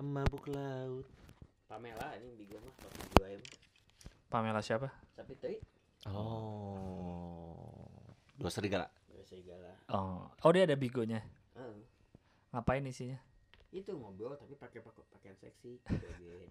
mabuk laut. Pamela ini bigo mah bigo mah. Pamela siapa? Tapi teh Oh. Dua serigala. segala. Oh dia ada bigonya. Heeh. Ngapain isinya? Itu ngobrol tapi pakai pakaian seksi. Gitu.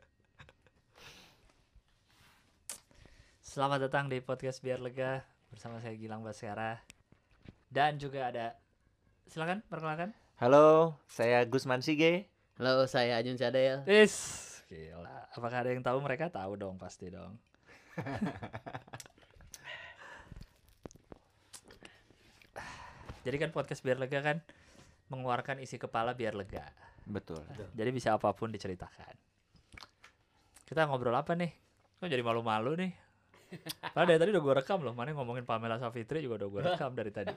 Selamat datang di podcast Biar Lega bersama saya Gilang Baskara. Dan juga ada, silakan perkenalkan. Halo, saya Gusman Sige. Halo, saya Ajun Cadel. Gila. Apakah ada yang tahu? Mereka tahu dong, pasti dong. Jadi kan podcast Biar Lega kan mengeluarkan isi kepala biar lega. Betul. Jadi bisa apapun diceritakan. Kita ngobrol apa nih? Kok jadi malu-malu nih? Padahal dari tadi udah gue rekam loh. Mana ngomongin Pamela Savitri juga udah gue rekam dari tadi.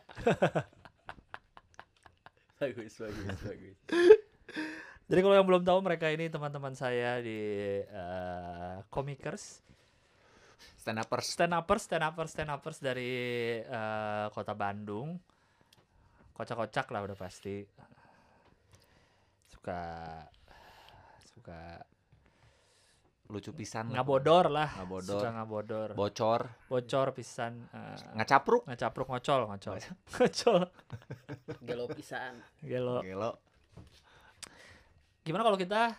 Bagus. Jadi kalau yang belum tahu, mereka ini teman-teman saya di Komikers, stand uppers dari kota Bandung. Kocak-kocak lah udah pasti. Suka Lucu pisan. ngabodor lah. Ngabodor. Suka ngabodor. Bocor. Pisan. Ngacapruk. Ngocol. Gelo pisan. Gelo. Gelo. Gimana kalau kita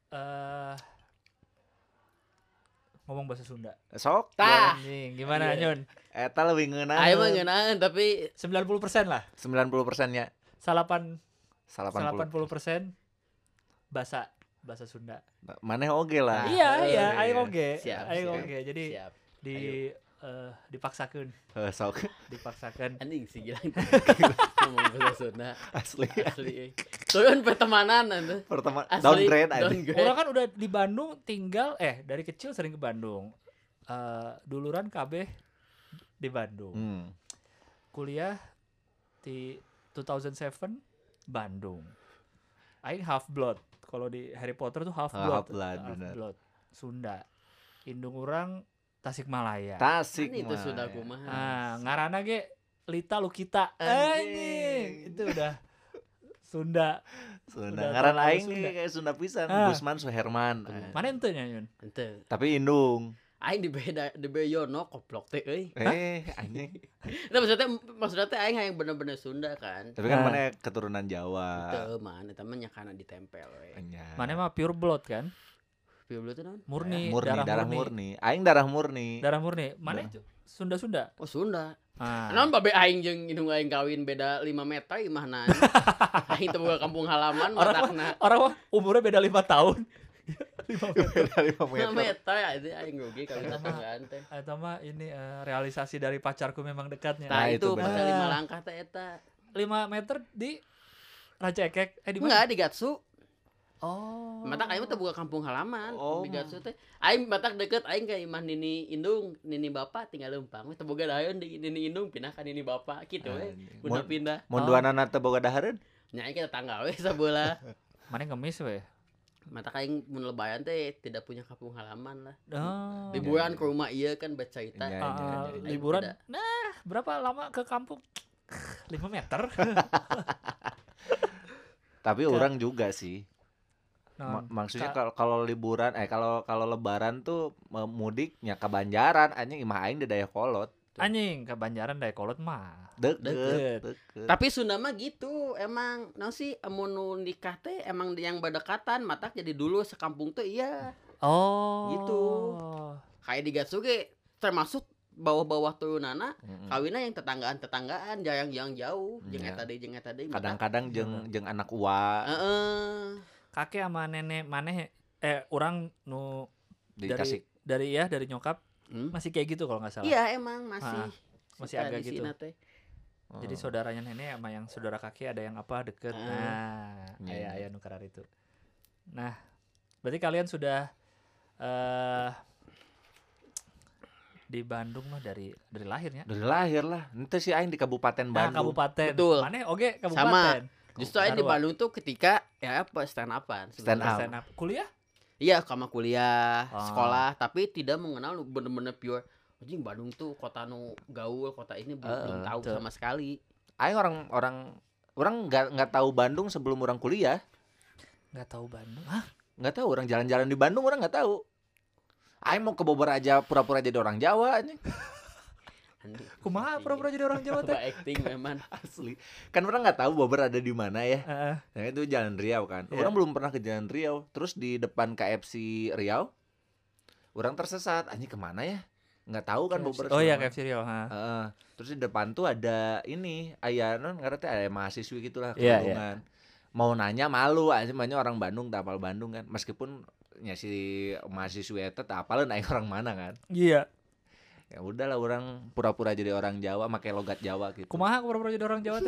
ngomong bahasa Sunda? Sok. Tah. Anjing, gimana Iya. Nyun? Eta lebih ngeunaan. Ayo mah ngeunaan tapi 90% lah. 90%-nya. 80% 80%. bahasa Sunda. Maneh oge lah. Iya, aing oge. Siap. Aing oge. Jadi siap. dipaksakeun. Sok. Dipaksakeun. Anjing si Gilang. Ngomong bahasa Sunda. Asli. Turun pertemanan atuh. Pertama Asli, downgrade aja. Orang kan udah di Bandung tinggal dari kecil sering ke Bandung. Duluran KB di Bandung. Kuliah di 2007 Bandung. Aing half blood. Kalau di Harry Potter tuh half blood. bener. Sunda. Indung urang Tasikmalaya. Tasik Kan itu mah. sudah kumaha. Ngaranna ge Lita Lukita. Anjing. Itu udah Sunda. Sunda. Udah Ngaran terlalu aing Sunda. kayak Sunda pisan. Ah. Gusman Suherman. Mana ente nya Yun? Henteu. Tapi indung. Aing di Beyono koplok teh euy. Anjing. Itu maksudnya teh aing hayang bener-bener Sunda kan. Tapi kan Ah. mana keturunan Jawa. Teu man eta mah nya kana ditempel we. Anya. Mana mah pure blood kan? Pioblo teh naon? Murni, darah murni. Aing darah murni. Darah murni. Mana itu? Sunda. Oh Sunda. Ah. Naon babe aing jeung indung aing kawin beda 5 meter imahna. Aing teu boga kampung halaman matakna. Orang mah umurnya beda 5 tahun. 5 meter. Dari 5 meter. meter ya itu aing oge kawin tetanggaan teh. Eta mah ini realisasi dari pacarku memang dekatnya. Tah itu itu bener. pasal 5 langkah teh eta. 5 meter di Raja Ekek. Di mana? Enggak di Gatsu. Oh. Matak aing mah teu boga kampung halaman. Oh. Di Gatsu teh aing matak deket aing ka imah Nini Indung, Nini Bapa tinggal leumpang. Teu boga dahareun di Nini Indung pindah ka Nini Bapa kitu we. Anjing. Udah pindah. Mun duanana teu boga dahareun? Nya aing kita tangga we sabeula. Mana ngemis we? Matak aing mun lebaran teh tidak punya kampung halaman lah. Oh. Liburan ke rumah iya kan baca cerita. Iya, iya. Liburan. Tidak. Nah, berapa lama ke kampung? 5 meter. Tapi orang juga sih. Nah, Maksudnya kalau liburan kalau lebaran tuh mudiknya ke Banjaran anjing imah aing di Dayakolot. anjing ke Banjaran Dayakolot mah. Deket. Tapi Sunda mah gitu, emang naon sih amun nu nikah teh emang yang berdekatan, matak jadi dulu sekampung tuh iya. Oh. Gitu. Kayak di Gatsu ge termasuk bawah-bawah turunana kawinna yang tetanggaan jarang jauh, jeung Iya. eta deui. Kadang-kadang jeung anak uwa Heeh. Kakek sama nenek maneh orang nu dikasih. dari nyokap masih kayak gitu kalau nggak salah. Iya emang masih masih sisa agak di gitu. sina teh. Jadi saudaranya nenek sama yang saudara kakek ada yang apa deket. Nah, Iya. aya nukarar itu. Nah, berarti kalian sudah di Bandung mah dari lahirnya. Dari lahir lah. Ente si aing di Kabupaten Nah, Bandung. kabupaten. Betul. Maneh oge kabupaten. Justru aing di Sarua. Bandung tuh ketika ya apa stand upan. Stand up. Stand up. Kuliah? Iya, sama kuliah, Ah. sekolah, tapi tidak mengenal bener-bener pure. Anjing Bandung tuh kota nu gaul, kota ini belum tahu betul. sama sekali. Aing orang nggak tahu Bandung sebelum orang kuliah. Nggak tahu Bandung. Hah? Nggak tahu, orang jalan-jalan di Bandung orang nggak tahu. Aing mau ke Bogor aja pura-pura jadi orang Jawa anjing. Kumaha pura-pura jadi orang Jawa teh? Coba acting memang. Asli. Kan orang nggak tahu Bogor ada di mana ya. Heeh. Nah, itu Jalan Riau kan. Iya. Orang belum pernah ke Jalan Riau. Terus di depan KFC Riau, orang tersesat. Anjing kemana ya? Nggak tahu kan Bogor. Oh iya sebelah mana. KFC Rio, ha. Terus di depan tuh ada ini, aya non ngarana ada mahasiswi gitulah Iya, kerudungan. Mau nanya malu, anjing banyak orang Bandung, tak apal Bandung kan. Meskipun nya si mahasiswi eta teu apaleun aing orang mana kan. Iya. Ya udahlah orang pura-pura jadi orang Jawa, make logat Jawa gitu. Kumaha pura-pura jadi orang Jawa teh?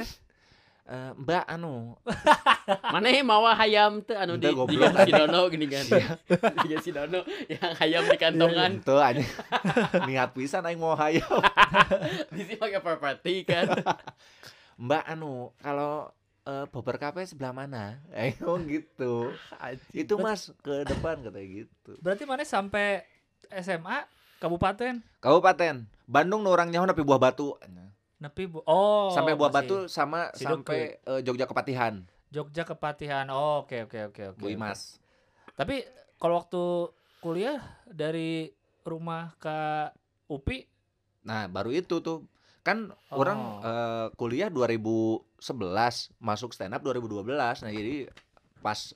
Mbak anu, Maneh mawa hayam teh anu Ente di goblok, si Dono gini kan. Di si Dono yang hayam di kantongan. ente anjing niat pisan aing mau hayam. Di sini pakai properti kan. Mbak anu, kalau Bogor Cafe sebelah mana? Ngomong gitu. Itu Mas ke depan katanya gitu. Berarti mana sampai SMA kabupaten Kabupaten Bandung nu urang nyaho nepi Buah Batu. nepi Sampai Buah masih Batu sama Siduk sampai Jogja Kepatihan. Jogja Kepatihan. Oh, oke. Bu Imas. Tapi kalau waktu kuliah dari rumah ke UPI Nah, baru itu tuh. Kan Oh. orang kuliah 2011, masuk stand up 2012. Nah, jadi pas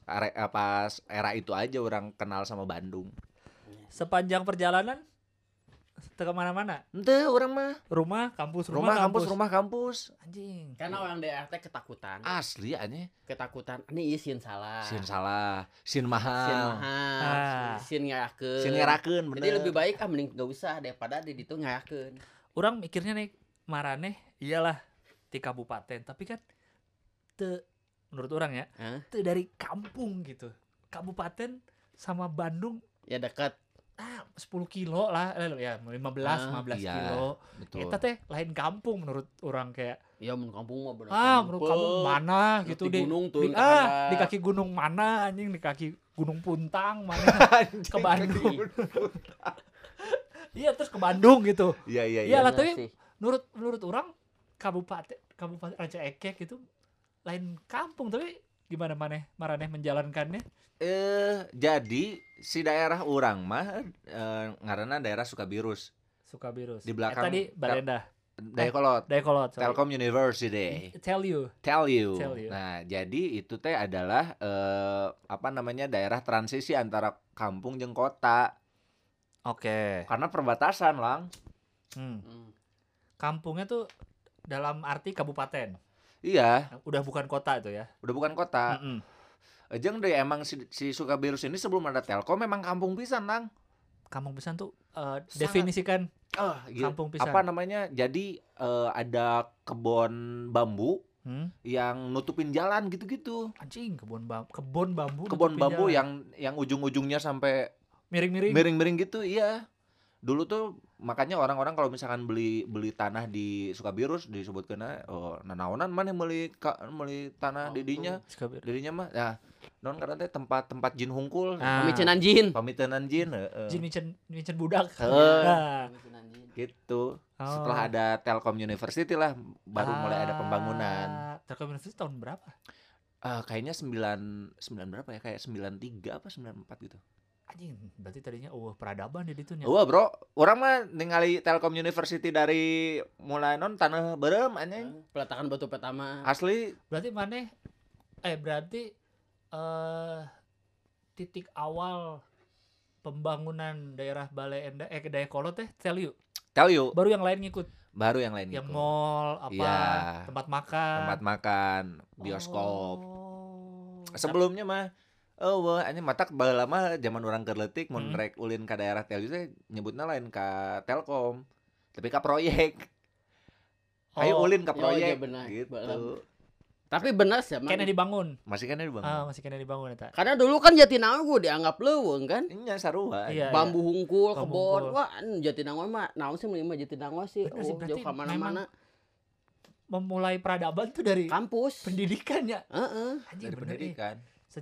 era itu aja orang kenal sama Bandung. sepanjang perjalanan ke mana-mana. Ente orang mah Rumah, kampus, rumah kampus. Anjing. Karena orang daerah teh ketakutan. Asli aneh. Ketakutan. Ini ieu sieun salah. Sin salah, sin Sieun mahal. mahal. Ah. Sieun ngarakeun. Sin ngerakeun bener. Jadi lebih baik mending gak usah daripada di ditu ngarakeun. Orang mikirnya nih maraneh iyalah di kabupaten, tapi kan menurut orang ya, Hah? dari kampung gitu. Kabupaten sama Bandung Ya dekat. 10 kilo lah, ya 15 iya. kilo. Betul. Eta teh lain kampung menurut orang kayak Ya mun kampung mah bener. menurut kamu mana gitu di gunung tuh di kaki gunung mana anjing, di kaki Gunung Puntang mana ke Bandung. Iya terus ke Bandung gitu. Iya. Iyalah Bener tapi sih. menurut orang kabupaten Ranca Ekek itu lain kampung, tapi gimana maraneh menjalankannya? Jadi si daerah orang mah ngaranna daerah Sukabirus. Sukabirus. Di belakang- tadi Balenda. Dayakolot. Dayakolot. sorry. Telkom University. Tell you. Tell you. Tell you. Nah, jadi itu teh adalah daerah transisi antara kampung jeung kota. Oke. Karena perbatasan, Lang. Hmm. Kampungnya tuh dalam arti kabupaten. Iya, Udah bukan kota itu ya. udah bukan kota. Mm-mm. Jeung deh emang si Sukabirus ini sebelum ada Telkom memang kampung pisan, Lang. Kampung pisan tuh Sangat- definisikan Gitu. kampung pisan. Apa namanya? Jadi ada kebun bambu Hmm? yang nutupin jalan gitu-gitu. Anjing, kebun bambu. Kebun nutupin bambu jalan. yang ujung-ujungnya sampai miring-miring. miring-miring gitu, iya. Dulu tuh makanya orang-orang kalau misalkan beli tanah di Sukabirus disebutkeunna nanaonan maneh meuli tanah di dinya. Sukabirus. Didinya mah ya non karena teh tempat jin hungkul. Ah. Pemicenan jin. Pamiteunan jin, heeh. Jin micen budak. Heeh. Nah. Pemicenan jin. Gitu. Oh. Setelah ada Telkom University lah baru mulai ada pembangunan. Telkom University tahun berapa? Kayaknya 9 berapa ya? Kayak 93 apa 94 gitu. Anjing, berarti tadinya peradaban di ditu nya. Wah, Bro. Orang mah ningali Telkom University dari mulai non tanah berem anjing. Peletakan batu pertama. Asli Berarti berarti titik awal pembangunan daerah Balenda Dayakolot tell you. tell you Baru yang lain ngikut. baru yang lain Yang gitu. mall apa Iya. tempat makan. Tempat makan, bioskop. Oh. Sebelumnya mah wah anjing matak baheula mah zaman urang keur leutik mun Hmm. rek ulin ka daerah Tell you teh nyebutna lain ka Telkom, tapi ka proyek. Ayo Oh, ulin ka oh iya proyek benar. gitu. Tapi benar sih emang. kayaknya dibangun. Masih kan ada Bang? Masih kena dibangun eta. Karena dulu kan Jatinangor dianggap leuweung kan. Nya sarua. Iya. Bambu hungkul, Bambu kebon. hungkul. Wah, Jatinangor mah naon sih mah Jatinangor sih. Bener sih, berarti Jauh ka mana-mana. Memulai peradaban tuh dari Kampus. pendidikannya. Heeh. Anjing Dari bener nih. pendidikan.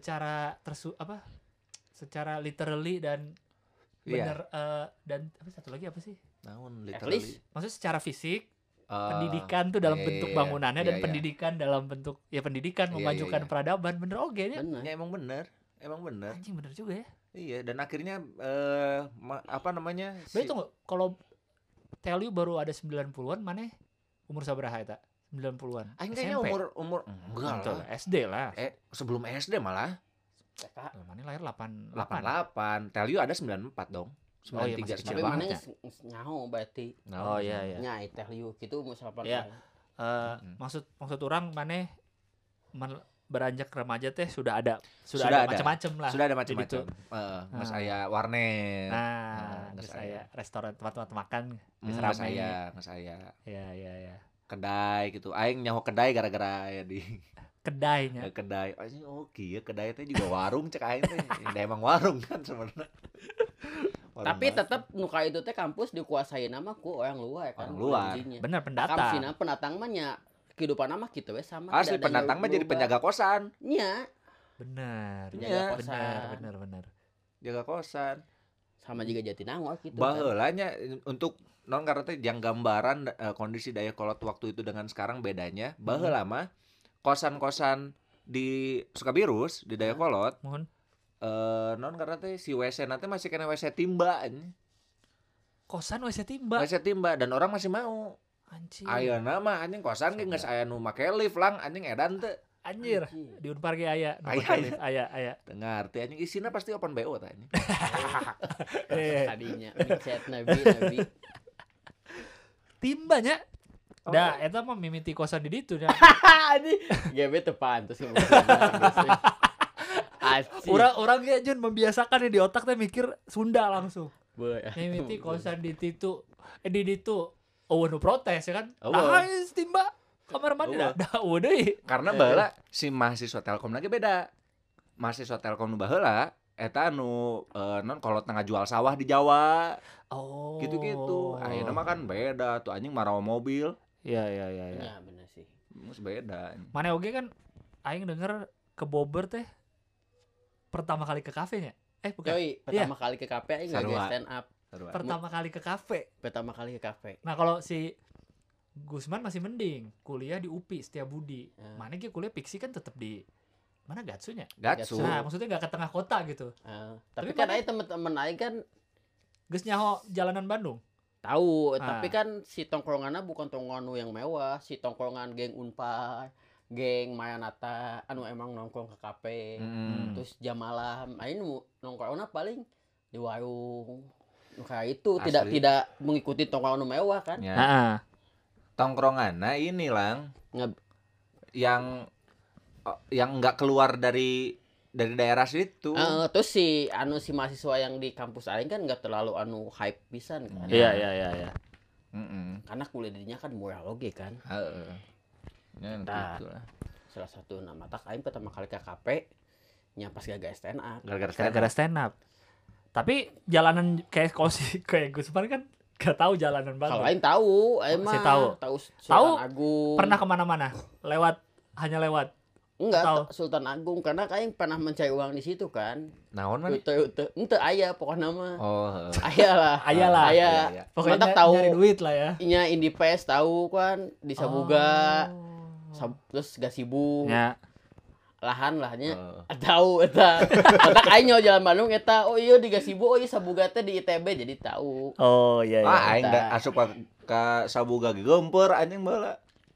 Secara literally dan Iya. bener dan apa satu lagi apa sih? Naon At literally. least. Maksudnya secara fisik, Eh, pendidikan tuh dalam iya, bentuk iya, bangunannya iya, dan iya. pendidikan dalam bentuk pendidikan Iya, memajukan iya. peradaban bener oke nya. Bener. Ya emang bener. Emang bener. Anjing bener juga ya. Iya, dan akhirnya apa namanya? Berarti tunggu, kalau tell you baru ada 90-an, mana umur sabaraha eta? 90-an. Aing kayaknya umur enggak Betul, lah. SD lah. Sebelum SD malah. Mana lahir 88. 88. Tell you ada 94 dong. Oh iya, masih 93 kecil Tapi banget mana ya. nyaho berarti. Oh iya iya. Nya I tell you gitu umur 8 Iya. Maksud orang mana beranjak remaja teh sudah ada macam-macam lah. Sudah ada Jadi macam-macam. Mas aya warnet. Terus saya restoran tempat makan geus Mas rame. saya. Iya. Kedai gitu. Aing nyaho kedai gara-gara aya di Kedainya. kedai. Anjing kieu kedai teh juga warung cek aing teh. Da emang warung kan sebenarnya. Tapi tetap nuka itu teh kampus dikuasai nama ku orang luar kan. Orang luar. Bener pendatang. Kampusina pendatang mah nya kehidupan nama gitu we sama. Asli tidak ada pendatang mah jadi berubah. penjaga kosan. Nya Bener. penjaga Iya, kosan. Bener. Jaga kosan. Sama juga Jatinangor gitu. Baheula nya untuk non karena teh yang gambaran kondisi Dayakolot waktu itu dengan sekarang bedanya. Baheula mah kosan-kosan di Sukabirus di Dayakolot Mohon. non karena teh si WC nanti masih kena WC timba anjing. Kosan WC timba. WC timba dan orang masih mau. Anjir. Ayeuna mah anjing kosan ge geus aya nu make lift lang anjing edan teu. Anjir. Di Unpar ge aya. Aya. Teu ngarti anjing isina pasti open BO tah anjing. Tadinya micet nabi. Timbanya. Da, eta mah mimiti kosan di ditu nya. Anjing. Gebe teu pantes ngomong. Asli. Orang ge Jun membiasakan ya di otak teh mikir Sunda langsung. Boy. Mimiti kosan di ditu. Di ditu. Oh, nu protes ya kan. Eueuh. Nah, timba kamar mandi Eueuh. da deui. Karena baheula si mahasiswa Telkom lagi beda. Mahasiswa Telkom nu baheula eta nu non kolot tengah jual sawah di Jawa. Oh. Gitu-gitu. Ayeuna mah kan beda tuh anjing marawa mobil. Iya. Ya bener sih. Mus beda. Mana oge kan aing denger ke Bobber teh pertama kali ke kafenya. Bukan. Coy, pertama kali ke kafe aing Sarua. enggak stand up. Pertama kali ke kafe. Pertama kali ke kafe. Nah, kalau si Gusman masih mending kuliah di UPI Setiabudi. Mana ge kuliah Piksi kan tetap di mana Gatsunya? Gatsu. Nah, maksudnya nggak ke tengah kota gitu. Tapi Tapi kan mana- aing temen-temen aing kan Geus nyaho jalanan Bandung. tahu, Ah. tapi kan si tongkrongannya bukan tongkrongan yang mewah, si tongkrongan geng Unpar, geng Mayanata, anu emang nongkrong ke kafe. Terus jam malam, aing nongkrongnya paling di warung. Kayak itu Asli. tidak mengikuti tongkrongan mewah kan. Ya. Heeh. Tongkronganna ini lang Nge- yang nggak keluar dari daerah situ. Terus si mahasiswa yang di kampus aing kan nggak terlalu hype pisan kan. Iya. Iya. Karena kuliah dinya kan murah oge kan. Heeh. Ya Nah. gitu lah. Salah satu nama tak aing pertama kali ke kafe nya pas gagal stand up. Gara-gara stand up. Tapi jalanan kayak kayak Gusman kan gak tahu jalanan Kalau Bandung. aing tahu, aing Masih mah tahu. tahu Tahu, Sultan Agung. Pernah kemana-mana? Hanya lewat. Enggak, Atau- Sultan Agung karena aing pernah mencari uang di situ kan. Naon man? Ente aya pokoknya mah. Oh, Aya lah. Aya lah. Aya. Iya. Pokoknya Mantap tahu. nyari duit lah ya. Nya Indie Fest tahu kan di Sabuga. Oh. Terus Gasibu. Ya. Lahan lahnya. Oh. Tahu eta. Mata aing nyaho jalan Bandung eta. Oh iya di Gasibu, oh iya Sabuga teh di ITB jadi tahu. Oh iya. Aing enggak asup ka Sabuga ge gempeur anjing baheula.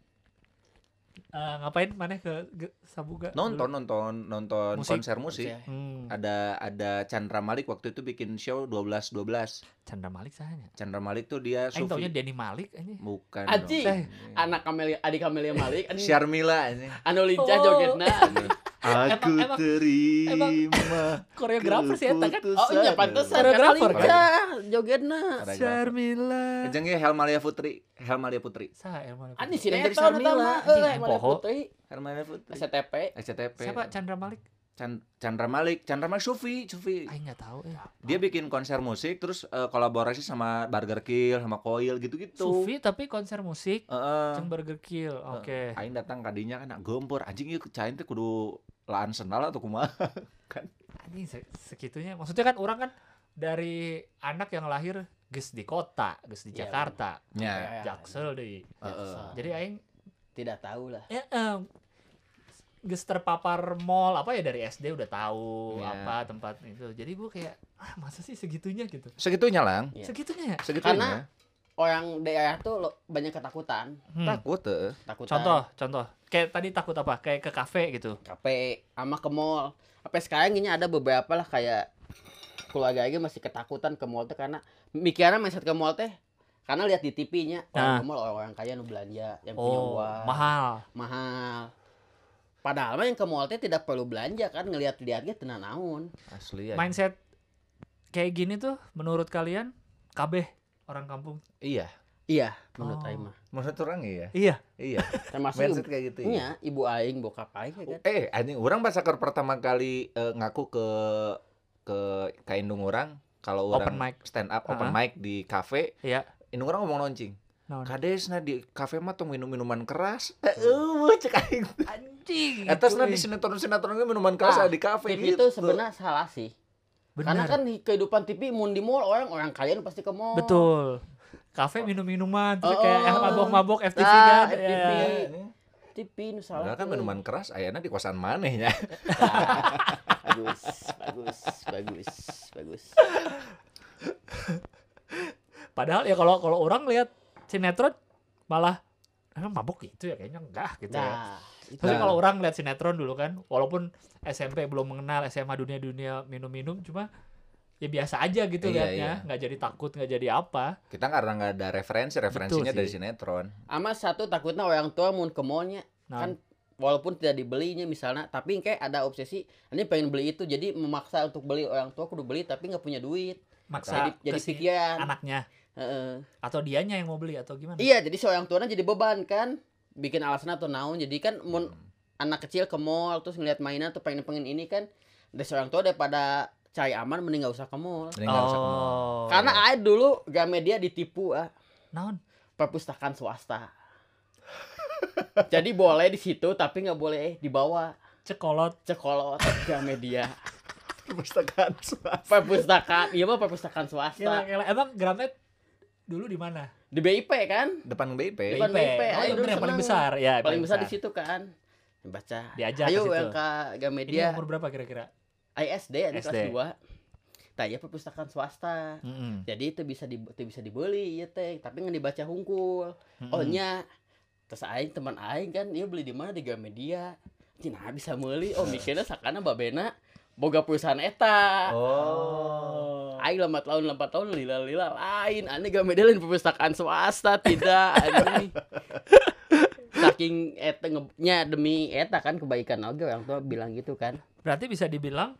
Ngapain maneh ke Sabuga? Nonton Musik. konser musik. Hmm. Ada Chandra Malik waktu itu bikin show 12-12. Chandra Malik sahanya. Chandra Malik tuh dia Aing taunya Sufi. Denny Malik aja. Bukan Anjing. dong. Anak adik Kamelia Malik anjing. Syarmila anjing. Anu lincah Oh. jogetna. Aku Emang- terima Koreografer sih eta kan. Oh iya pantesan Koreografer karena lincah jogetna. Syarmila. Jeung ge Helmalia Putri. Saha Elman? Anjing si Yang dari Neta eta mah. Anjing, Malia poho. Putri. Helmalia Putri. SCTP. SCTP. Siapa Chandra Malik? Chandra Malik Sufi. Aing enggak tahu ya. Dia bikin konser musik terus kolaborasi sama Burger Kill sama Coil gitu-gitu. Sufi tapi konser musik Heeh. jeung Burger Kill. Oke. Aing datang kadinya kan gempur anjing ieu cain teh kudu laan sendal atau kumaha. Anjing segitunya. Maksudnya kan orang kan dari anak yang lahir geus di kota, geus di Iya, Jakarta. Ya. Jaksel deui. Heeh. Jadi aing Tidak tahu lah. ya geus terpapar mall apa ya dari SD udah tahu Iya. apa tempat itu. Jadi gue kayak masa sih segitunya gitu. Segitunya lang. Iya. Segitunya ya? Segitunya. Orang daerah tuh banyak ketakutan. Takut tuh. Takutan. Contoh. Kayak tadi takut apa? Kayak ke kafe gitu. Kafe sama ke mall. Sampai sekarang ini ada beberapa lah kayak keluarga aja masih ketakutan ke mall tuh karena mikirnya mindset ke mall teh karena lihat di TV-nya orang ke mall orang kaya nu belanja yang punya uang mahal. Padahal mah yang ke mall teh tidak perlu belanja kan ngelihat-lihatnya tenan naon. Asli ya. Mindset kayak gini tuh menurut kalian kabeh orang kampung? Iya, menurut aing mah. Menurut orang iya. Iya. Termasuk Mindset kayak gitu ya. iya, ibu aing, bokap aing ya kan. Anjing orang pas saker pertama kali ngaku ke indung orang kalau orang Open mic. stand up open mic di kafe, Iya. indung orang ngomong noncing. Naon? Kadesna di kafe mah tong minum minuman keras. Cek aing. Anjing. Atasna di sinetron-sinetron ge minuman keras di kafe TV gitu. itu sebenarnya salah sih. Karena kan di kehidupan TV mun di mall orang kaya pasti ke mall. Betul. Kafe minum-minuman terus kayak mabok-mabok FTV Nah, kan. FTV. Iya. TV nu salah. Padahal kan minuman keras ayana di kosan manehnya. Bagus. Padahal ya kalau orang lihat sinetron malah emang mabok gitu ya kayaknya enggak gitu ya. Nah, Tapi kalau orang lihat sinetron dulu kan, walaupun SMP belum mengenal SMA dunia minum-minum, cuma ya biasa aja gitu Iya, liatnya, nggak jadi takut, nggak jadi apa. Kita karena nggak ada referensinya Betul dari sih. sinetron. ama satu takutnya orang tua mun ke mallnya Nah, kan walaupun tidak dibelinya misalnya tapi kayak ada obsesi ini pengen beli itu jadi memaksa untuk beli orang tua kudu beli tapi nggak punya duit maksa jadi ke si pikiran anaknya Heeh. atau dianya yang mau beli atau gimana? Iya jadi seorang tuanya jadi beban kan bikin alasan atau naon jadi kan mun anak kecil ke mall terus ngeliat mainan tuh pengen ini kan dari seorang tua daripada cari aman mending nggak usah ke mall Jadi nggak usah ke mall. karena air dulu Gramedia ditipu naon? perpustakaan swasta jadi boleh di situ tapi nggak boleh dibawa Cekolot. Gramedia Perpustakaan swasta. perpustakaan iya mah perpustakaan swasta Gila. Emang Gramet dulu di mana? di BIP kan Depan BIP. Depan BIP. Oh, Ayo yang dulu bener, yang paling seneng. besar ya. paling besar di situ kan baca Diajak ayo ke situ. yang ke Ini Gramedia umur berapa kira-kira? ISD ada kelas SD. 2 tak ya perpustakaan swasta jadi itu bisa dibeli ya teh tapi nggak dibaca hungkul oh nya terus aing teman aing kan dia beli di mana di Gramedia cina bisa meuli oh mikirnya sakana babena boga perusahaan eta Oh. aing lambat tahun lila lain aneh Gramedia lain perpustakaan swasta tidak aneh saking eta nya demi eta kan kebaikan oge orang tua bilang gitu kan Berarti bisa dibilang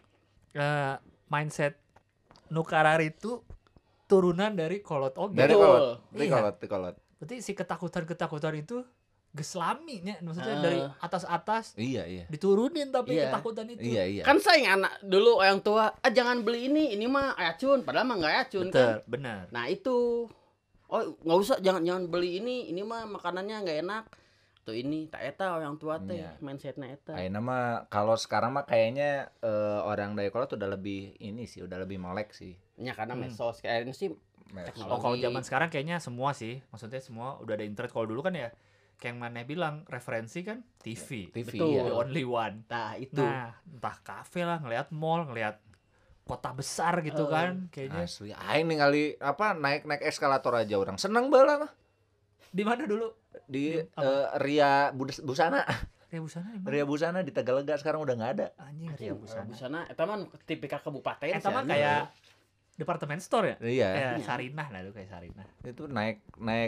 mindset Nukarar itu turunan dari kolot oge. Dari Betul. kolot. Berarti si ketakutan itu geslaminya maksudnya dari atas Iya. diturunin tapi Iya. ketakutan itu. Iya. kan sayang anak dulu orang tua jangan beli ini mah racun padahal mah nggak racun kan Betul, benar. nah itu oh nggak usah jangan beli ini mah makanannya nggak enak tuh ini tak eta orang tua teh Iya. mindsetnya eta Ayeuna mah kalau sekarang mah kayaknya orang Dayakolot udah lebih ini sih, udah lebih melek sih. nya karena medsos kayaknya sih Oh, kalau zaman sekarang kayaknya semua sih. Maksudnya semua udah ada internet. Kalau dulu kan ya kayak yang Maneh bilang referensi kan TV. TV Betul. The ya. only one. nah itu Nah, entah kafe lah, ngelihat mall, ngelihat kota besar gitu kan kayaknya. Asli. Aing ningali naik eskalator aja orang seneng bae Di mana dulu? di Apa? Ria Busana. Ria Busana di mana? Ria Busana di Tagalega sekarang udah nggak ada. Anjing Ria Busana. busana eta mah tipikal kabupaten Eta mah sih, kayak departemen store ya? Iya. Kayak Sarinah lah itu kayak Sarinah. Itu naik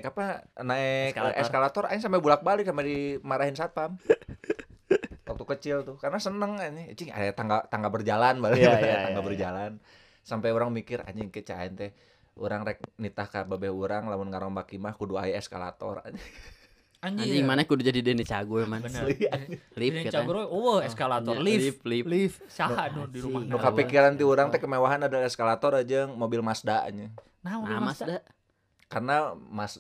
naik Eskalator. eskalator aing sampai bolak-balik sampai dimarahin satpam. Waktu kecil tuh karena seneng ini cing ada tangga berjalan balik tangga berjalan sampai orang mikir anjing ke cain teh orang rek nitah ka babeh urang lamun ngarombak imah kudu aya eskalator anjing mana kudu jadi Deni Cagur man Bener. lift Ini kita Cagro, eskalator, Iya, lift, lift. saha nu di rumah. nu kapikiran ti urang teh kemewahan ada eskalator aja mobil Mazda nya Nah, nah mas dah karena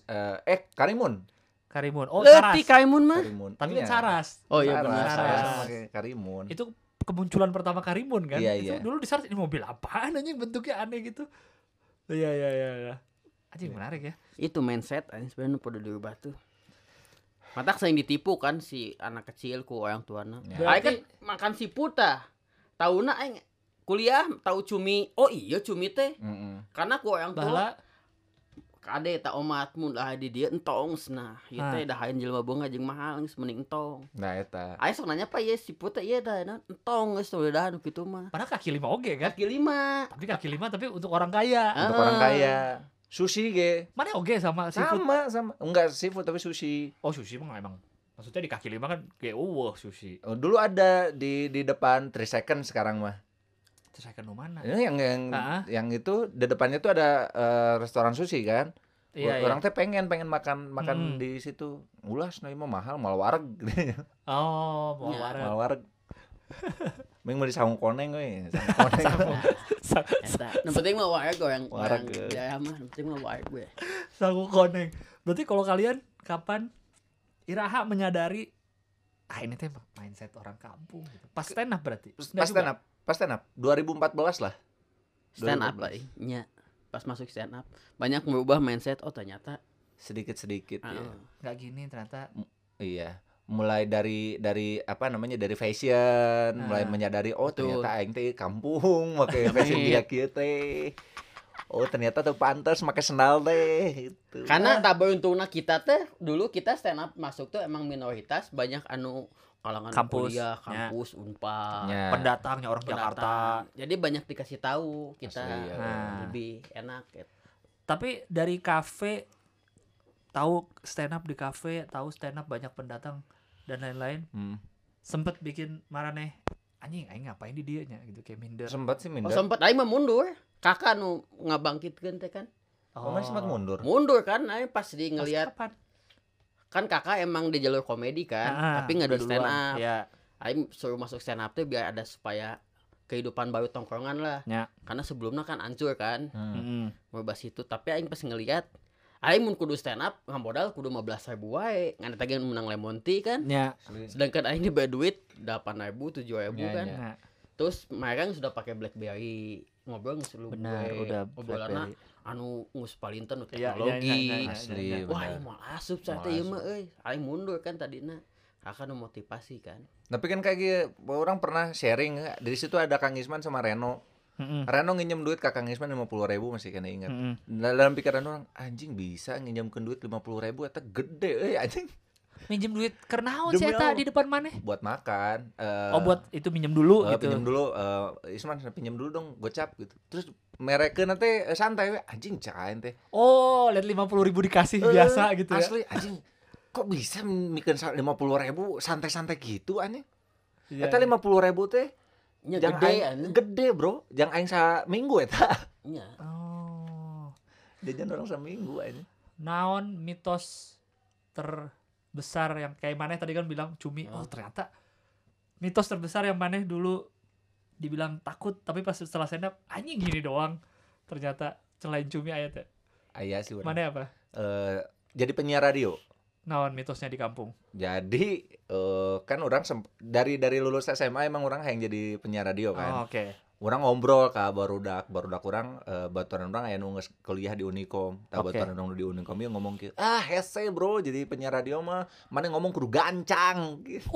Karimun Karimun. Oh, leutik Saras. Kaimun mah Tapi kan Iya. Saras. oh iya Saras, benar Saras. Saras pakai Karimun Itu kemunculan pertama Karimun kan? Iya, Itu iya. dulu di Saras ini mobil apaan anjing bentuknya aneh gitu. Iya. Anjing menarik ya. itu mindset anjing sebenarnya perlu diubah tuh Matak sering ditipu kan si anak kecil ku orang tuana. Ya. Aing kan makan siput tah. Tauna aing kuliah tahu cumi. Oh iya cumi teh. Karena ku orang tua Bahala kade tak omat mun lah di dieu entong cenah. Ieu teh dah haeun jelema beunga jeung mahal geus mending entong. Nah eta. Aing sok nanya pa ieu siput teh ieu tah entong geus udah nu kitu mah. padahal kaki 5 oge kan. Kaki 5. Tapi kaki 5 tapi untuk orang kaya. Untuk orang kaya. Sushi ge. Mana oge sama seafood? Sama. Enggak seafood tapi sushi. Oh, sushi mah emang. Maksudnya di kaki 5 kan kayak sushi. Oh, dulu ada di depan 3 second sekarang mah. Terus saya mana? Ini yang itu di depannya tuh ada restoran sushi kan. Iya, Orang teh pengen makan di situ. Ulas nah mah mahal mal wareg. Oh, mau wareg. Mal wareg. Ming mau disangu koneng we. Sangu koneng. Eta. Nu penting mah wareg yang Wareg. Ya mah nu penting mah wareg we. Sangu koneng. Berarti kalau kalian kapan Iraha menyadari ini teh mindset orang kampung gitu. Pas stand up berarti. Pas stand up 2014 lah. Stand up lah nya. Pas masuk stand up banyak merubah mindset, oh ternyata Sedikit-sedikit ya. Enggak gini ternyata. Iya. Mulai dari apa namanya dari fashion, mulai menyadari oh ternyata aing teh kampung make fashion dia kieu teh. Oh ternyata tuh pantas make sendal teh gitu. karena tak beruntungna kita teh dulu kita stand up masuk tuh emang minoritas, banyak anu kalangan Kampus, kuliah, kampus, Unpad, Pendatangnya orang Jakarta. Jadi banyak dikasih tahu kita. Asli, ya. Lebih enak gitu. Tapi dari kafe tahu stand up di kafe, tahu stand up banyak pendatang dan lain-lain. Sempet bikin marane anjing aing ngapain di dieu nya gitu kayak minder. Sempat sih minder. Oh sempat aing mah mundur. Kakak nu ngabangkitkeun teh kan. Oh, masih sempat mundur. Mundur kan aing pas di ngelihat kapan? kan kakak emang di jalur komedi kan, tapi nggak di stand up. Ya. Aing suruh masuk stand up tuh biar ada supaya kehidupan baru tongkrongan lah. Ya. Karena sebelumnya kan hancur kan. Membahas itu, tapi aing pas ngelihat aing mun kudu stand up ngamodal kudu 15.000 wae. Ngan eta ge menang lemon tea kan. Ya. Sedangkan aing dibayar duit 8.000, 7.000 kan. Ya. Terus mereka sudah pakai BlackBerry. Ngobrol geus lu Benar, udah obrolanna BlackBerry. anu geus palinten nu Iya, teknologi. Asli. Wah, benar. mau asup saya teh ieu mah euy. Aing mundur kan tadina. Kakak nu motivasi kan. Tapi kan kayak gitu, orang pernah sharing dari situ ada Kang Isman sama Reno. Reno nginjem duit ke Kang Isman 50.000 masih kena ingat. Dalam pikiran orang anjing bisa nginjemkeun duit 50.000 eta gede anjing. Minjem duit kernaon sih eta di depan maneh? Buat makan. Buat itu minjem dulu gitu. Pinjem dulu Isman pinjem dulu dong gocap gitu. Terus merekeun teh santai we anjing cain teh. Oh, lihat 50.000 dikasih biasa gitu ya. Asli anjing. Kok bisa mikeun 50.000 santai-santai gitu anjing? Eta 50.000 teh Nya jang gede aing, gede bro. Jang aing saminggu eta. Nya. Oh. Jajan orang seminggu anjing. Naon mitos terbesar yang kayak maneh tadi kan bilang cumi. Oh, ternyata mitos terbesar yang maneh dulu dibilang takut tapi pas setelah stand up anjing gini doang. Ternyata selain cumi aya teh. Aya sih urang. Maneh apa? Jadi penyiar radio. Naon mitosnya di kampung? Jadi kan orang dari lulus SMA emang orang yang jadi penyiar radio kan. Oh, oke. Orang ngobrol ke barudak orang baturan orang aya nu geus kuliah di Unikom. Tah baturan orang di Unikom ieu ngomong kieu, hese bro jadi penyiar radio mah mana ngomong kudu gancang gitu.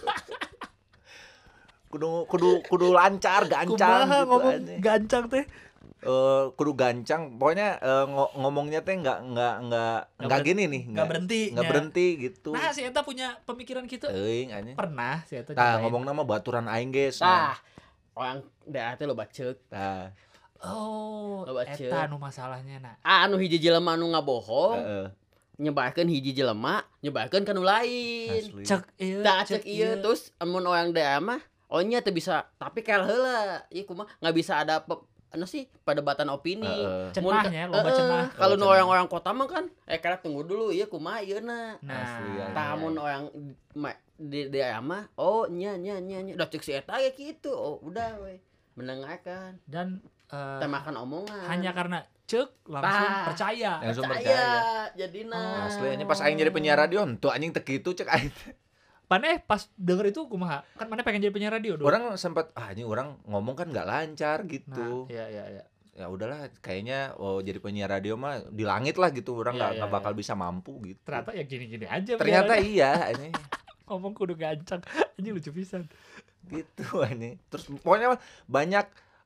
kudu lancar gancang Kumaha gitu ngomong aja. gancang teh? Kudu gancang pokoknya ngomongnya teh enggak gini nih Nggak berhenti gitu. Nah si Eta punya pemikiran gitu Euing anjing. pernah si Eta Tah nyobain. ngomong nama baturan aing geus. Tah. Orang daerah teh loba ceuk. Tah. Oh Loba Eta ceuk. nu masalahnya nah. Anu hiji jelema nu ngabohong, Heeh. nyebarkeun hiji jelema, nyebarkeun ka nu lain. Asli. Cek ieu Tah cek ieu terus amun orang daerah mah ohnya teh bisa, tapi kael heula. Ieu kumaha nggak bisa ada anu sih perdebatan opini. Cenahnya loba cenah. Kalau nu orang-orang kota mah kan karek tunggu dulu ieu kumaha ieuna. Asli, ya. Tah mun orang di daerah mah oh nya udah cek si eta ge kitu. Oh udah we mendengarkan Dan teh makan omongan. hanya karena cek langsung percaya. Langsung percaya. Jadina. Asli ini pas aing jadi penyiar radio henteu anjing teu kitu cek aing. Maneh pas denger itu kumaha? Kan maneh pengen jadi penyiar radio dong. Orang sempat anjing orang ngomong kan enggak lancar gitu. Nah, iya. ya udahlah kayaknya jadi penyiar radio mah di langit lah gitu, orang nggak bakal bisa mampu gitu. Ternyata ya gini-gini aja. Ternyata iya ini. Ngomong kudu gancang, anjing lucu pisan. Gitu ini. Terus pokoknya banyak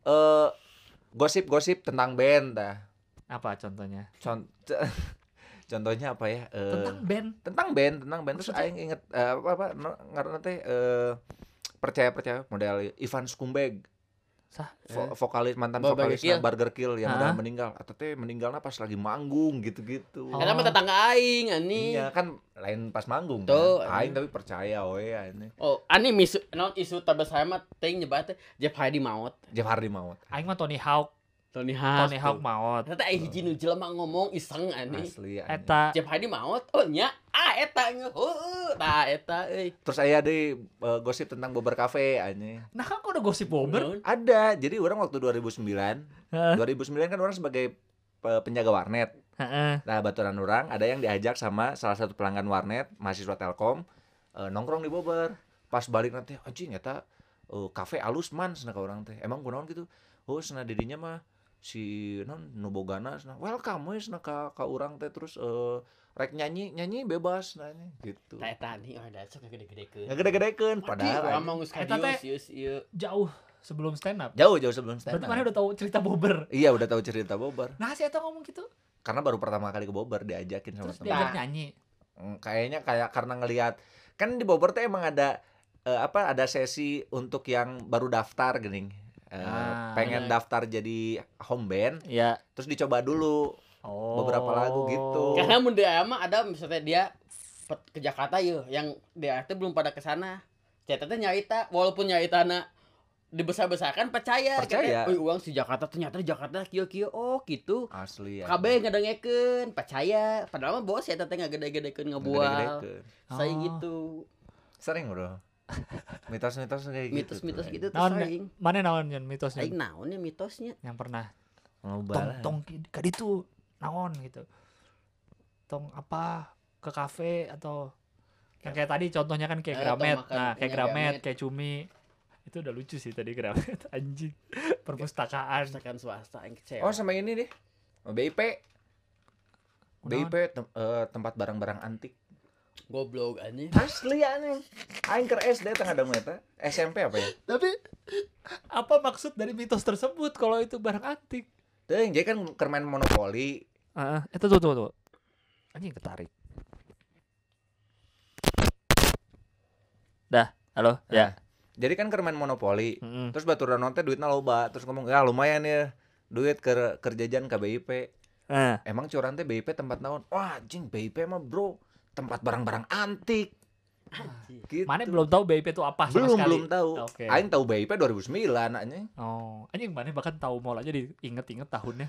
gosip-gosip tentang band dah. Apa contohnya? Contohnya apa ya? Tentang band. Terus aing inget ngaranna teh percaya model Ivan Scumbag. Vokalis mantan vokalis Burger Kill yang udah meninggal, atau teh meninggalnya pas lagi manggung gitu-gitu. Karena mah tetangga aing ani. Iya kan lain pas manggung kan. Aing tapi percaya we ini. Oh, ani isu terbesar mah teuing nyebat teh Jeff Hardy maut. Aing mah Tony Hawk maut. Ternyata hiji nu jelema ngomong iseng ani. Asli. Eta Jeff Hardy maut. Oh nya, eta heueuh, tah eta euy. Terus aya deui gosip tentang Bobber Cafe anjing. Nah kan kok ada gosip Bobber? Ada. Jadi orang waktu 2009 kan orang sebagai penjaga warnet. Nah, baturan orang ada yang diajak sama salah satu pelanggan warnet, mahasiswa Telkom, nongkrong di Bobber. Pas balik nanti anjing eta kafe alus man cenah ka urang teh. Emang kunaon gitu? Oh, cenah didinya mah si nu bogana cenah welcome we cenah ka urang teh, terus rek nyanyi bebas nah ini gitu. Tah eta nih ada sok gede-gedekeun. Ngegede-gedekeun padahal ngomong serius ieu. Jauh sebelum stand up. Jauh sebelum stand up. Berarti mana udah tahu cerita Bobber? Iya, udah tahu cerita Bobber. Nah, si eta ngomong gitu. Karena baru pertama kali ke Bobber diajakin sama teman. Terus teman. diajak nyanyi. Kayaknya karena ngelihat kan di Bobber tuh emang ada ada sesi untuk yang baru daftar gini. Pengen daftar jadi home band. Iya. Terus dicoba dulu beberapa lagu gitu. Karena mun dia mah ada misalnya dia ke Jakarta yeuh, yang dia teh belum pada ke sana. Eta teh nyarita, walaupun nyaritana dibesar-besarkan percaya. Uang si Jakarta ternyata di Jakarta kieu-kieu gitu. Asli ya. Kabeh ngadengekeun, percaya. Padahal mah bos eta teh ngagede-gedekeun ngabual. Saya gitu. Sering bro. Mitos-mitos kayak gitu. Mitos-mitos gitu tuh Naon, sering. mana naon mitosnya? Aing naon ya mitosnya? Yang pernah Ngobalan. tong ka ditu naon gitu. Tong apa ke kafe atau yang kayak tadi contohnya kan kayak Gramet. Nah, kayak Gramet, kayak Cumi. Itu udah lucu sih tadi Gramet anjing. Perpustakaan swasta yang kecewa. Oh, sama ini deh. BIP. BIP tempat barang-barang antik. Goblok anjing. Asli anjing. Aing keur SD tengah ada eta. SMP apa ya? Tapi apa maksud dari mitos tersebut kalau itu barang antik? Teuing, jadi kan keur main monopoli. Itu tuh. Anjing ketarik. Dah, halo. Ya. Jadi kan keur main monopoli. Terus baturan teh duitna loba, terus ngomong, "Ya lumayan ya duit keur jajan ka BIP." Emang curang teh BIP tempat naon? Wah, anjing BIP mah bro, tempat barang-barang antik. Gitu. Mana belum tahu BIP itu apa sama sekali. Belum tahu. Okay. Aing tahu BIP 2009 anjing. Oh, anjing mana bahkan tahu mall aja diinget-inget tahunnya.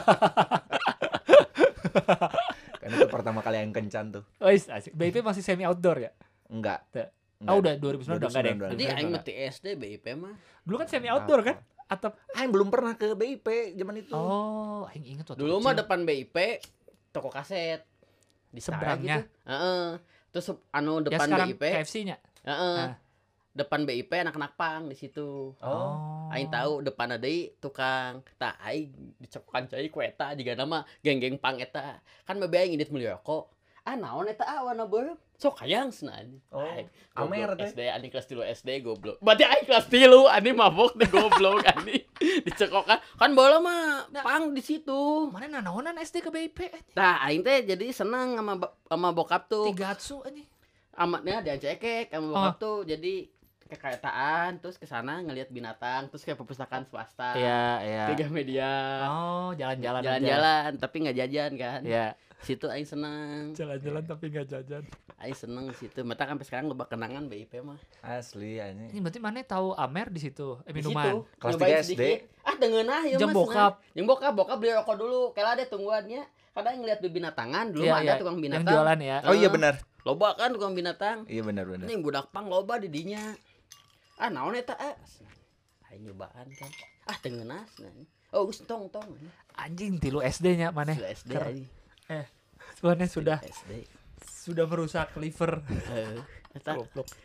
Kan itu pertama kali aing kencan tuh. Oh, asik. BIP masih semi outdoor ya? Enggak. Udah 2009 udah enggak deh. Jadi aing mah SD BIP mah. Dulu kan semi outdoor kan? Atau aing belum pernah ke BIP zaman itu. Oh, aing inget waktu dulu mah depan BIP toko kaset di seberangnya. Gitu. Terus depan ya, BIP KFC-nya. Depan BIP anak-anak pang di situ. Aing tahu depan ada tukang. Tah aing dicekokan cai ku eta jiga nama geng-geng pang eta. Kan babe aing indit meuli rokok. Naon eta warna beureum? Sok hayang cenah. Amer teh. SD ani kelas 3 SD goblok. Berarti aing kelas 3 ani mabok di goblok ani. Dicekokan. Kan bola mah pang di situ. Mana naonan SD ke BIP? Tah aing teh jadi seneng sama bokap tuh. Tigatsu anjing. Amatnya diancekek sama bokap tuh. Jadi ke karetaan terus ke sana ngelihat binatang terus kayak perpustakaan swasta. Iya. 3 media. Oh, jalan-jalan tapi nggak jajan kan. Iya. Situ aing seneng. Jalan-jalan tapi nggak jajan. Aing seneng situ. Mata sampai sekarang loba kenangan BIP mah. Asli anjing. Ini berarti mana tahu Amer di situ? Minuman. Kelas 3 SD. Dengeunah ya Mas. Jeung bokap beli rokok dulu. Kela deh tungguannya. Kadang ngeliat binatangan dulu mah ada tukang binatang. Yang jualan ya. Oh iya benar. Loba kan tukang binatang. Iya benar. Ini budak pang loba di dinya. Naon eta? Aing nyobaan kan. Dengeunah cenah. Oh, geus tong. Anjing tilu SD-nya mana? SD anjing. Sebenarnya sudah merusak liver. Eta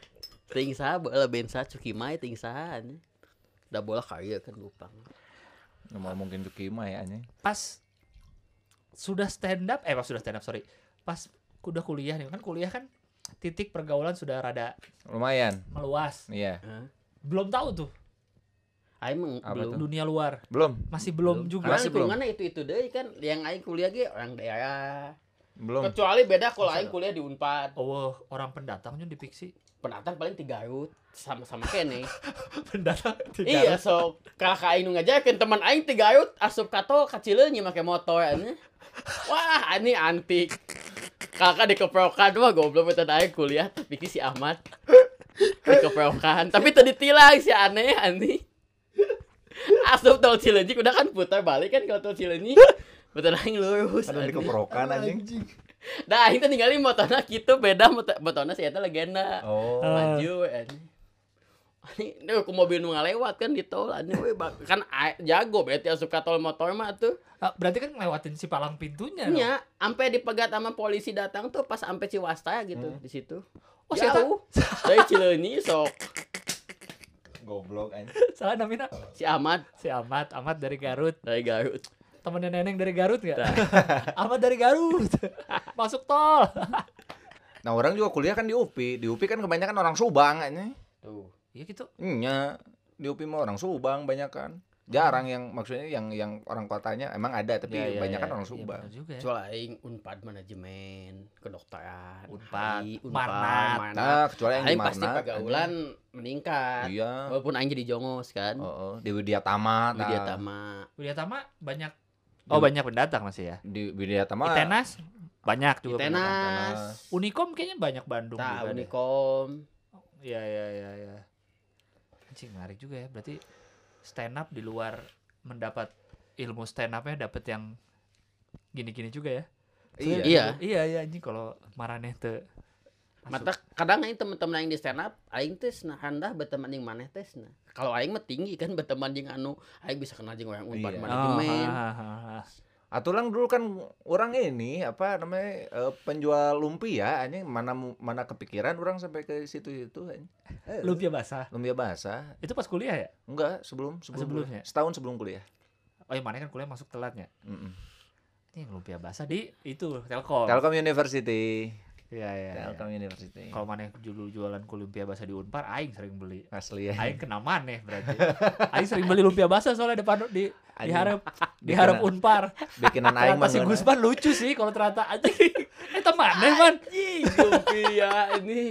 ting saha bola bensa cukimai ting saha. Da bola karya kan lupang. Nggak mau mungkin Juki mah ya anjing. Pas sudah stand up, sorry. Pas udah kuliah nih, kan kuliah kan titik pergaulan sudah rada Lumayan. meluas. Iya. Belum tahu tuh Aing Apa belum. tuh? dunia luar. Belum. Masih belum juga. Karena Masih belum. lingkungannya itu deh kan yang aing kuliah ge orang daerah. Belum. Kecuali beda kalau aing kuliah di Unpad. Oh, orang pendatangnya di Piksi. Pendatang paling 3 Garut sama-sama kene. Pendatang Iya, so kakak aing nu ngajakeun teman aing 3 Garut asup ka tol ka Cileunyi make motor anya. Wah, ini antik. Kakak dikeprokan mah goblok eta aing kuliah tapi si Ahmad. Dikeprokan, tapi teu ditilang si aneh aneh. Asup tol Cileunyi udah kan putar balik kan kalau tol Cileunyi. Betul aing lurus. Ada dikeprokan anjing. Dah aing teh ninggalin motorna kitu beda motorna si eta legenda. Oh. Maju aneh. Ini ku mobil nu ngalewat kan di tol aneh we kan jago berarti asup ka tol motor mah tuh. Berarti kan ngelewatin si palang pintunya. Nya, sampai dipegat sama polisi datang tuh pas sampai Ciwasta gitu di situ. Oh, si eta jauh. Dari Cileunyi sok Goblok anjing. salah namanya si Ahmad si Ahmad dari Garut. dari Garut. Temennya Neneng dari Garut nggak? Ahmad dari Garut. Masuk tol. Nah, orang juga kuliah kan di UPI. Di UPI kan kebanyakan orang Subang anjing. Tuh. Iya gitu. Iya, di UPI mah orang Subang banyak kan. Jarang yang maksudnya yang orang kotanya emang ada tapi Ya, banyak kan ya. orang Iya, Subang. benar juga ya. Soalnya aing Unpad manajemen, kedokteran, Unpad, AI, Marnat. Nah, kecuali yang di Aing pasti Marnat, pergaulan meningkat. Iya. Walaupun aing jadi jongos kan. Di Widya Tama. Widya Tama. Widya Tama banyak. Oh, banyak pendatang masih ya. Di Widya Tama. Itenas banyak juga. Itenas. Unikom kayaknya banyak Bandung Nah, juga deh. Unikom. Iya. Anjing menarik juga ya. Berarti stand up di luar mendapat ilmu stand up-nya dapat yang gini-gini juga ya. Iya. Iya. Anjing kalau marane teu Mata kadang aing teman-teman aing di stand up, aing teh nah handah berteman jeung maneh teh nah. Kalau aing mah tinggi kan berteman jeung anu, aing bisa kenal jeung orang Unpad Iya. manajemen. Atulang dulu kan orang ini apa namanya penjual lumpia anjing mana kepikiran orang sampai ke situ-situ anjing. Lumpia basah. Lumpia basah. Itu pas kuliah ya? Enggak, sebelumnya. Sebelumnya? Setahun sebelum kuliah. Oh, yang mana kan kuliah masuk telatnya. Mm-mm. Ini lumpia basah di itu Telkom. Telkom University. Iya. Telkom University. Kalau mana dulu jualan lumpia basah di Unpar, aing sering beli. Asli ya. Aing kena maneh berarti. Aing sering beli lumpia basah soalnya depan di Anjing. di harap Unpar. Bikinan aing mah. Ternyata si Gusman lucu sih kalau ternyata anjing. Eta maneh man. Anjing, lumpia ini.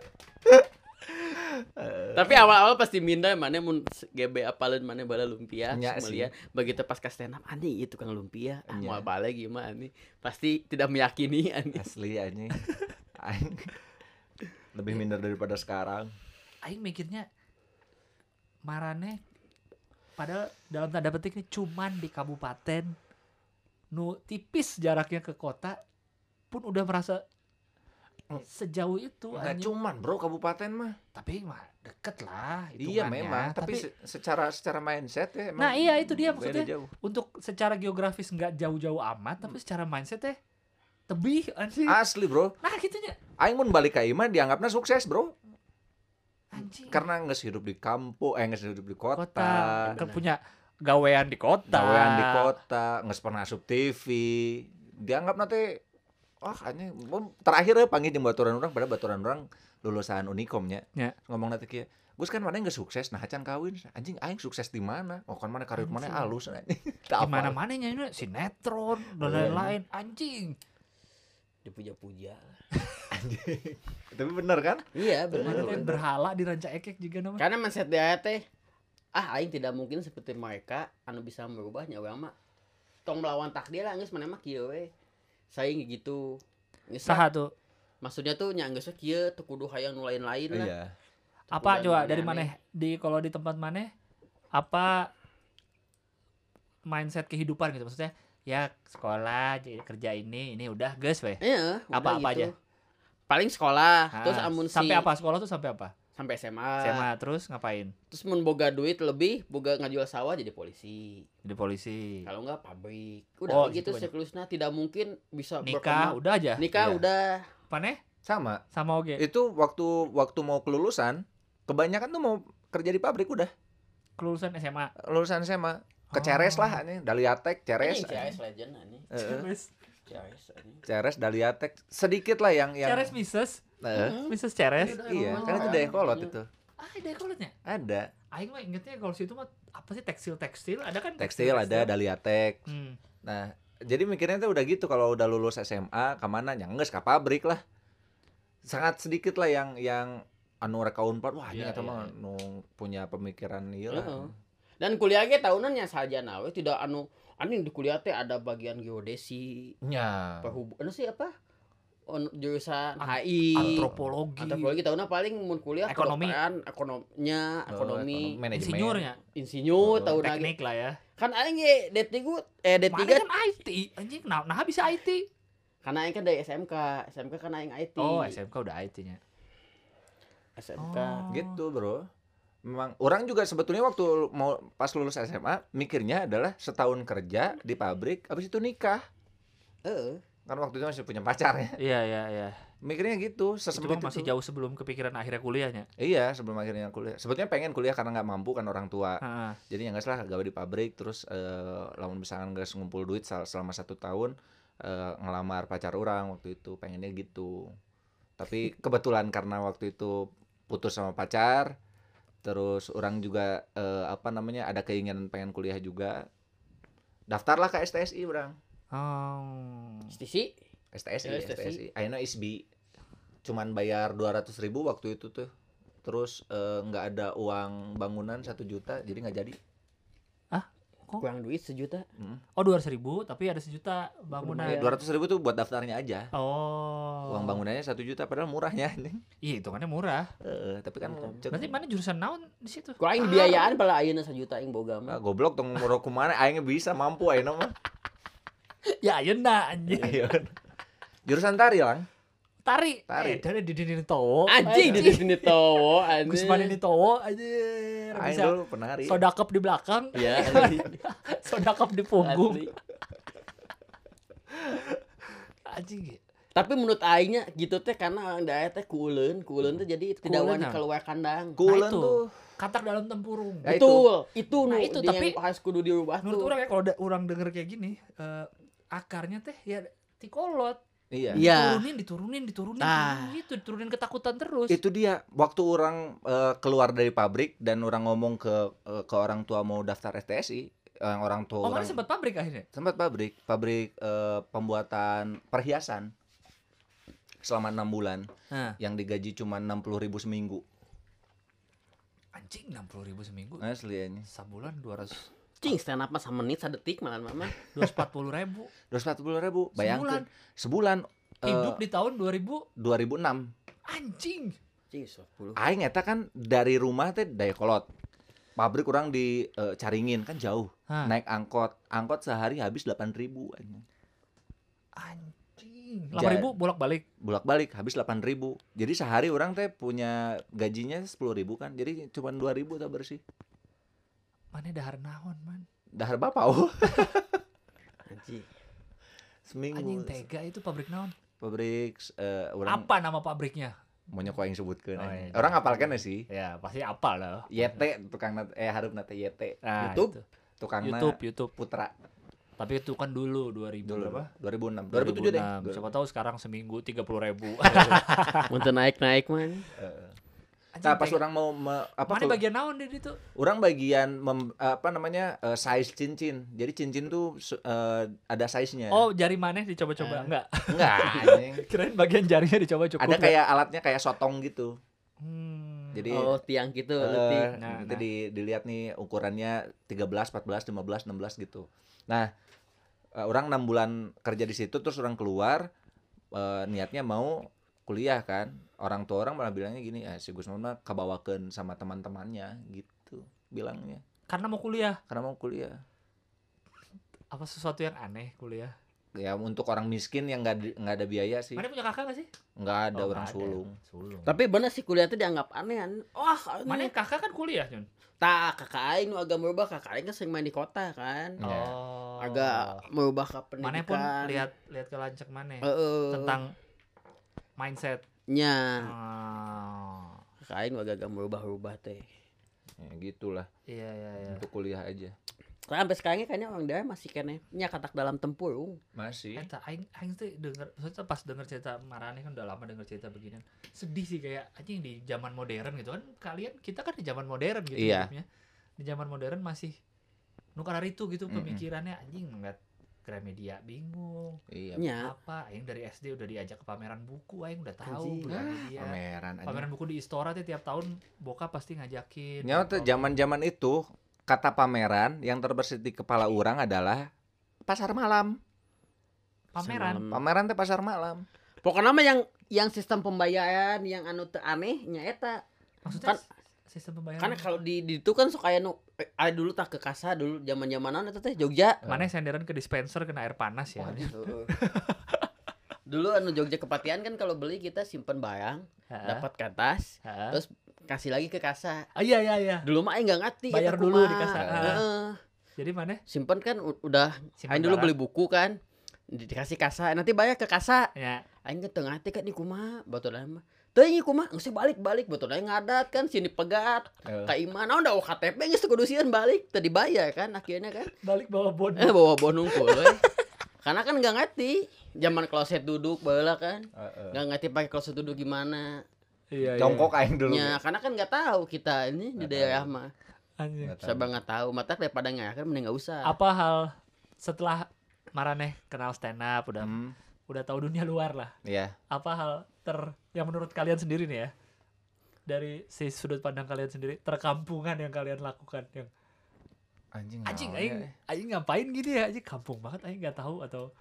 Tapi awal-awal pasti minda mana mun GB apalin mana bala lumpia Nya melihat begitu pas ke stand up anjing itu kan lumpia Nya. mau balik gimana nih pasti tidak meyakini anjing. Asli anjing. Aing lebih minder daripada sekarang. Aing mikirnya marane padahal dalam tanda petik ini cuman di kabupaten nu tipis jaraknya ke kota pun udah merasa sejauh itu Enggak anjing. cuman bro kabupaten mah. Tapi mah deket lah Iya hitungannya. memang, tapi secara mindset ya emang. Nah iya itu dia beda maksudnya jauh. untuk secara geografis nggak jauh-jauh amat tapi secara mindset teh tebih anjing. Asli bro. Nah gitunya Aing mun balik ka imah dianggapnya sukses bro. anjing. Karena nges hidup di kampung, nges hidup di kota. Kan punya gawean di kota. Gawean di kota, nges pernah asup TV. Dianggap nanti anjing terakhir ya panggil jeung baturan urang pada baturan urang lulusan Unikom nya. Ya. Ngomong nanti kieu. Gus kan mana geus sukses, nah acan kawin. Anjing aing sukses di mana? Oh kan mana karir mana alus anjing. Di mana-mana nyanyi sinetron dan lain-lain anjing. Dipuja-puja. Anjing. Tapi bener kan? Iya Mana teh benar. berhala di ranca ekek juga nama. Karena mindset dia teh aing tidak mungkin seperti mereka anu bisa merubahnya orang mah tong melawan takdir lah geus mana mah kieu we. Saing gitu. Geus Saha tuh? maksudnya tuh nya geus kieu teu kudu hayang nu lain-lain lah. Iya. Apa Teu kudu coba anu dari aneh-aneh. mana? Di kalau di tempat mana? Apa mindset kehidupan gitu maksudnya? Ya sekolah, kerja ini udah geus weh. Iya, udah Apa-apa gitu. aja? Paling sekolah, Ah, terus amun sampai apa? Sekolah tuh sampai apa? Sampai SMA. SMA terus ngapain? Terus mun boga duit lebih, boga ngajual sawah jadi polisi. Jadi polisi. Kalau enggak pabrik. Udah Oh, kayak gitu gitu banyak. siklusnya tidak mungkin bisa Nikah berkembang. udah aja. Nikah Iya. udah. Paneh Sama. sama oge. Itu waktu mau kelulusan, kebanyakan tuh mau kerja di pabrik udah. Kelulusan SMA. Lulusan SMA. ke Ceres lah anjing, Daliatek, Ceres. Ceres legend anjing. Ceres, Daliatek, sedikit lah yang Ceres Mrs. Ceres. Iya, kan itu Dayakolot itu. Dayakolotnya? Ada. Aing mah ingetnya kalau situ mah apa sih tekstil ada kan Tekstil ada, Daliatek. Nah, jadi mikirnya tuh udah gitu kalau udah lulus SMA kemana ya geus ka pabrik lah. Sangat sedikit lah yang anu rek ka Unpad, wah ini eta mah nu punya pemikiran ieu lah. Dan kuliah ge tahunannya saja nawe tidak anjing di kuliah teh ada bagian geodesi. Nya. Anu sih apa? Jurusan HI, antropologi tahunnya paling mun kuliah ekonomi, insinyur tahun teknik lah ya. Kan aing ge D3 mana kan IT anjing nah bisa IT. Karena aing kan dari SMK kan aing IT. Oh, SMK udah IT-nya. SMK gitu, Bro. Memang orang juga sebetulnya waktu mau pas lulus SMA mikirnya adalah setahun kerja di pabrik habis itu nikah. Kan waktu itu masih punya pacar ya. Iya. Mikirnya gitu, sesempit itu. Masih jauh sebelum kepikiran akhirnya kuliahnya. Iya, sebelum akhirnya kuliah. Sebetulnya pengen kuliah karena nggak mampu kan orang tua. Jadi ya nggak salah gawe di pabrik terus lamun misalkan nggak ngumpul duit selama 1 tahun ngelamar pacar orang waktu itu pengennya gitu. Tapi kebetulan karena waktu itu putus sama pacar, terus orang juga ada keinginan pengen kuliah juga. Daftarlah ke STSI orang. STSI. Ayeuna ISBI. Cuman bayar 200.000 waktu itu tuh. Terus nggak ada uang bangunan 1 juta, jadi nggak jadi. Kurang duit 1 juta. Oh 200.000 tapi ada 1 juta bangunan. 200.000 tuh buat daftarnya aja. Uang bangunannya 1 juta padahal murahnya. Iya hitungannya murah. Tapi kan berarti mana jurusan naon di situ? Ku aing biayaan pala ayeuna 1 juta aing boga mah. Goblok tong murah kumaha aing bisa mampu ayeuna mah. Ya ayeuna anjing. Jurusan tari lang. Tari. Dari di Dini Towo. Anjing di Dini Towo anjing. Gusman Dini Towo anjing. Aing dulu penari. Sodakep di belakang. Iya. Sodakep di punggung. Anjing. Tapi menurut aingnya gitu teh karena daerah teh kuuleun teh jadi tidak wani keluar kandang. Kuuleun tuh katak dalam tempurung. Betul. Itu tapi harus kudu dirubah menurut orang ya kalau orang denger kayak gini akarnya teh ya tikolot. Iya. Diturunin diturunin ketakutan terus. Itu dia waktu orang keluar dari pabrik dan orang ngomong ke orang tua mau daftar STSI, orang tua orang sempat pabrik akhirnya. Sempat pabrik pembuatan perhiasan selama 6 bulan. Yang digaji cuma 60.000 seminggu. Anjing 60.000 seminggu. Asli ini. Sebulan 200. Cing stand up mah semenit sadetik malah mama. 240.000. 240.000. Bayangkan sebulan hidup di tahun 2006. Anjing. Cing 10. Aing eta kan dari rumah teh Dayakolot. Pabrik orang di Caringin kan jauh. Naik angkot sehari habis 8.000 anjing. Anjing. 8.000 bolak-balik habis 8.000. Jadi sehari orang teh punya gajinya 10.000 kan. Jadi cuma 2.000 tak bersih. Mana dahar naon man? Dahar bapau. Anjing. Seminggu. Anjing tega itu pabrik naon? Pabrik orang. Apa nama pabriknya? Maunya ku aing sebutkeun. Iya. Orang apalkeun sih? Ya, pasti apal lah. YT tukang harupna teh YT. Nah, YouTube. Tukangna YouTube Putra. Tapi itu kan dulu 2000 berapa? 2006. 2007 deh. Siapa tahu sekarang seminggu 30.000. Mun naik man. Nah, pas orang mau mana bagian naon di situ? Orang bagian size cincin. Jadi cincin tuh ada size-nya. Oh, jari maneh dicoba-coba? Enggak, anjing. Kirain bagian jarinya dicoba-coba. Ada kayak alatnya kayak sotong gitu. Jadi tiang gitu nanti dilihat nih ukurannya 13, 14, 15, 16 gitu. Nah, orang 6 bulan kerja di situ terus orang keluar niatnya mau kuliah kan. Orang tua orang malah bilangnya gini, si Gusman mah kabawakeun sama teman-temannya gitu bilangnya. Karena mau kuliah. Apa sesuatu yang aneh kuliah? Ya untuk orang miskin yang nggak ada biaya sih. Mana punya kakak nggak sih? Nggak ada, orang sulung. Tapi bener sih kuliah itu dianggap aneh kan. Mana kakak kan kuliah Jun? Kakak aing agak merubah, kakak aing kan sering main di kota kan. Agak merubah ke pendidikan. Mana pun lihat ke lancek mana tentang mindset. Kakak aing agak merubah teh. Ya gitulah. Iya. Untuk kuliah aja. sampai sekarang kayaknya orang daerah masih kene nya katak dalam tempurung. Masih. Eta aing tuh denger, maksudnya pas denger cerita Marane kan udah lama denger cerita beginian. Sedih sih kayak anjing di zaman modern gitu kan. Kita kan di zaman modern gitu Iya. hidupnya. Di zaman modern masih nukar itu gitu pemikirannya anjing ngeliat Gramedia bingung. Iya. Nya. Apa aing dari SD udah diajak ke pameran buku, aing udah tahu Anjing. Gramedia. Pameran Buku di Istora tuh tiap tahun bokap pasti ngajakin. Nyawa tuh zaman-zaman itu kata pameran yang terbersit di kepala orang adalah pasar malam. Pameran. Pameran teh pasar malam. Pokoknya mah yang sistem pembayaran yang anu teu aneh nya eta. Maksudnya Kan sistem pembayaran. karena kalau di itu kan suka aya nu ada dulu tah ke kasa dulu zaman-zamanan eta teh Jogja. mana senderan ke dispenser kena air panas ya. Waduh. Dulu anu Jogja Kepatihan kan kalau beli kita simpen barang, dapat ke atas, terus kasih lagi ke kasa. Iya. Dulu mah aing enggak ngerti Bayar eta dulu kumaha. di kasa. Heeh. Jadi mana? Simpen kan udah Simpen aing dulu barang. beli buku kan. Dikasih kasa, nanti bayar ke kasa. Ya. Aing ke tengah teh kan di kumaha, baturan mah. Teu ieu kumaha, geus balik-balik baturan ngadat kan sini pegat. Ka imah naon da KTP geus kudu sieun balik, teu dibayar kan akhirnya kan. Balik bawa bon. Bawa bonungkul we. Karena kan enggak ngerti. Zaman kloset duduk baheula kan. Enggak ngerti pakai kloset duduk gimana. Iya. Jongkok aing dulu. Ya, karena kan enggak tahu kita ini di daerah mah. Anjing. Sabang enggak tahu, mata daripada ngayakeun mending enggak usah. Apa hal setelah Maraneh kenal stand up udah tahu dunia luar lah. Iya. Apa hal yang menurut kalian sendiri nih ya? Dari si sudut pandang kalian sendiri, terkampungan yang kalian lakukan yang Anjing aing ngapain gini ya? Anjing kampung banget aing enggak tahu atau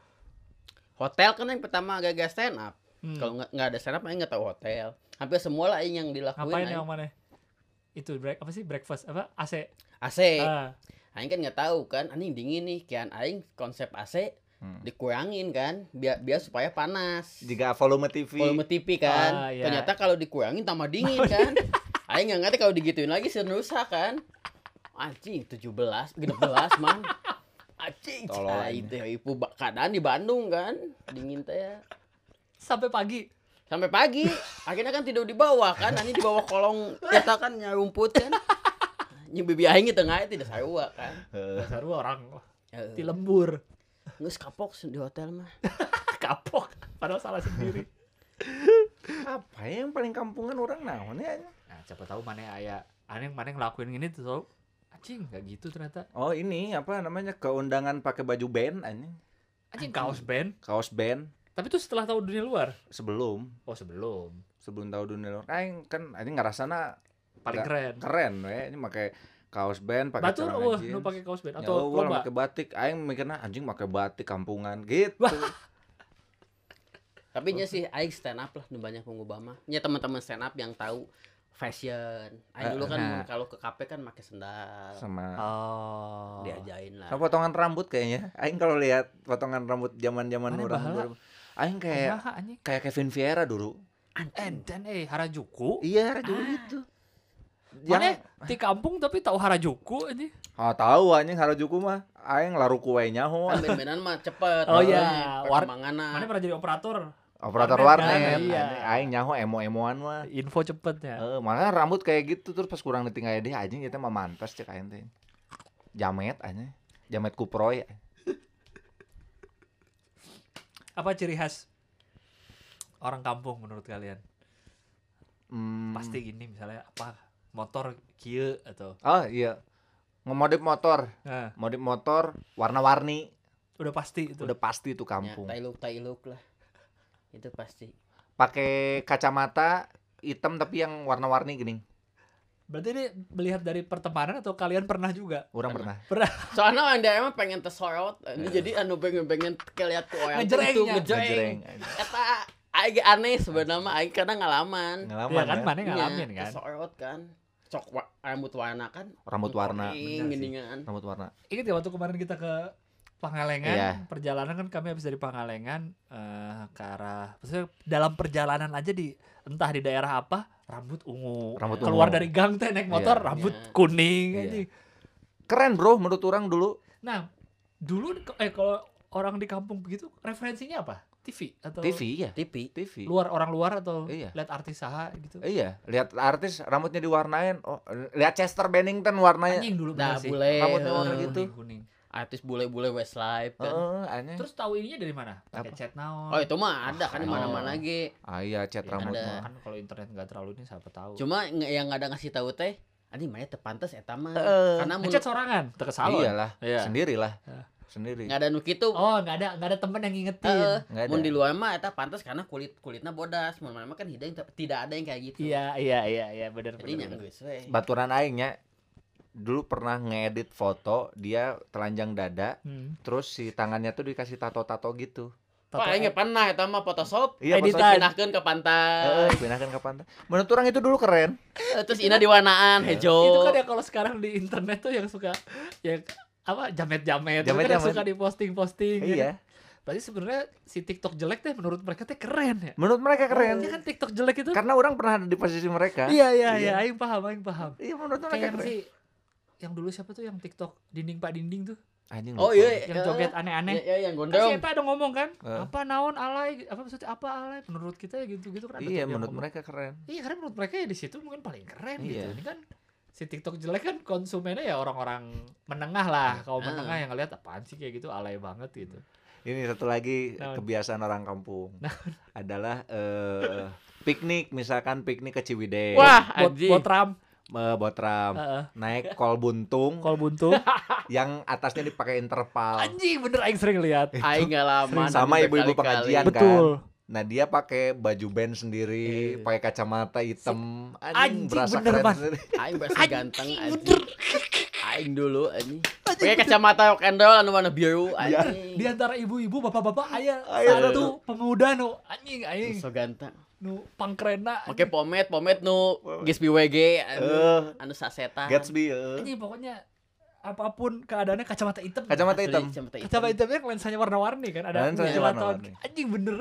Hotel kan yang pertama agak stand up. Kalau nggak ada stand up aing enggak tahu hotel. Hampir semua lah aing yang dilakuin. ngapain yang mana? Itu breakfast apa? AC. AC. Ah. Aing kan nggak tahu kan, anjing dingin nih, kian aing konsep AC dikurangin kan, biar supaya panas. Jika volume TV kan, iya. ternyata kalau dikurangin tambah dingin kan. Aing nggak ngerti kalau digituin lagi serusak kan. Anjing 17, 16 mang. Anjing cai teh ibu keadaan di Bandung kan, dingin teh ya. Sampai pagi. Akhirnya kan tidur di bawah kan, anjing di bawah kolong kita kan nyarumput kan. Anjing bibi aing di tengah tidak sarua kan. Sarua orang di lembur. Geus kapok di hotel mah. Kapok padahal salah sendiri. Apa yang paling kampungan orang naon ya? Nah, siapa tahu mana aya aneh mana ngelakuin gini tuh. Anjing enggak gitu ternyata. Oh, ini apa namanya? Keundangan pakai baju band anjing. Anjing kaos band. Tapi itu setelah tahu dunia luar. Sebelum tahu dunia luar. Aing kan anjing ngerasana Paling keren we ini pakai kaos band, pakai Batur jeans. nu pakai kaos band Ya atau lomba. pakai batik. Aing mikirna anjing pakai batik kampungan gitu. Tapi nya sih aing stand up lah nu banyak mengubah mah. Nya teman-teman stand up yang tahu fashion. Aing dulu kan kalau ke kafe kan pakai sendal. Sama Diajain lah. sama potongan rambut kayaknya. Aing kalau lihat potongan rambut zaman-zaman Mana orang bahala? aing kayak Kevin Vieira dulu. Dan Harajuku. Iya, dulu itu. Mana di kampung tapi tahu Harajuku ini. Tahu anjing Harajuku mah. Aing laru kue nyaho. Kan band-bandan mah cepet. Oh iya, perkembanganna. Mana pernah jadi operator? Operator kan? warnet. Iya. Aing nyaho emo-emoan mah. Info cepetnya. Makanya rambut kayak gitu terus pas kurang ditinggal deh anjing kita mah mantas cek aing teh. Jamet anjing. Jamet kuproy. Apa ciri khas orang kampung menurut kalian? Pasti gini misalnya apa motor kieu atau Oh iya. Ngemodif motor. nah, Modif motor warna-warni. udah pasti itu. Udah pasti itu Ya, kampung. tailuk lah. Itu pasti. Pakai kacamata hitam tapi yang warna-warni gini. Berarti ini melihat dari pertemanan atau kalian pernah juga? Orang pernah. Soalnya orang daerah mah pengen tesorot. Ini jadi anu pengen kelihat ke orang Ngejreng itu nya. ngejreng. Eta aing aneh sebenarnya mah aing kadang ngalaman. Iya kan mana ngalamin kan. Tesorot kan. Cok rambut warna kan. Rambut warna. Geningan. Rambut warna. Ingat ya waktu kemarin kita ke Pangalengan, Iya. perjalanan kan kami habis dari Pangalengan ke arah, maksudnya dalam perjalanan aja entah di daerah apa, rambut ungu. Rambut Keluar ungu. dari gang teh naik motor, Iya. rambut Iya. kuning. Iya. Anjing. Keren bro menurut orang dulu. Nah, dulu kalau orang di kampung begitu referensinya apa? TV atau TV ya. TV. orang luar atau Iya. lihat artis saha gitu. Iya, lihat artis rambutnya diwarnain. Oh, lihat Chester Bennington warnanya. Anjing dulu Nah, bener sih. bule. Rambutnya warna gitu. Kuning. Artis bule-bule Westlife kan. Aneh. Terus tahu ininya dari mana? Pakai Apa? cat naon. Oh, itu mah ada kan di Oh. mana-mana ge. Iya, cat Ya, rambut ada. mah. kan kalau internet nggak terlalu ini siapa tahu. Cuma yang ada ngasih tahu teh, anjing mah teu pantes eta mah. Heeh. Karena mun Ngecat sorangan, teu salon. Iyalah, Iya. sendirilah. Ya. Sendiri. nggak ada nu kitu. Oh, nggak ada temen yang ngingetin. Nggak ada. Mun di luar mah eta pantes karena kulitna bodas. Mun mana mah kan hidung tidak ada yang kayak gitu. Iya, benar. Jadi nya geus we. Baturan aingnya dulu pernah ngedit foto dia telanjang dada, terus si tangannya tuh dikasih tato-tato gitu. Wah, aing pernah eta mah Photoshop. Iya, Editan. Photoshop. Pinahkeun ke pantai. Pinahkan ke pantai. Menurut orang itu dulu keren. Terus ina diwarnaan hejo. Itu kan ya kalau sekarang di internet tuh yang suka yang apa jamet-jamet itu kan yang Jamet-jamet. suka diposting-posting gitu. Iya. Berarti sebenarnya si TikTok jelek teh menurut mereka teh keren ya. Menurut mereka keren. Iya kan TikTok jelek itu. Karena orang pernah ada di posisi mereka. Iya, aing paham. Iya, menurut mereka Kayak yang keren. si yang dulu siapa tuh yang TikTok dinding Pak Dinding tuh Anjing Oh lupa. iya, yang joget aneh-aneh. Ya, yang Kan si gondrong. Eta ada ngomong kan, Eh. apa naon alay, apa maksudnya apa alay menurut kita ya gitu-gitu kan. ada tuh Iya, yang menurut ngomong. mereka keren. Iya, karena menurut mereka ya di situ mungkin paling keren gitu. Iya. Ini kan si TikTok jelek kan konsumennya ya orang-orang menengah lah. Kalau menengah yang ngeliat apaan sih kayak gitu alay banget gitu. Ini satu lagi Naon? kebiasaan orang kampung. Adalah piknik, misalkan piknik ke Ciwidey. Wah, Bot anjing. ram, Botram, heeh. naik kol buntung Kol buntu. yang atasnya dipakai interval. Anjing bener aing sering lihat. Aing ngalaman Sama anjing ibu-ibu berkali-kali. pengajian. Betul. Nah, dia pakai baju band sendiri, pakai kacamata hitam. Anjing, Anjing, berasa bener, keren Mas. sendiri. Aing berasa Anjing, ganteng bener. anjing. Aing dulu anjing. Pakai kacamata rock and roll anu warna biru anjing. Di antara ibu-ibu, bapak-bapak aya Aya satu pemuda nu anjing aing So ganteng. nu pangkrena. Pakai pomade nu geus BWG anu sasetan. Gatsby, Anjing pokoknya apapun keadaannya kacamata hitam. kacamata Asli, hitam. Kacamata hitamnya lensanya warna-warni kan ada Lensanya gelaton. warna-warni. Anjing bener.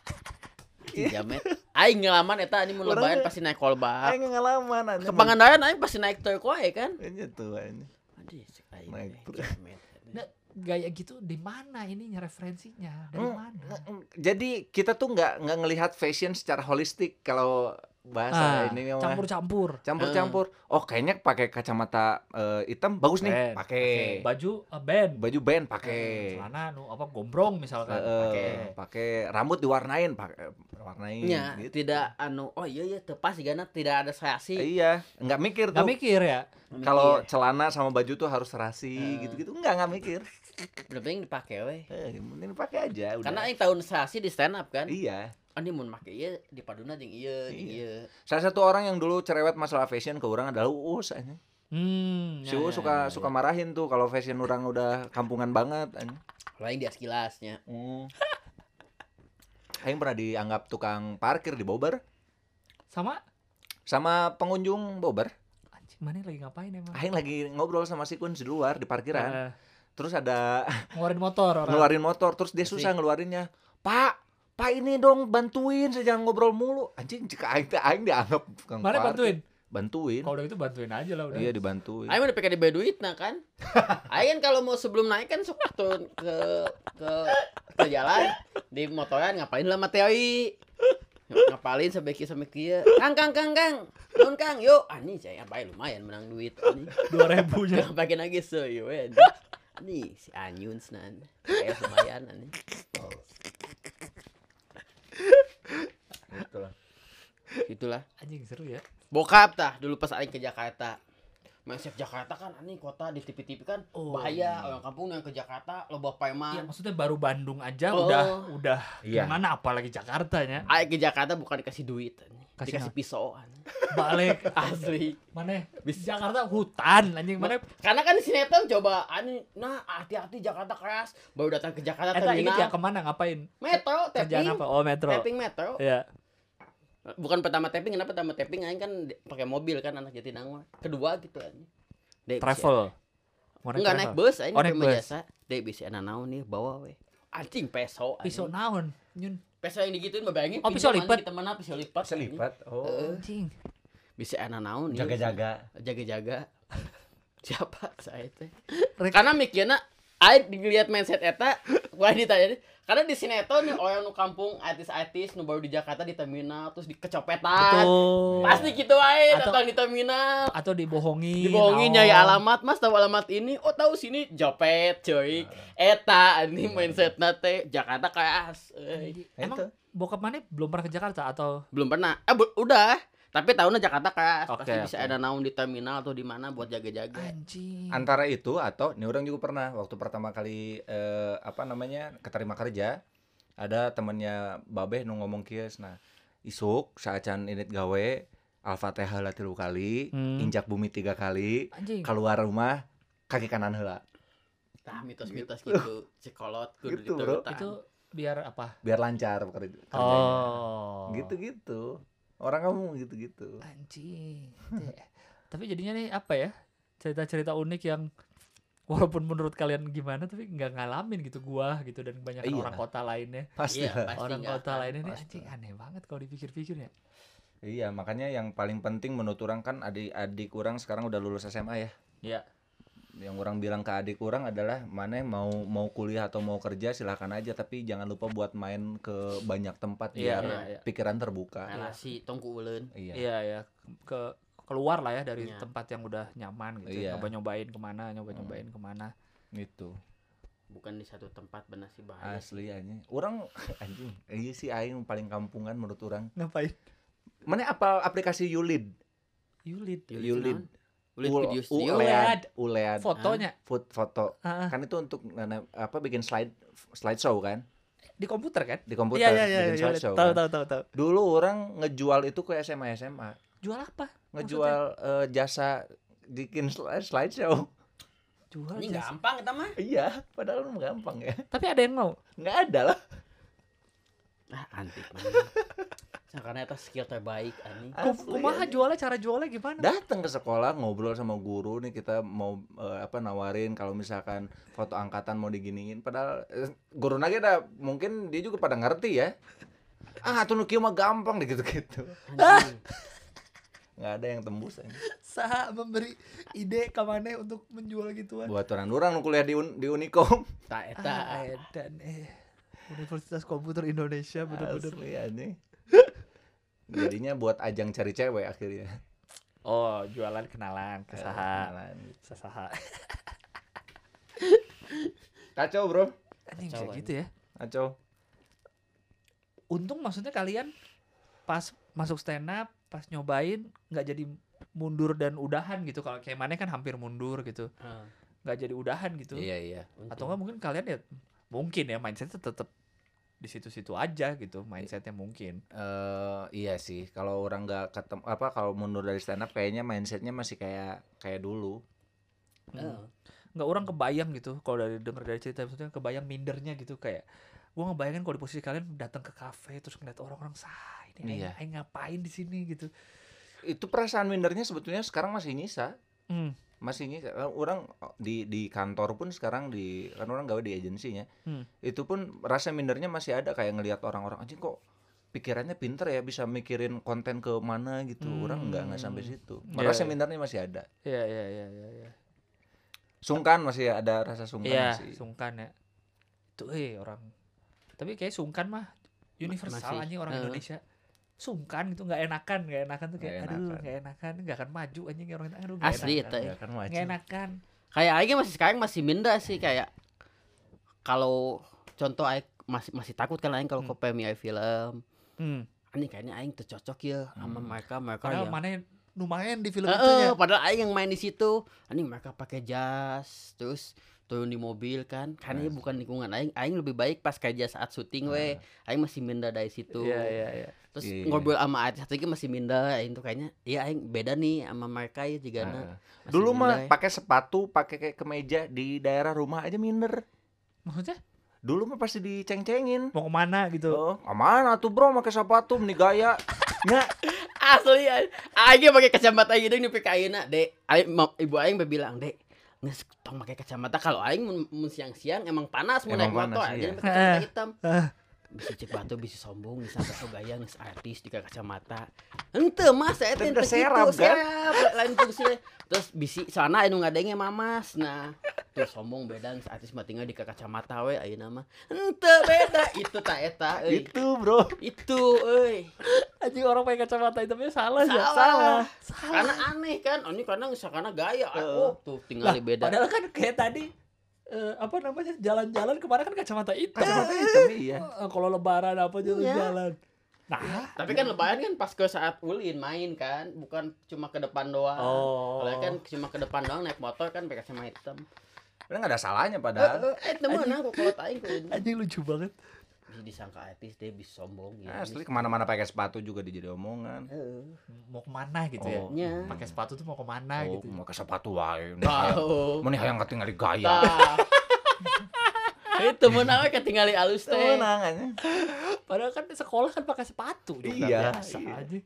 Jamet. Aing ngalaman eta anjing mun lebaran pasti naik kolbak. Aing ngalaman anjing. Ke Pangandaran aing pasti naik truk wae kan. Ini tuh anjing. Anjing cek aing. Naik truk. Jamet. Nah, gaya gitu di mana ininya referensinya? Dari mana? Jadi kita tuh nggak ngelihat fashion secara holistik kalau bahasa ini mah. Campur-campur. Campur-campur. Oh, kayaknya pakai kacamata hitam bagus nih. Band. Pakai. Baju band. Baju band pakai. Celana nu apa gombrong misalkan. Pakai rambut diwarnain, pakai warnain Nya, gitu. tidak anu oh iya iya tepas gana tidak ada serasi. Iya, nggak mikir Gak tuh. mikir ya. Kalau celana sama baju tuh harus serasi gitu-gitu. Nggak mikir. udah penting dipakai we. Yang penting pakai aja udah. Karena aing tahun serasi di stand up kan. Iya. Ani mun make ieu dipaduna jeung ieu jeung ieu. Salah satu orang yang dulu cerewet masalah fashion ke orang adalah Uus aja. Si Ya, Uus suka marahin tuh kalau fashion orang udah kampungan banget aja. Lain di kilasnya. Aing pernah dianggap tukang parkir di Bobber sama pengunjung Bobber. anjing mana lagi ngapain emang? Aing lagi ngobrol sama si Kun di luar di parkiran. Terus ada Ngeluarin motor orang. ngeluarin motor, terus dia susah ngeluarinnya. Pak ini dong bantuin, saya jangan ngobrol mulu. Anjing jika aing dianggap tukang Mana parkir. bantuin? Bantuin. Kalau udah gitu bantuin aja lah udah. Iya dibantuin. Aing mah dipake di duitna kan. Aing kan kalau mau sebelum naik kan sok turun ke jalan di motoran ngapain lah Mateoi. Ngapalin sampai kieu. Kang. Nun Kang, yuk. Ani saya bae lumayan menang duit ani. 2.000-nya. Pakai lagi seuy we. Ani si Anyun senan. Kayak lumayan ani. Itulah. Anjing seru ya. Bokap tah dulu pas aing ke Jakarta. Mindset Jakarta kan anjing kota di TV-TV kan bahaya orang kampung yang ke Jakarta loba Iya, preman. maksudnya baru Bandung aja Oh. udah Iya. gimana apalagi Jakartanya. Aing ke Jakarta bukan dikasih duit anjing. Kasih Dikasih pisau anjing. Balik Asli. mana? Jakarta hutan anjing mana? Karena kan di sinetron coba anjing nah hati-hati Jakarta keras. Baru datang ke Jakarta Eta inget ya terminal. kemana ngapain? Metro Kerjaan tapping. apa? Oh metro. Tapping metro. Iya. Bukan pertama tapping, kenapa pertama tapping aing kan pakai mobil kan anak Jatinangor. Kedua gitu anjing. Dek, Travel. Mau Enggak naik bus aing Oh, naik pakai bus. jasa. Dek bisa ana naon nih bawa we. Anjing peso. Pisau anjing. naon? Nyun. Peso yang digituin mah bayangin. Oh, pisau lipat. Kita mana pisau lipat. Selipat. Oh. Anjing. Bisa ana naon nih. Jaga-jaga. Siapa saya teh? Karena mikirna aing dilihat mindset eta Wah ditanya nih, karena di sinetron nih orang nu kampung artis-artis nu baru di Jakarta di terminal terus dikecopetan. Betul. Pasti gitu wae Atau- datang di terminal. Atau dibohongin. Dibohongin naon. nyari alamat, Mas tahu alamat ini. Oh, tahu sini jopet, coy. Eta ini mindsetna teh Jakarta keras. Emang Itu. bokap mana belum pernah ke Jakarta atau Belum pernah. Udah. Tapi tahunnya Jakarta keras. Oke, Pasti bisa oke. ada naon di terminal atau di mana buat jaga-jaga. anjing? Antara itu atau ini orang juga pernah waktu pertama kali keterima kerja, ada temannya Babeh nu ngomong kieu nah isuk saacan init gawe Al-Fatihah heula 3 kali, injak bumi 3 kali, Anjing. keluar rumah kaki kanan heula. Tah mitos-mitos gitu. Cikolot kudu Gitu, bro. diturutan. Itu biar apa? Biar lancar kerjanya. Oh. Gitu-gitu. Orang kamu gitu-gitu. Anjing. Tapi jadinya nih apa ya? Cerita-cerita unik yang walaupun menurut kalian gimana tapi nggak ngalamin gitu gua gitu dan banyak Iya. orang kota lainnya. Pasti. Iya, pasti Orang nggak kota akan. lainnya nih pasti. anjing aneh banget kalau dipikir-pikir ya. Iya, makanya yang paling penting menurut orang kan adik-adik orang sekarang udah lulus SMA ya. Iya. Yang orang bilang ke adik orang adalah mana mau kuliah atau mau kerja silahkan aja, tapi jangan lupa buat main ke banyak tempat Iya, biar iya. pikiran terbuka. Relasi tongku uleun. Iya. Iya ya keluar lah ya dari Iya. tempat yang udah nyaman gitu. Iya. Nyoba-nyobain kemana, nyoba-nyobain kemana. Gitu. Bukan di satu tempat benar sih bahaya. Asli anjing. Orang anjing, iya sih aing paling kampungan menurut orang. Ngapain? Mana apa aplikasi Yulid? Yulid. Yulid. Ulit video studio. Ulead. Fotonya Foto. Ah, ah. Kan itu untuk bikin slideshow kan di komputer kan? di komputer, bikin Yulid. slideshow Tahu kan. tahu. Dulu orang ngejual itu ke SMA Jual apa? ngejual jasa bikin slideshow. Jual Ini jasa. gampang kita mah. Iya, padahal gampang ya. Tapi ada yang mau. Nggak ada lah. Ah, antik mah. Karena itu skill terbaik ani. Asli, Kumaha anjing. jualnya, cara jualnya gimana? Datang ke sekolah ngobrol sama guru nih, kita mau nawarin kalau misalkan foto angkatan mau diginiin, padahal guru lagi ada mungkin dia juga pada ngerti ya. Ah, tuh nu kieu mah gampang deh gitu-gitu. Anjing. Nggak ada yang tembus aja. Saha memberi ide ke mana untuk menjual gituan? Buat orang nu kuliah di Unikom. Tak eta. Dan Universitas Komputer Indonesia bener-bener. Asli anjing. Jadinya buat ajang cari cewek akhirnya. Oh, jualan kenalan ke saha. Kenalan. Saha. Kacau, Bro. Anjing Kacau, bisa gitu ya. Kacau. Untung maksudnya kalian pas masuk stand up, pas nyobain nggak jadi mundur dan udahan gitu. Kalau kayak mana kan hampir mundur gitu. Nggak jadi udahan gitu. Iya. Atau nggak mungkin kalian ya mungkin ya mindsetnya tetap di situ-situ aja gitu mindsetnya mungkin. Iya sih, kalau orang nggak ketemu kalau mundur dari stand up kayaknya mindsetnya masih kayak dulu. Nggak, orang kebayang gitu kalau denger dari cerita maksudnya kebayang mindernya gitu, kayak gua ngebayangin kalau di posisi kalian datang ke kafe terus ngeliat orang-orang ini Iya. aing ngapain di sini gitu. Itu perasaan mindernya sebetulnya sekarang masih nyisa. Hmm. Masih nyisa. Orang di kantor pun sekarang kan orang gawe di agensinya. Itu pun rasa mindernya masih ada, kayak ngelihat orang-orang anjing kok pikirannya pinter ya, bisa mikirin konten ke mana gitu. Orang nggak sampai situ. Rasa mindernya masih ada. Iya. Sungkan masih ada rasa sungkan Iya, masih. sungkan ya. Itu orang. Tapi kayak sungkan mah universal Masih. anjing orang Indonesia. Sungkan gitu, nggak enakan tuh kayak Nggak aduh enakan. nggak enakan, nggak akan maju anjing orang aduh nggak Asli enakan. eta ya. Nggak akan maju. Nggak enakan. Kayak aing masih sekarang masih minder sih, kayak kalau contoh aing masih takut kan aing kalau ke PMI film. Ini kayaknya aing tuh cocok ya sama mereka Padahal ya. mana lumayan di film itu ya. Padahal aing yang main di situ. Anjing mereka pakai jas, terus turun di mobil kan. Karena ini bukan lingkungan aing lebih baik pas kerja saat syuting we. Aing masih minder dari situ. Iya. Terus Iya. ngobrol sama artis satu lagi masih minder, aing tuh kayaknya iya aing beda nih sama mereka ya juga Dulu mah pakai sepatu, pakai kayak kemeja di daerah rumah aja minder. Maksudnya Dulu mah pasti diceng-cengin. mau kemana gitu. Oh, kemana tuh bro pakai sepatu nih gaya. Nya, asli aing pakai kacamata gitu nih PKI-na, Dek. Ibu aing bilang, "Dek, nges tong pakai kacamata kalau aing mun siang-siang emang panas mau naik Emang motor panas, aja iya. pakai kacamata hitam." bisa cek batu bisa sombong disangka so gaya geus artis di kacamata. Henteu Mas eta teh serap kan. Lain fungsi. Terus bisi sana anu ngadenge Mamas. Nah, tuh sombong beda geus artis mah tinggal di kacamata we ayeuna mah. Henteu beda itu ta eta euy. Itu, Bro. Itu euy. Anjing orang pakai kacamata itu salah ya. Salah. Karena aneh kan. Ini karena sakana gaya. Oh, tuh tinggal Lah, beda. padahal kan kayak tadi apa namanya jalan-jalan kemana kan kacamata hitam. Kacamata hitam, iya. Kalau lebaran apa jalan-jalan. Nah, Tapi kan lebaran kan pas ke saat ulin main kan, bukan cuma ke depan doang. Oh. Kalau kan cuma ke depan doang naik motor kan pakai kacamata hitam. Padahal enggak ada salahnya padahal. Temen aku kalau taing ku anjing lucu banget. bisa disangka artis dia bisa sombong ya. Asli kemana-mana pakai sepatu juga dijadi omongan. Mau kemana gitu ya? Oh. Nya. Pakai sepatu tuh mau kemana gitu. Mau ke sepatu wae. Tahu. Mun hayang ketinggali gaya. Tah. Itu temen awe ketinggali alus teh. Tenang. Padahal kan di sekolah kan pakai sepatu juga Iya, biasa iya. aja.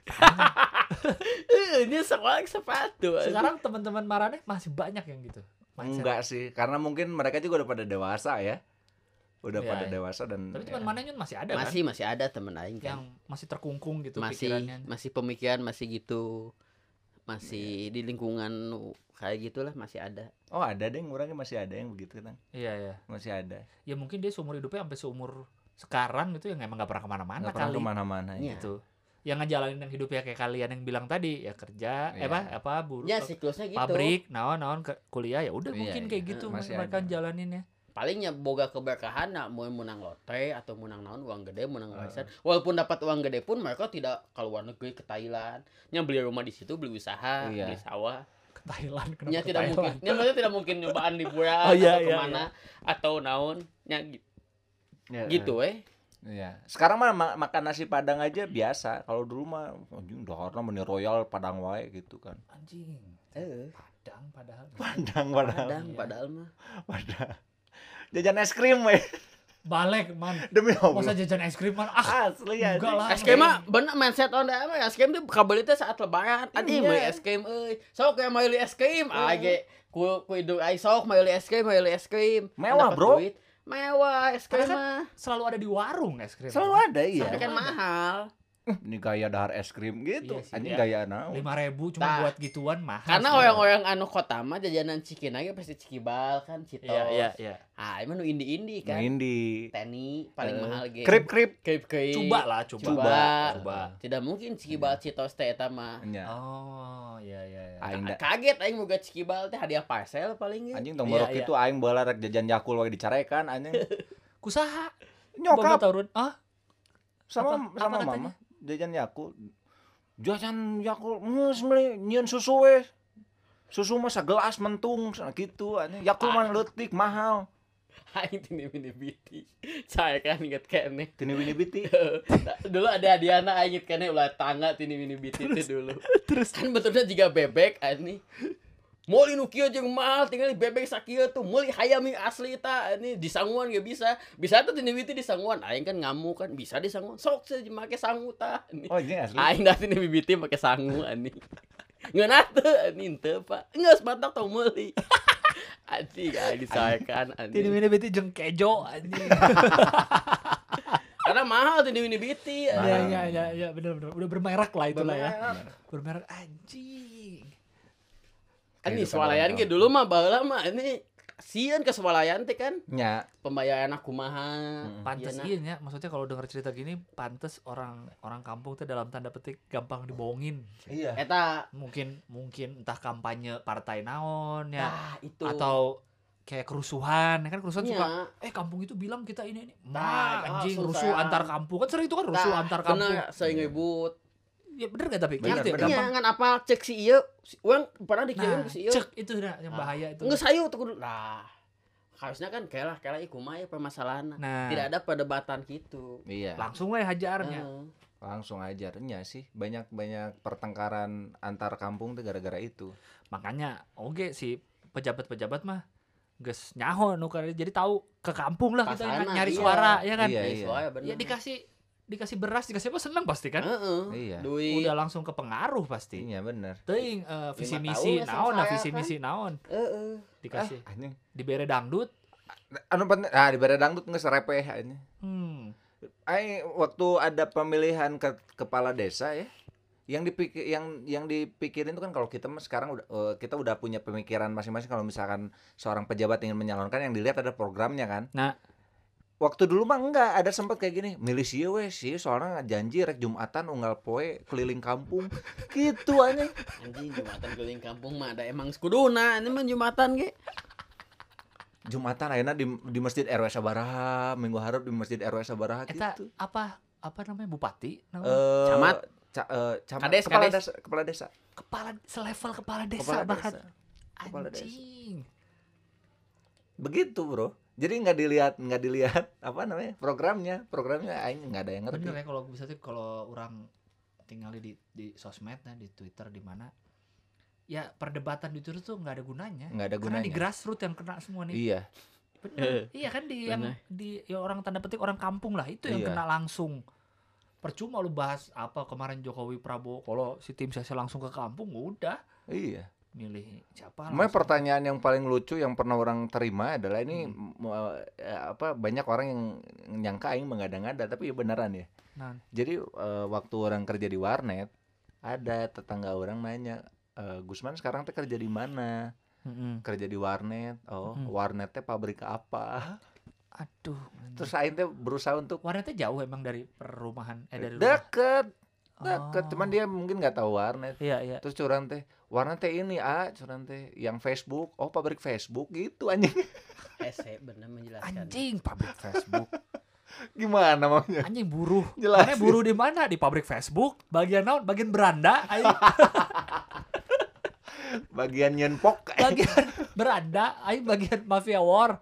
Ini sekolah sepatu. Sekarang teman-teman Marane masih banyak yang gitu. Mindset. Enggak sih, karena mungkin mereka juga udah pada dewasa ya. Udah Iya, pada iya. dewasa dan Tapi teman Mananyun masih ada kan? masih ada temen aing kan. Yang masih terkungkung gitu Masih pikirannya. masih pemikiran masih gitu. Masih di lingkungan kayak gitulah masih ada. Oh, ada deh orangnya masih ada yang begitu kan. Iya, iya. Masih ada. Ya mungkin dia seumur hidupnya sampai seumur sekarang gitu yang emang gak pernah kemana-mana Enggak pernah kali. kemana-mana Iya. ya. Gitu. Yang ngejalanin yang hidupnya kayak kalian yang bilang tadi ya kerja, Iya. apa buruh, Ya siklusnya gitu. pabrik, naon kuliah ya udah Iya, mungkin iya. kayak gitu Masih mereka ada. jalaninnya. Palingnya boga keberkahan mau menang lotre atau menang naon uang gede menang warisan walaupun dapat uang gede pun mereka tidak ke luar negeri ke Thailand nya beli rumah di situ beli usaha Iya. beli sawah Ke Thailand kenapa nya ke tidak Thailand? mungkin nya maksudnya tidak mungkin nyobaan liburan Oh, iya, atau iya, kemana atau naon nya Ya, gitu Iya. Sekarang mah makan nasi Padang aja biasa. Kalau dulu mah anjing daharna meni royal Padang wae gitu kan. Anjing. Eh. Padang padahal. Padang. Padang Iya. padahal mah Padang. Jajan es krim we. Balik man. Demi Masa Allah. jajan es krim man? Ah, Asli ya. enggak lah. es krim mah bener mindset onda mah es krim tuh kabeli teh saat lebaran anjing Iya. meuli es krim euy sok kayak meuli es krim ge ku hidup ai sok meuli es krim Mewah, Dapat bro. duit. Mewah es krim Karena mah Selalu ada di warung es krim. Selalu ada iya. tapi kan mahal. Ini gaya dahar es krim gitu. Iya sih, Anjing iya. gaya naon. 5.000 cuma Tah. buat gituan mahal. Karena sih. orang-orang anu kota mah jajanan cikin aja pasti cikibal kan Citos. Iya. Ah, emang nu indi-indi kan. Indi. Teni paling mahal ge. Krip. Krip. Coba lah, coba. Coba. Tidak mungkin cikibal Citos teh eta mah. Nya. Oh, iya. Aing da- Kaget aing boga cikibal teh hadiah parcel paling ge. Anjing tong Iya, borok iya. itu aing baheula rek jajan Yakul wae dicarekan anjing. Kusaha. Nyokap turun. Ah, sama apa katanya? mama jajan Yakul. Jajan Yakul geus meuli nyieun susu we. Susu mah sagelas mentung gitu anjing. Yakul mah leutik mahal. Aing tini mini biti. Saya kan inget kene. Tini Winnie Biti. Dulu ada hadiahna aing inget kene ulah tangga tini mini biti teh dulu. Terus kan betulnya juga bebek ani. Meuli nu kieu jeung mahal tinggal bebek sakieu tuh meuli hayami asli ta ini di sanguan ge bisa. Bisa tuh tini biti di sanguan. Aing kan ngamuk kan bisa di sanguan. Sok sih make sangu ta. Oh, anjing asli. Aing dah tini bibiti make sangu ani. Ngeunah teu ani teu Pak. Geus batak tong meuli. Anjing aing disaekan Tini anjing. Mini Biti jeung kejo anjing. Karena mahal tini mini biti. Iya, benar. Udah bermerek lah itulah ya. Bermerek. Bermerek anjing. Ini Kehidupan swalayan orang ge dulu mah baheula mah ini sieun ke swalayan teh kan Nya. pembayaran kumaha. Pantes Iya, iya nya, maksudnya kalau dengar cerita gini pantes orang kampung tuh dalam tanda petik gampang dibohongin. Iya. Eta Mungkin entah kampanye partai naon ya tah itu. atau kayak kerusuhan, ya kan kerusuhan Nya. suka kampung itu bilang kita ini. Nah, Anjing susah. rusuh antar kampung. Kan sering itu kan rusuh Tah, antar kampung. bener sering ribut. Ya bener gak tapi? Bener, Gitu ya, bener. Nya gampang. ngan apa cek si ieu urang pernah dikirim Nah, ke si ieu. cek itu nah yang bahaya itu. Geus hayu tuh kudu. Nah, harusnya kan kelah ieu kumaha permasalahanna. Nah, Tidak ada perdebatan gitu. Iya. langsung we hajarnya. Langsung ajarnya sih banyak pertengkaran antar kampung tuh gara-gara itu. Makanya oke si pejabat-pejabat mah geus nyaho nu kada jadi tahu ke kampung lah kita Kasana, nyari iya. suara ya kan. Iya, Iya, soalnya bener. Ya dikasih beras, dikasih apa seneng pasti kan. Heeh. Iya. Duit. Udah langsung kepengaruh pasti. Iya bener. Teuing visi 5 misi tahun ya naon sama nah saya, visi misi naon Heeh. dikasih Anjing. dibere dangdut. Anu penting di bare dangdut geus repeh anjing. waktu ada pemilihan kepala desa ya, yang dipikirin itu kan kalau kita sekarang kita udah punya pemikiran masing-masing kalau misalkan seorang pejabat ingin menyalonkan yang dilihat ada programnya kan. Nah, waktu dulu mah enggak ada sempat kayak gini, milih sih wes sih soalnya janji rek Jumatan unggal poe keliling kampung gitu anjing. Jumatan keliling kampung mah ada emang skuduna, ini mah Jumatan ge. Jumatan ayeuna di Masjid RW sabaraha, Minggu hareup di Masjid RW sabaraha gitu. Apa namanya bupati? Camat. Kades. Kepala desa. Selevel kepala desa bahkan. Kepala desa. Anjing. Begitu, Bro. Jadi nggak dilihat apa namanya? Programnya aing nggak ada yang ngerti. Bener ya kalau bisa tuh kalau orang tinggal di sosmed di Twitter di mana ya perdebatan di Twitter tuh nggak ada gunanya. Karena di grassroots yang kena semua nih. Iya. Bener. Iya kan ya orang tanda petik orang kampung lah itu yang kena langsung. Percuma lu bahas apa kemarin Jokowi Prabowo kalau si tim saya langsung ke kampung udah. Iya. Milih siapa? Pertanyaan yang paling lucu yang pernah orang terima adalah ini banyak orang yang nyangka aing mengada-ngada tapi ya beneran ya. Nah. Jadi waktu orang kerja di warnet ada tetangga orang nanya, Gusman sekarang teh kerja di mana? Kerja di warnet. Warnetnya pabrik apa? Aduh. Terus aing teh berusaha untuk warnetnya jauh emang dari perumahan dari deket. Cuman dia mungkin nggak tahu warnet. Iya. Terus curang teh warnet teh ini curang teh yang Facebook. Pabrik Facebook gitu anjing. Bener menjelaskan. Anjing pabrik Facebook. Gimana maunya? Anjing buruh. Jelasin. Buruh di mana? Di pabrik Facebook. Bagian naon? Bagian beranda. Bagian nyenpok. Bagian beranda. Bagian mafia war.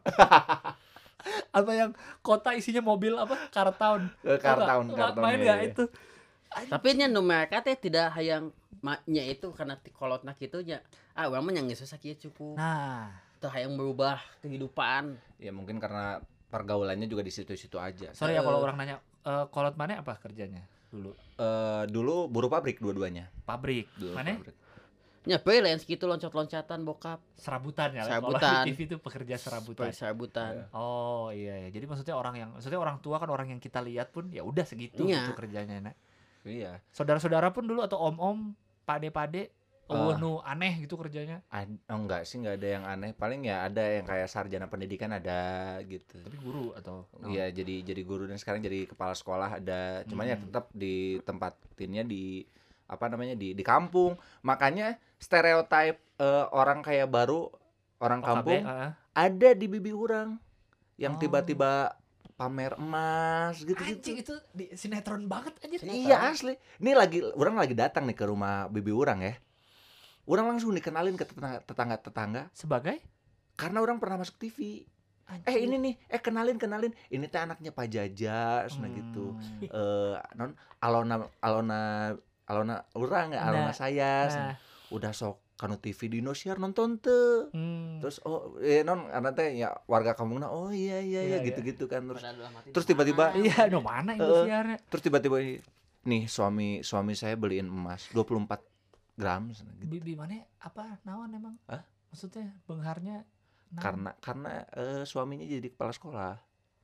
Apa yang kota isinya mobil apa? Kartown. Main nggak itu? Tapi nya nu mereka teh tidak hayang nya itu karena kolotna kitu nya. Urang mah nya susah kieu cukup. Nah, teu hayang berubah kehidupan. Ya mungkin karena pergaulannya juga di situ-situ aja. Sorry ya kalau orang nanya kolot mana apa kerjanya dulu? Dulu buruh pabrik dua-duanya. Pabrik. Mana? Nya freelance gitu loncat-loncatan bokap. Serabutan ya. Serabutan. TV itu pekerja serabutan. Serabutan. Oh iya. Jadi maksudnya orang tua kan orang yang kita lihat pun ya udah segitu gitu kerjanya nak. Iya. Saudara-saudara pun dulu atau om-om, pade-pade, nu aneh gitu kerjanya. Enggak sih, enggak ada yang aneh. Paling ya ada yang kayak sarjana pendidikan ada gitu. Tapi guru atau iya, jadi guru dan sekarang jadi kepala sekolah ada. Cuman ya tetap ditempatinnya di di kampung. Makanya stereotip orang kayak baru orang kampung ada di bibi urang yang tiba-tiba pamer emas gitu. Anjing itu di sinetron banget anjir. Iya asli. Ini orang lagi datang nih ke rumah bibi orang ya. Orang langsung dikenalin ke tetangga sebagai karena orang pernah masuk TV. Ini nih, kenalin. Ini teh anaknya Pak Jaja, gitu. Non Alona urang ya, Alona saya. Udah sok kanu TV di Indosiar nonton teu. Terus non karena teh ya warga kampungna iya gitu kan terus tiba-tiba no mana Indosiarnya. Terus tiba-tiba nih suami saya beliin emas 24 gram gitu. Bibi mana apa naon emang? Maksudnya bengharnya karena suaminya jadi kepala sekolah.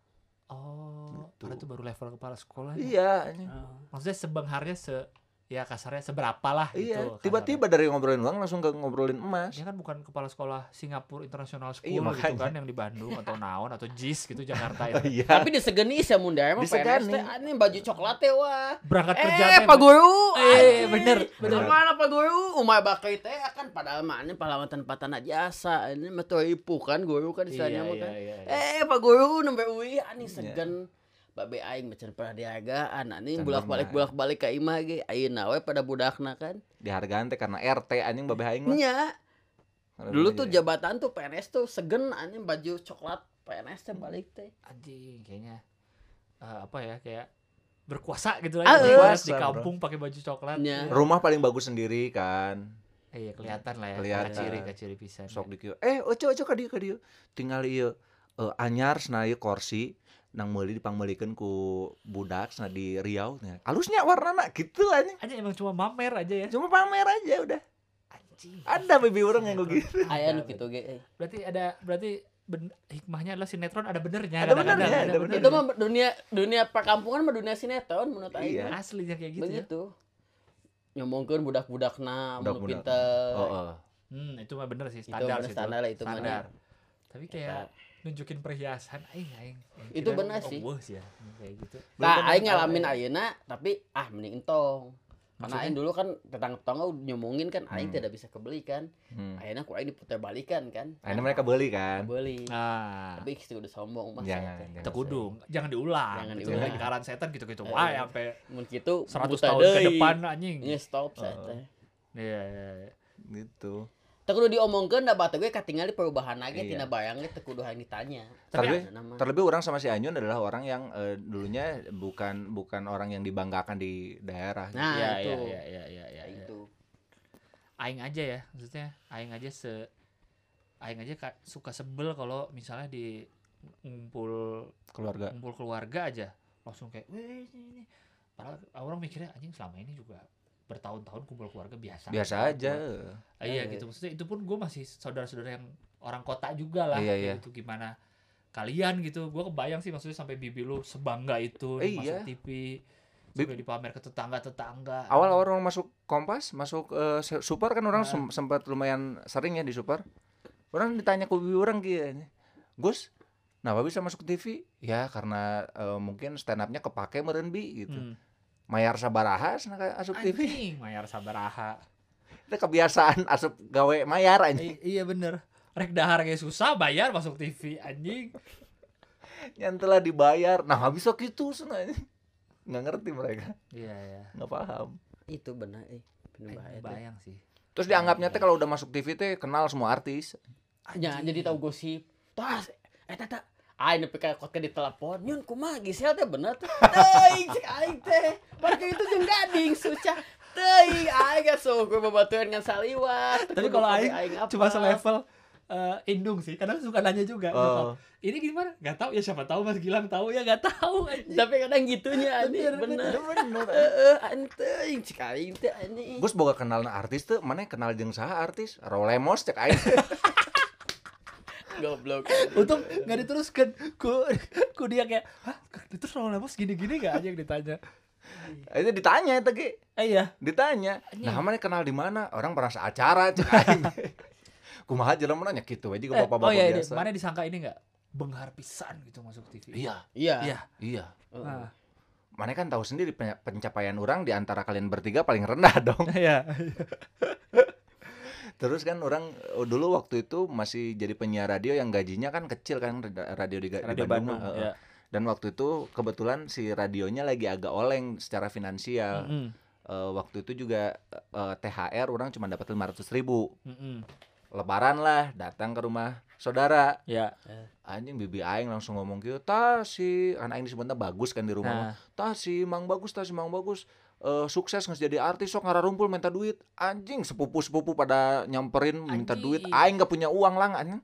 Karena itu baru level kepala sekolah. Iya. Maksudnya sebengharnya ya kasarnya seberapa lah gitu. Tiba-tiba dari ngobrolin uang langsung ke ngobrolin emas. Dia kan bukan kepala sekolah Singapura International School gitu kan yang di Bandung atau naon atau JIS gitu Jakarta itu. Tapi disegeni sia mun da emang PNS teh ini baju coklat teh wah. Berangkat kerja teh. Pak Guru. Bener. Mana Pak Guru? Umay bakay teh kan padahal mah pahlawan tanpa jasa. Ini mah ipu kan guru kan istilahnya mah kan. Pak Guru nembe uih ani segen. Babe aing macan pernah dihargaan anjing bolak-balik ka imah ge ayeuna we pada budakna kan dihargaan teh karena RT anjing babe aing mah nya dulu tuh jabatan tuh PNS tuh segen anjing baju coklat PNS teh balik teh anjing kayaknya kayak berkuasa gitu lah di kampung pakai baju coklat rumah paling bagus sendiri kan iya kelihatan lah ya kaciri pisan sok di kieu ojo ka dieu tinggal ieu anyar cenah ieu kursi nang meuli dipangmeulikeun ku budak cenah di Riau nya. Halusnya warnana gitu anjing. Anjing emang cuma pamer aja ya. Cuma pamer aja udah. Anjing. Ada bibi urang yang gitu. Aya nu kitu ge. Berarti hikmahnya adalah sinetron ada benernya. Ada benernya, ada benernya. Itu mah dunia perkampungan mah dunia sinetron menurut aing. Iya. Aslinya kayak gitu ya. Begitu. Nyomongkeun budak-budakna nu Budak-budak. pinter. Itu mah bener sih, Itu standar mah sih. standar lah, itu mah. Standar. Tapi kayak nunjukin perhiasan aing. Itu bener sih. Oh, ya. Kayak gitu. Nah, aing ngalamin ayeuna tapi mending entong. Karena Maksudnya? aing dulu kan tetangga nyomongin kan aing tidak bisa kebeli kan. Ayeuna ku aing diputar balikan kan. Akhirnya mereka beli kan. Beli. Nah, Tapi itu udah sombong mas. Jangan. tekudung, jangan diulang. Jangan Itu diulang. lagi karan setan gitu-gitu. Wah, sampai Mun kitu 100 buta tahun ke deui. depan anjing. Nya stop saya teh. Iya. Gitu. Teu kudu diomongkeun da batu ge katingali perubahan lagi Iya. tina bayang ge teu kudu hayang ditanya. Terlebih orang sama si Anyun adalah orang yang dulunya bukan orang yang dibanggakan di daerah. Nah, itu. Iya. Itu. Aing aja ya, maksudnya aing aja suka sebel kalau misalnya di ngumpul keluarga aja langsung kayak weh ini. Padahal orang mikirnya anjing selama ini juga bertahun-tahun kumpul keluarga biasa aja. Iya gitu, maksudnya itu pun gue masih saudara-saudara yang orang kota juga lah. Iya. Gitu gimana kalian gitu, gue kebayang sih maksudnya sampai bibi lu sebangga itu masuk TV sampai dipamer ke tetangga. Awal-awal orang masuk Kompas, masuk Super kan orang sempat lumayan sering ya di Super. Orang ditanya ke bibi orang gitu, Gus, kenapa bisa masuk TV? Ya karena mungkin stand up-nya kepake meureun bi gitu. Mayar sabaraha cenah asup TV. Anjing, mayar sabaraha. Itu kebiasaan asup gawe mayar anjing. Iya bener. Rek dahar kayak susah bayar masuk TV anjing. Nyantelah dibayar. Nah, bisa gitu cenah. Nggak ngerti mereka. Iya. Nggak paham. Itu benar Bayang sih. Terus dianggapnya teh kalau udah masuk TV teh kenal semua artis. Ya, jadi tahu gosip. Tas tata nepi ka kod di telepon. Nyun kumaha Gisel teh bener teh. Teuing cek aing teh. Parke itu jeung gading suca. Teuing aing geus suku babaturan ngan saliwat. Tapi kalau aing cuma selevel indung sih. Kadang suka nanya juga. Ini gimana? Gak tahu ya, siapa tahu Mas Gilang tahu ya, gak tahu anjing. Tapi kadang gitunya anjing bener. Teuing cek aing teh anjing. Gus boga kenalna artis teh, mana kenal jeung saha artis? Rolemos cek aing. Goblok. Untung nggak diteruskan. Ku dia kayak, hah? Terus Rolemos gini-gini nggak aja yang ditanya? Itu ditanya itu ge. Iya. Ditanya. Nah, mana kenal di mana? Orang pernah seacara cek aing. Kumaha jelema nanya kitu we juga bapak-bapak biasa. Mana disangka ini nggak? Benghar pisan gitu masuk TV. Iya. Mana kan tahu sendiri pencapaian orang di antara kalian bertiga paling rendah dong. Iya. Terus kan orang dulu waktu itu masih jadi penyiar radio yang gajinya kan kecil kan, radio di Bandung. Ya. Dan waktu itu kebetulan si radionya lagi agak oleng secara finansial. Waktu itu juga THR orang cuma dapat 500.000. Lebaran lah datang ke rumah saudara. Ya. Anjing bibi aing langsung ngomong gitu, "Tah si anak aing disebutnya bagus kan di rumah. Tah si Mang Bagus. Sukses nggak jadi artis sok ngararumpul minta duit." Anjing sepupu pada nyamperin minta duit. Aing nggak punya uang lah anjing.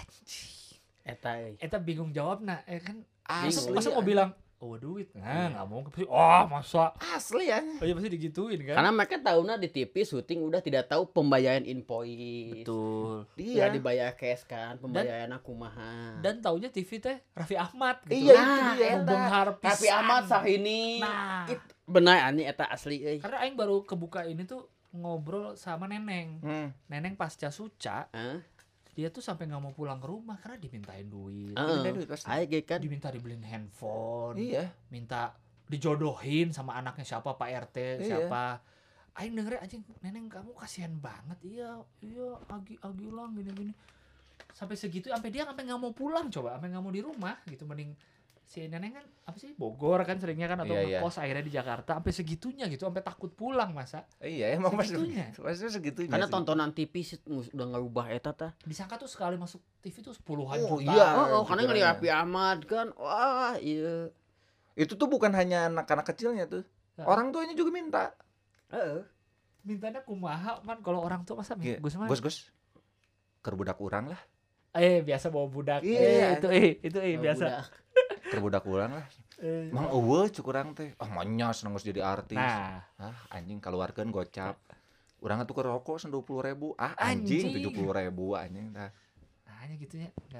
Eta bingung jawabna kan. Asli, masa mau bilang duit, nggak mungkin. Masa asli ya. iya pasti digituin kan. karena mereka tahunya di TV syuting udah tidak tahu pembayaran invoice. Betul. Dia dibayar cash kan, pembayaran kumaha. Dan taunya TV teh Raffi Ahmad gitu. Iya, itu dia. Benghar pisan. Raffi Ahmad Sahini. Nah, benar ani eta asli euy. karena aing baru kebuka ini tuh ngobrol sama Neneng. Neneng pasca suca. Dia tuh sampai nggak mau pulang ke rumah karena dimintain duit. Dimintain duit pasti. Aing kan Diminta dibeliin handphone. Iya. Minta dijodohin sama anaknya siapa, Pak RT siapa. Aing dengerin anjing, Neneng kamu kasihan banget. Iya Agi ulang gini. Sampai segitu, sampai dia sampai nggak mau pulang coba, sampai nggak mau di rumah gitu. Mending si Neneng kan apa sih Bogor kan seringnya kan atau ngekos akhirnya di Jakarta, sampai segitunya gitu, sampai takut pulang masa. Iya emang segitunya. Maksudnya segitunya. karena sih. tontonan TV udah ngerubah eta tah. Disangka tuh sekali masuk TV tuh puluhan juta. Iya. Karena ngeliat Raffi Ahmad kan, wah iya. Itu tuh bukan hanya anak-anak kecilnya tuh. Orang tuanya juga minta. Mintanya kumaha man, kalau orang tua masa Gus. Kerbudak urang lah. Biasa bawa budak. Iya. Itu biasa. Kerbudak urang lah. Mang eueuh cuk urang teh. Manyas nangos jadi artis. Nah, Anjing kaluarkeun gocap. Urang atuh rokok 20.000. Anjing 70.000 anjing tah. hanya gitunya. Enggak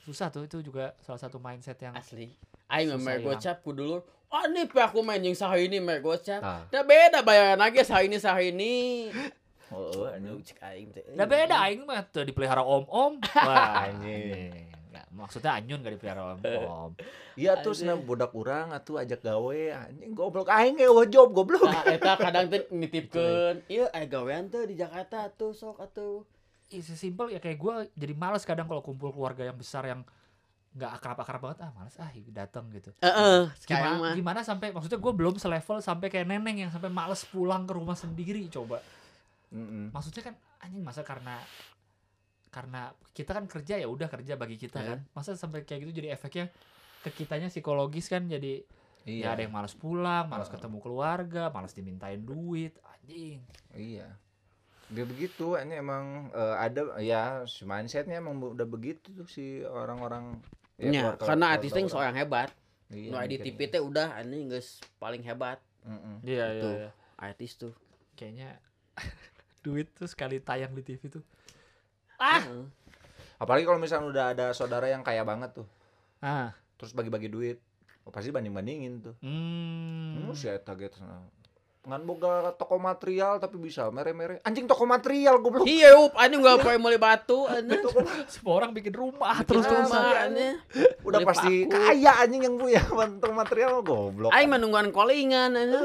susah tuh, itu juga salah satu mindset yang asli. Aing susah main hilang. gocap ku dulu. Wah, ini aku main jeung saha ini main gocap. Ah. Da beda bayaran lagi saha ini. Oh, anjing. Cek aing teh. Udah beda aing mah tuh dipelihara om-om. Wah, Anjing. Nggak, maksudnya anyun gak dipelihara om-om. Iya tuh senang budak urang atuh ajak gawe anjing goblok aing ge job goblok. Nah, eta kadang teh nitipkeun, ieu aya gawean teh di Jakarta tuh sok atuh. Sesimpel ya kayak gue jadi males kadang kalau kumpul keluarga yang besar yang nggak akrab-akrab banget, males dateng gitu. Gimana sampai maksudnya gue belum selevel sampai kayak neneng yang sampai males pulang ke rumah sendiri coba. Maksudnya kan anjing masa karena kita kan kerja ya udah kerja bagi kita kan. Masa sampai kayak gitu jadi efeknya ke kitanya psikologis kan jadi ya ada yang malas pulang, malas ketemu keluarga, malas dimintain duit, anjing. Iya. Dia begitu, ini emang ada ya si mindsetnya emang udah begitu tuh si orang-orang. Ya, karena artis teh soal yang hebat. Iya, Nu di TV teh udah anjing geus paling hebat. Iya. Artis tuh Kayaknya duit tuh sekali tayang di TV tuh. Apalagi kalau misalnya udah ada saudara yang kaya banget tuh. Terus bagi-bagi duit. Pasti banding-bandingin tuh. Si eta gitu. Ngan boga toko material tapi bisa mere-mere. Anjing toko material goblok. Iya, anjing enggak poe meuli batu anjing. Semua orang bikin rumah terus-terusan anjing. Udah pasti kaya anjing yang punya toko material goblok. Aing menungguan callingan anjing.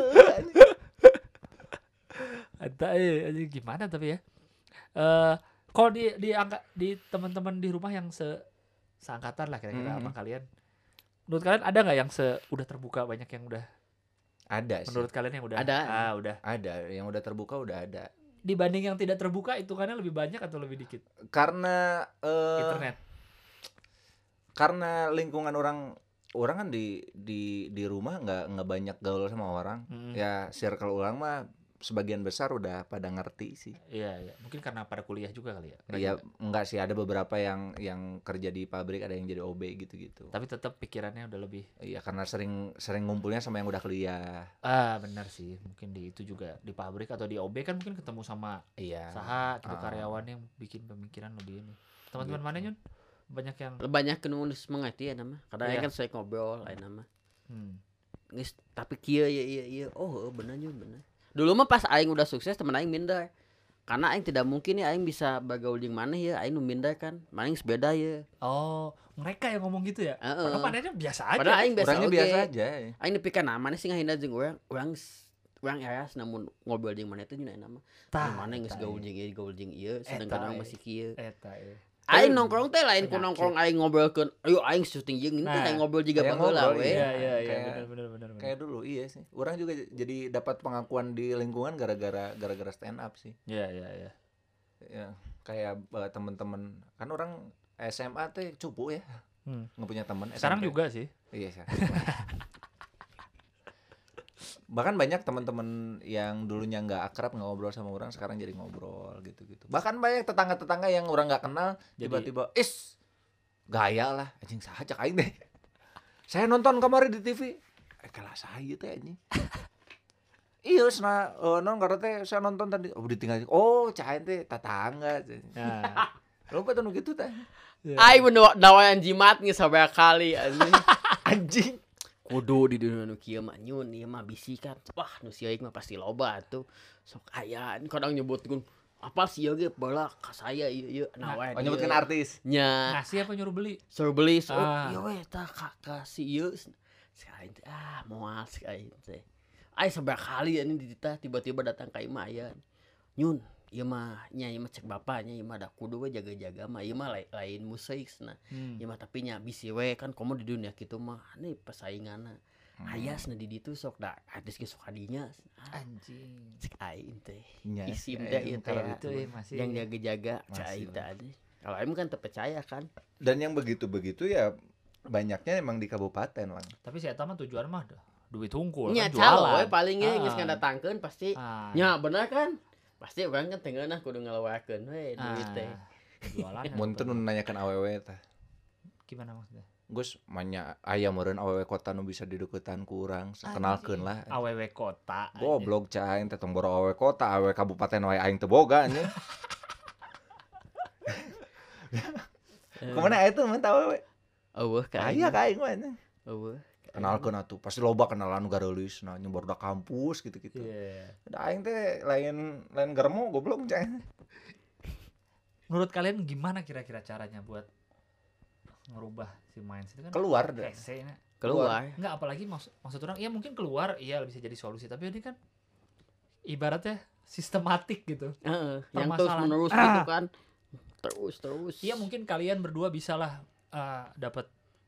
Ada anjing gimana tapi ya. Kalau di teman-teman di rumah yang seangkatan lah kira-kira sama kalian. Menurut kalian ada nggak yang udah terbuka banyak yang udah? Ada sih. Menurut kalian yang udah? Ada. Udah. Ada, yang udah terbuka udah ada. Dibanding yang tidak terbuka itu karena lebih banyak atau lebih dikit? Karena internet. Karena lingkungan orang kan di rumah nggak banyak gaul sama orang. Ya circle orang mah sebagian besar udah pada ngerti sih. Iya. Mungkin karena pada kuliah juga kali ya. Iya, enggak sih, ada beberapa yang kerja di pabrik, ada yang jadi OB gitu-gitu. Tapi tetap pikirannya udah lebih. Iya, karena sering ngumpulnya sama yang udah kuliah. Benar sih. Mungkin di itu juga di pabrik atau di OB kan mungkin ketemu sama saha gitu karyawan yang bikin pemikiran lebih ini. Teman-teman mana Nyun? Banyak yang nulis mengerti ya nama. Kadang kan saya ngobrol lain nama. Geus tapi kieu ya. Oh, bener Nyun, bener. Dulu mah pas aing udah sukses temen aing minder. Karena aing tidak mungkin ya aing bisa bagaul jeung maneh ya, aing nu minder kan. Maning sepeda ya. Oh, mereka yang ngomong gitu ya? Padahal manehnya biasa aja. Padahal aing Orangnya biasa aja. Aing nepikeun maneh sing ngahina jeung urang eas namun ngobrol jeung maneh teh nyuna nama. Maneh geus gaul jeung ieu, sedangkan urang masih kieu. Aing nongkrong teh lain ku nongkrong aing ngobrolkeun. Ayo aing syuting jeung teh aing ngobrol juga baheula we. Iya, bener. Kayak dulu iya sih. Orang juga jadi dapat pengakuan di lingkungan gara-gara stand up sih. Iya. Ya, kayak teman-teman kan orang SMA teh cupu ya. Nggak punya teman. Sekarang juga sih. Iya sih. Bahkan banyak teman-teman yang dulunya nggak akrab nggak ngobrol sama orang sekarang jadi ngobrol gitu. Bahkan banyak tetangga-tetangga yang orang nggak kenal tiba-tiba gaya lah anjing saja aing deh. Saya nonton kemarin di TV. Kelas saya teh anjing. Iya non karena teh saya nonton tadi ditinggal. Oh cain teh tetangga. Nah. Lupa tuh gitu teh. Aing nawayan jimat geus sabaya kali anjing. Anjing. Kudu di dunia nu kieu mah Nyun, ieu mah bisikan. Wah, nu sia mah pasti loba atuh. Sok aya kadang nyebutkeun apa sih ge bola ka saya ieu nawain. Oh nyebutkeun artis. Nya. Ngasih apa nyuruh beli? Suruh beli. Ieu we tah kasih ieu. Sekali teh moal sekali teh. Ai sabaraha kali ini tiba-tiba datang ka imah aya. Nyun, ieu mah cek bapaknya ieu mah da kudu we jaga-jaga mah ieu mah lain musikna. Ieu mah tapi nya bisi we kan komo di dunia kitu mah nih persainganna. Hayasna di ditu sok da artis ge sok hadinya. Anjing. Cek aing teh. Nya, Isim teh ieu teh itu masih yang jaga-jaga cek aing teh. Kalau aing kan terpercaya kan. Dan yang begitu-begitu ya banyaknya emang di kabupaten lang. Tapi si eta mah tujuan mah duit hungkul kan jualan. Nya paling ge geus ngadatangkeun pasti. Nya bener kan? Pasti orang kan tengeunah kudu ngalawakeun we duit teh. Jualan. Mun teu nanyakeun awewe teh. Gimana maksudnya? Gus manya aya meureun awewe kota nu bisa dideukeutkan ku urang, kenalkeun lah. Awewe kota. Goblok cah aing teh tong boro awewe kota, awewe kabupaten wae aing teu boga anjing. Kemana itu mah awewe? Eueuh ka Aya ka aing mah. Eueuh. Kenalkeun atuh, pasti loba kenalan gareulis nah nyebar da kampus gitu-gitu. Iya. Da aing teh lain germo goblok cai. Menurut kalian gimana kira-kira caranya buat ngerubah si mindset itu kan Keluar dah. hese-nya. Keluar. Enggak, apalagi maksud orang ya mungkin keluar iya bisa jadi solusi, tapi ini kan ibaratnya sistematik gitu. Heeh, yang terus Permasalahan. menerus gitu kan. Terus. Iya mungkin kalian berdua bisalah dapat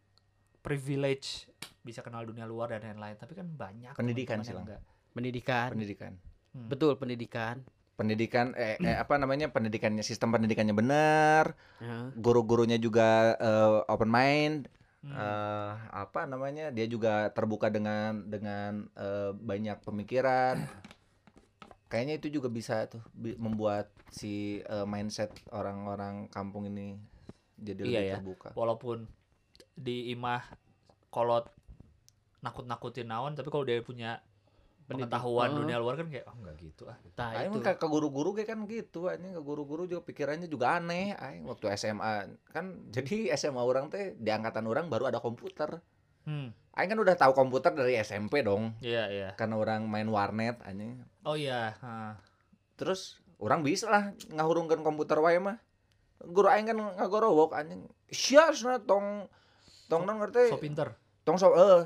privilege, bisa kenal dunia luar dan lain-lain, tapi kan banyak Pendidikan teman-teman sih, yang Lang. enggak. Pendidikan. Betul, pendidikan. Apa namanya, pendidikannya, sistem pendidikannya benar, Heeh. guru-gurunya juga open mind, Hmm. apa namanya, dia juga terbuka dengan banyak pemikiran. Kayaknya itu juga bisa tuh membuat si mindset orang-orang kampung ini jadi Iya lebih ya. terbuka. Walaupun di imah kolot nakut-nakutin naon, tapi kalau dia punya pengetahuan dunia luar kan kayak enggak gitu ah. Tah Aing itu. mah ke guru-guru kayak kan gitu, anjing ke guru-guru juga pikirannya juga aneh. Aing waktu SMA kan jadi SMA orang teh di angkatan orang baru ada komputer. Aing kan udah tahu komputer dari SMP dong. Iya, iya. Karena orang main warnet anjing. Oh iya, Terus orang bisa lah ngahurungkeun komputer wae mah. Guru aing kan ngagorowok anjing. Sia cenah tong non ngerti. so pinter. Tong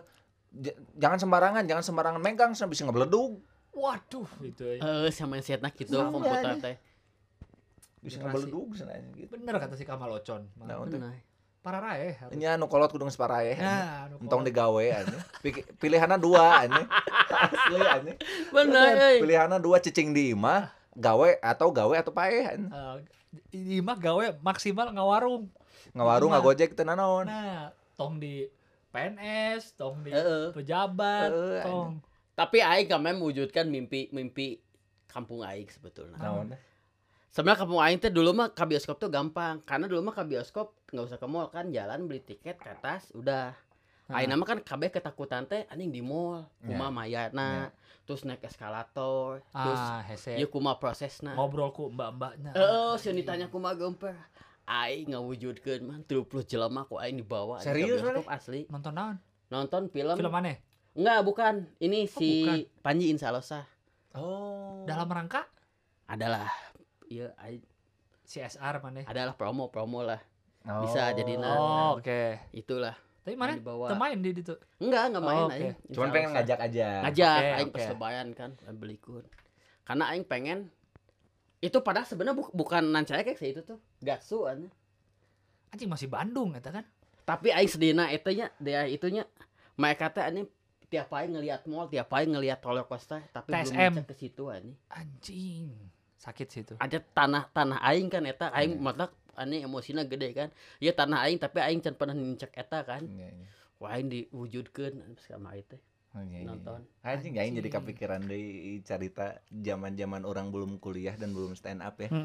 jangan sembarangan megang cenah bisa ngebledug. Waduh, itu ya. Sama mindsetna gitu Sama komputer aja. teh. Bisa Generasi. ngebledug cenah anjing gitu. Bener kata si Kamal Ocon. Nah, untuk Bener. Pararae harus. nya nu kolot kudu geus parae. Nah, Entong digawe anjing. Pilihanna dua anjing. Asli anjing. Bener, Pilihanna dua cicing di imah, gawe atau paeh anjing. Ini mah gawe maksimal ngawarung. Ngawarung ngagojek teu naon. Nah, tong di PNS, tong di Heeh. pejabat, Heeh, tong. Tapi aing kami mewujudkan mimpi kampung aing sebetulnya. Naon? Sebenarnya kampung aing teh dulu mah ke bioskop tuh gampang, karena dulu mah ke bioskop nggak usah ke mall kan, jalan beli tiket ke atas udah. Aing mah kan kabeh ketakutan teh anjing di mall, kumaha mayana, terus naik eskalator, terus Hese. ieu kumaha prosesna. Ngobrol ku mbak-mbaknya. Sieun ditanya kumaha gemper. Aing ngawujudkeun mah 30 jelema ku aing dibawa ke Serius, bioskop asli. Nonton naon? Nonton film. Film mana? Enggak, bukan. Ini si bukan. Panji Insalosa. Oh. Dalam rangka Adalah iya aing CSR mana? adalah promo lah. Oh. Bisa jadi Oh, oke. Itulah. Tapi mana? Dibawa. Temain di itu. Enggak main Oh, oke. aing. Cuman pengen ngajak aja. Ngajak Oke, aing oke. pas lebaran kan belikeun. Karena aing pengen itu padahal sebenarnya bukan nancaya kayak itu tuh. Gatsu anya. Anjing masih Bandung eta kan. Tapi aing sedina itunya dia itunya mereka teh anjing tiap aing ngelihat mall, tiap aing ngelihat roller coaster tapi belum TSM. ngecek ke situ anjing. Anjing. Sakit sih itu. Ada tanah aing kan eta aing matak anjing emosina gede kan. Ya tanah aing tapi aing can pernah ngecek eta kan. Iya, iya. Wah aing diwujudkeun sama itu Oh, iya, iya. nonton. Anjing aing jadi kepikiran deui cerita zaman-zaman orang belum kuliah dan belum stand up ya.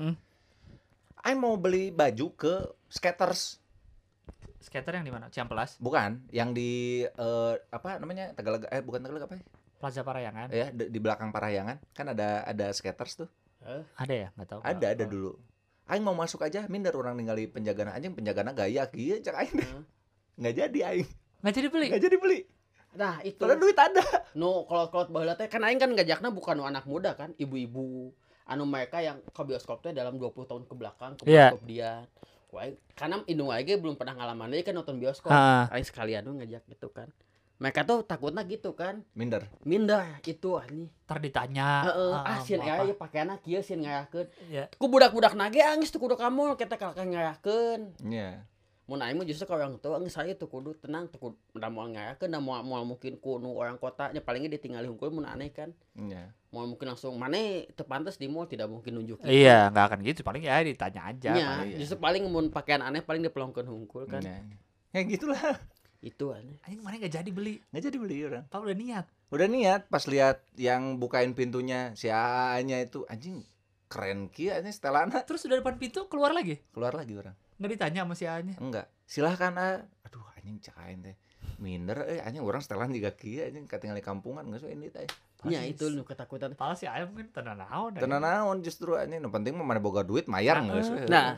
Aing mau beli baju ke Skaters. Skater yang di mana? Ciamplas, Bukan, yang di apa namanya? Tagalaga bukan Tagalaga apa ya? Plaza Parayangan. Ya, di belakang Parahyangan kan ada Skaters tuh. Ada ya? Enggak tahu. Ada dulu. Aing mau masuk aja, minder orang ningali penjagana anjing, penjagana gaya kieu cak aing. Nggak jadi aing. Enggak jadi beli. Nggak jadi beli. Nah, itu Padahal duit ada. no kolot-kolot baheula teh kan aing kan ngajakna bukan nu anak muda kan, ibu-ibu anu mereka yang ke bioskop teh dalam 20 tahun ke belakang ke Iya. bioskop dia. Wah, karena indung aing ge belum pernah ngalaman deui kan nonton bioskop. Ah. Aing sekalian tuh ngajak gitu kan. Mereka tuh takutnya gitu kan. Minder. Minder itu anjing. Ntar ditanya. Sieun mau aya apa. ieu pakaianna kieu sieun ngayakeun. Ya. Ku budak-budak nage geus teu kudu kamu kita kakak ngayakeun. Iya. Mun aing mah justru ka orang tua geus saya teu kudu tenang teu kudu da moal ngayakeun da moal mungkin ku nu orang kota nya palingnya ditinggali hungkul mun aneh kan. Iya. Moal mungkin langsung maneh teu pantes di mall tidak mungkin nunjukin. Iya, enggak akan gitu. Paling ya ditanya aja. Nya, paling. iya. justru paling mun pakaian aneh paling dipelongkeun hungkul kan. Iya. Ya gitulah. Itu aneh. Anjing mana enggak jadi beli. Nggak jadi beli orang. Pak udah niat. Udah niat pas lihat yang bukain pintunya si AA-nya itu anjing keren kieu anjing setelana. Terus udah depan pintu keluar lagi. Keluar lagi orang. Enggak ditanya sama si A-nya. Enggak. Silahkan A. Aduh anjing cak aing teh. Minder anjing orang setelan juga kieu anjing katingali kampungan geus we ini teh. Nya itu nu ketakutan. Padahal si A mungkin tenan naon. Tenan naon justru anjing nu penting mah mana boga duit mayar geus we. Nah,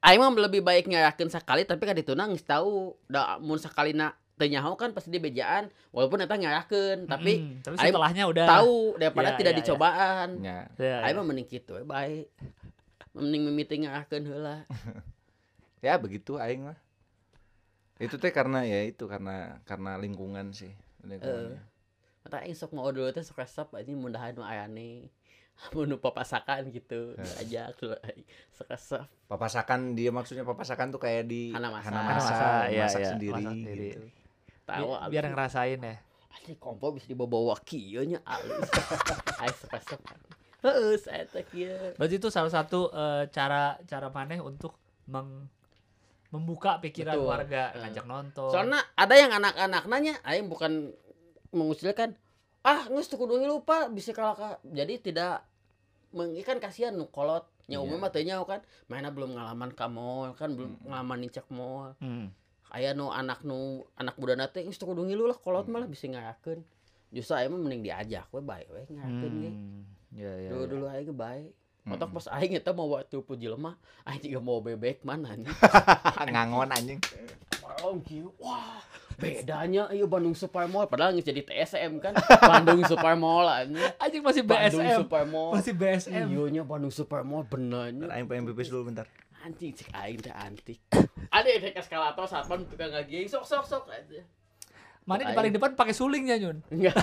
aing mah lebih baik ngarakeun sakali tapi kan dituna geus tahu. Da mun sakalina teu nyaho kan pasti dia bejaan walaupun eta ngarakeun tapi aing setelahnya udah tahu daripada tidak dicobaan. Aing mah mending kitu we bae. Mending mimiti ngarakeun heula. Ya begitu aing mah. Itu teh karena lingkungan sih. Eta aing sok mau dulu teh sok resep anjing mundahan mah ayane. Mun papasakan gitu diajak lu aing sok resep. Papasakan dia maksudnya papasakan tuh kayak di Hana masa masak sendiri gitu. Tahu biar ngerasain ya. Anjing kompo bisa dibawa kieu nya alus. Aing sok resep. Heeh, saya teh kieu. Berarti itu salah satu cara maneh untuk membuka pikiran warga, ngajak nonton. Soalnya ada yang anak-anak nanya, aing bukan mengucilkan, geus teu kudu lupa bisa kalah. Jadi tidak mengikan kasihan nu kolot. Nya umum mah teu nyaho kan, mainnya belum ngalaman ka mall kan, belum ngalaman nicak mall. Aya nu anak budana teh geus teu kudu ngilu lah kolot mah bisa ngarakeun. Justru aing mah mending diajak we bae we ngarakeun ge. Dulu aing ge bae. Otak pas aing eta mau waktu puji lemah, aing juga mau bebek mana nih. Ngangon anjing. Wah, bedanya ieu Bandung Super Mall padahal geus jadi TSM kan. Bandung Super Mall anjing. Anjing masih BSM. Bandung Super Mall. Masih BSM. Iya nya Bandung Super Mall benernya. Aing pengen pipis dulu bentar. Anjing cek aing teh antik. Ada yang eskalator satpam tukang ngaging sok aja. Mana di paling depan pakai sulingnya Nyun. Enggak.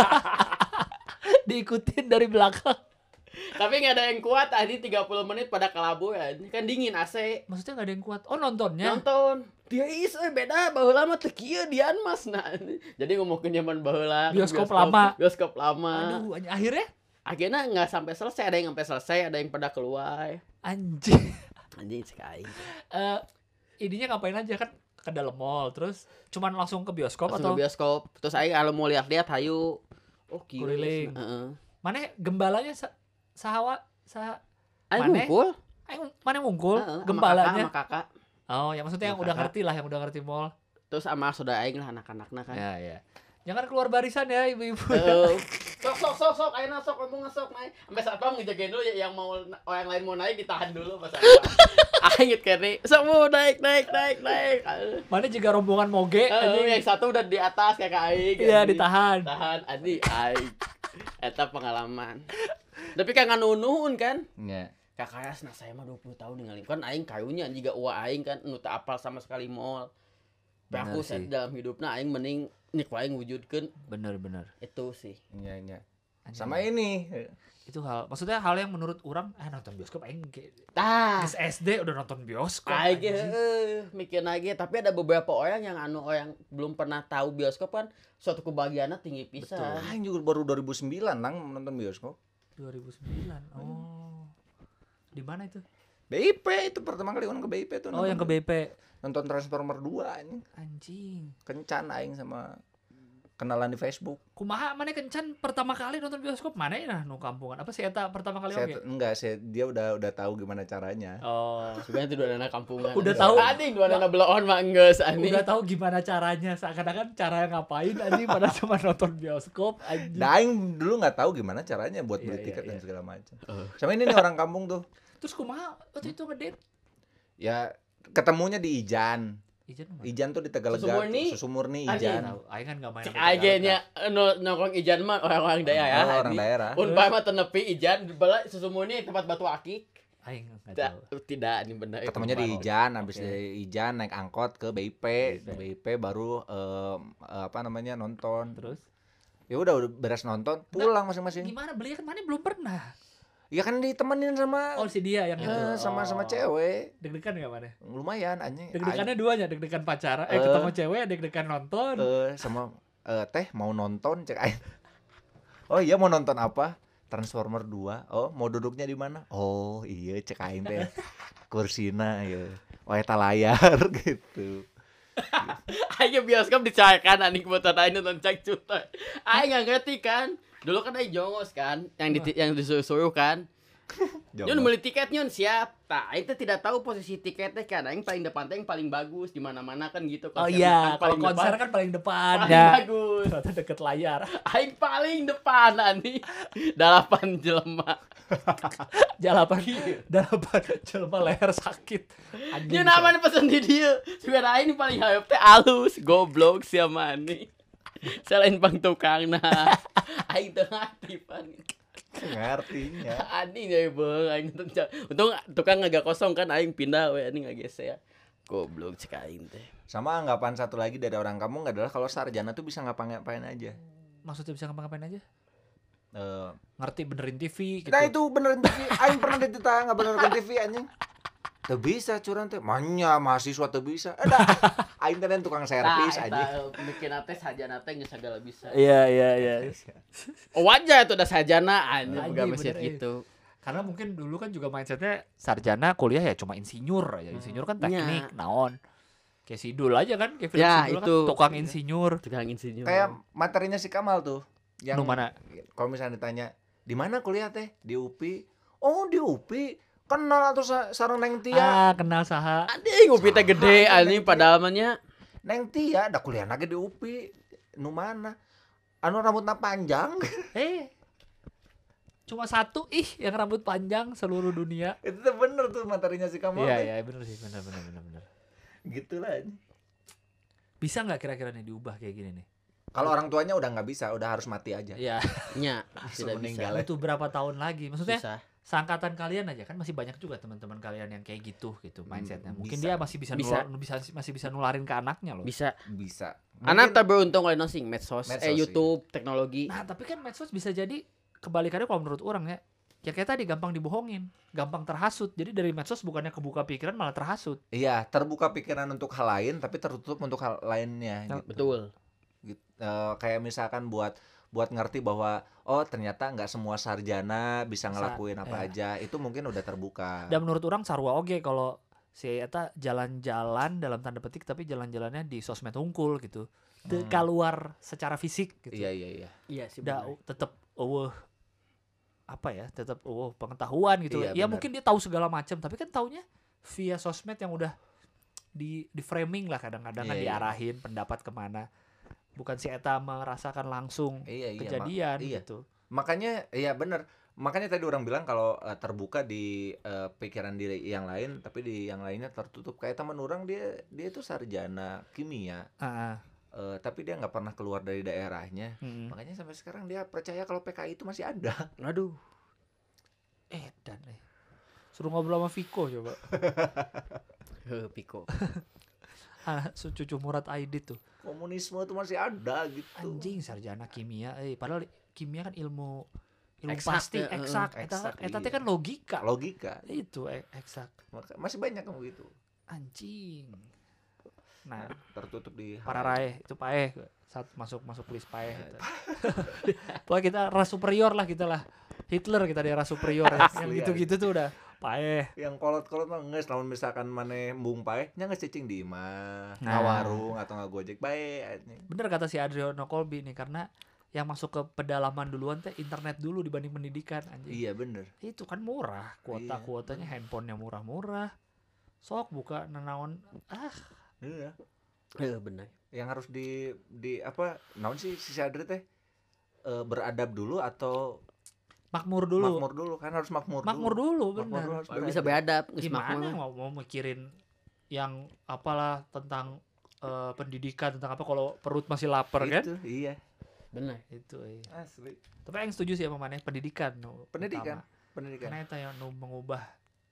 Diikutin dari belakang. Tapi nggak ada yang kuat tadi 30 menit pada kelabu ya. Kan dingin AC. Maksudnya nggak ada yang kuat. Oh nontonnya? Nonton. Dia beda baheula mah teu kieu dian Mas. Nah. Jadi ngomongin zaman baheula. Bioskop lama. Aduh, akhirnya nggak sampai selesai, ada yang sampai selesai, ada yang pada keluar. Anjing sekali. Ininya ngapain aja kan ke dalam mall terus cuman langsung ke bioskop langsung atau? Ke bioskop. Terus aing kalau mau lihat hayu. Oh, kieu. Kuriling. Mana gembalanya Aing ngungkul. Mana ngungkul gembalanya sama kakak. Oh, ya maksudnya yang udah ngerti lah, yang udah ngerti mall. Terus sama saudara aing lah anak-anaknya kan. Ya. Jangan keluar barisan ya ibu-ibu. Sok, ayeuna sok ngomong sok naik. Sampai satpam ngejagain dulu ya, yang mau orang lain mau naik ditahan dulu pas aing kene. Sok mau naik. Mana juga rombongan moge yang satu udah di atas kakak aing. Iya, ditahan. Adi aing. Eta pengalaman. Tapi kan nuhun kan? Iya. Kakaknya saya mah 20 tahun ningali. Kan aing kayunya juga uwa aing kan nu teu apal sama sekali mall. Aku dalam hidupnya aing mending nik aing wujudkeun. Bener. Itu sih. Iya. Sama ini. Itu maksudnya hal yang menurut orang nonton bioskop aing SD udah nonton bioskop. Aing mikir lagi, tapi ada beberapa orang yang orang belum pernah tahu bioskop kan suatu kebahagiaannya tinggi pisan. Betul. Aing juga baru 2009 nonton bioskop. 2009. Oh. Di mana itu? BIP itu pertama kali orang ke BIP tuh. Oh, yang ke BIP. Nonton Transformer 2 ini. Anjing. Kencan aing sama kenalan di Facebook. Kumaha mana kencan pertama kali nonton bioskop mana ya nu kampungan? Apa sih eta pertama kali oke? Enggak, dia udah tahu gimana caranya. Oh, sebenarnya itu dua anak kampungan. Udah tahu. Anjing dua anak belon mah geus anjing. Udah tahu gimana caranya, seakan-akan cara ngapain anjing pada cuma nonton bioskop anjing. Aing dulu enggak tahu gimana caranya buat beli tiket dan segala macam. Sama ini nih orang kampung tuh. Terus kumaha waktu itu ngedate? Ya ketemunya di Ijan. Ijan tuh di Tegalega, Susu Murni Ijan. Aing kan enggak main. Aingnya nongkrong Ijan mah orang-orang daerah. Orang daerah. Unpar mah tenepi Ijan, bala Susu Murni tempat batu akik. Aing enggak tahu. Tidak, ini benar. Ketemunya di Ijan, habis dari Ijan naik angkot ke BIP. BIP baru nonton. Terus? Ya udah beres nonton, pulang masing-masing. Gimana beli kan mana belum pernah. Ya kan ditemenin sama si dia yang itu. Sama cewek. Deg-degan enggak mana? Lumayan anjing. Deg-degannya duanya, deg-degan pacaran, ketemu cewek, deg-degan nonton. Sama teh mau nonton cek aing. Oh iya mau nonton apa? Transformer 2. Oh, mau duduknya di mana? Oh, iya cek aing teh. Kursina ya. Oh, eta layar gitu. Aing bioskop dicairkan anjing motor aing nonton cek cuta. Aing enggak ngerti kan. Dulu kan aing jongos kan, yang disuruh kan. Nyun beli tiket nyun siap. Aing teh tidak tahu posisi tiketnya kan. Aing paling depan teh yang paling bagus di mana-mana kan gitu. Oh iya, kalau konser kan paling depan. Paling bagus. Ternyata deket layar. Aing paling depan anjing. 8 jelema. Jalapan jelema leher sakit. Nya namanya pesen di dia. Sudah aing paling hayap teh alus, goblok sia mani. Selain bang tukang nah. Aing teu aktifan. Ngartinya. Anjing ya bang, aing untung tukang agak kosong kan aing pindah we anjing geser. Goblok cek aing teh. Sama anggapan satu lagi dari orang kampung adalah kalau sarjana tuh bisa ngapa-ngapain aja. Maksudnya bisa ngapa-ngapain aja? Ngerti benerin TV gitu. Nah itu benerin TV. Aing pernah ditanya nggak benerin TV anjing. Tuh bisa curang teh. Manya mahasiswa tuh bisa. Ada. Aing teh tukang servis aja. Bikin teh sajana teh geus sagala bisa. Iya. Oh wajar itu udah sajana anjing boga mesin gitu. Karena mungkin dulu kan juga mindsetnya sarjana kuliah ya cuma insinyur aja. Insinyur kan teknik, naon. Kayak Sidul aja kan, kayak ya, Sidul itu kan tukang insinyur. Kayak materinya si Kamal tuh. Yang mana? Kalau misalnya ditanya, "Di mana kuliah teh?" Di UPI. Oh, di UPI. Kenal atau sareng Neng Tia? Kenal saha. Anjing UPI teh gede anjing padahal mah nya. Neng Tia da kuliah lagi di UPI. Nu mana? Anu rambutna panjang. Cuma satu yang rambut panjang seluruh dunia. Itu tuh bener tuh materinya si Kamal. Iya bener sih, bener. Gitu lah. Bisa nggak kira-kira nih diubah kayak gini nih? Kalau orang tuanya udah nggak bisa, udah harus mati aja. Iya. Nya, tidak bisa. Itu berapa tahun lagi? Maksudnya Bisa. Seangkatan kalian aja kan masih banyak juga teman-teman kalian yang kayak gitu mindsetnya. Mungkin bisa. dia masih bisa nularin ke anaknya loh. Bisa. Mungkin Anak tak beruntung oleh nosing medsos, YouTube, iya. teknologi. Nah, tapi kan medsos bisa jadi kebalikannya kalau menurut orang ya. Ya kayak tadi gampang dibohongin, gampang terhasut. Jadi dari medsos bukannya kebuka pikiran malah terhasut. Iya, terbuka pikiran untuk hal lain tapi tertutup untuk hal lainnya gitu. Betul. Gitu. Kayak misalkan buat ngerti bahwa oh ternyata nggak semua sarjana bisa ngelakuin apa aja. Itu mungkin udah terbuka. Dan menurut orang sarua oge kalau si eta jalan-jalan dalam tanda petik tapi jalan-jalannya di sosmed unggul gitu. Keluar secara fisik gitu. Iya. Iya sih. Tetep tetap pengetahuan gitu. Iya, ya mungkin dia tahu segala macam tapi kan taunya via sosmed yang udah di framing lah kadang-kadang kan diarahin pendapat kemana. Bukan si eta merasakan langsung kejadian gitu. Makanya iya bener. Makanya tadi orang bilang kalau terbuka di pikiran diri yang lain tapi di yang lainnya tertutup. Kayak teman orang dia itu sarjana kimia. Tapi dia nggak pernah keluar dari daerahnya. Makanya sampai sekarang dia percaya kalau PKI itu masih ada. Aduh. Suruh ngobrol sama Viko coba. Viko. Cucu Murad Aidit tuh. Komunisme itu masih ada gitu. Anjing sarjana kimia. Padahal kimia kan ilmu eksak, pasti eksak. Eta teh kan logika. Itu eksak. Masih banyak kamu gitu. Anjing. Nah, tertutup di Pararae itu paeh saat masuk list paeh gitu. Pokoknya kita ras superior lah kita lah. Hitler kita di ras superior yang gitu-gitu tuh udah paeh. Yang kolot-kolot mah geus lamun misalkan maneh embung paeh nya geus cicing di imah, warung atau ngagojek bae anjing. Bener kata si Adriano Colby nih karena yang masuk ke pedalaman duluan teh internet dulu dibanding pendidikan anjing. Iya bener. Itu kan murah, kuotanya handphonenya murah-murah. Sok buka nanaon Iya. Benar. Yang harus di apa? Naon sih si Adri teh? Beradab dulu atau makmur dulu kan harus makmur dulu benar. Baru bisa beradab. Gimana mau mikirin yang apalah tentang pendidikan tentang apa kalau perut masih lapar kan? Itu iya. Benar. Itu iya. Asli. Tapi yang setuju sih sama maneh pendidikan. Pendidikan. Karena itu yang mengubah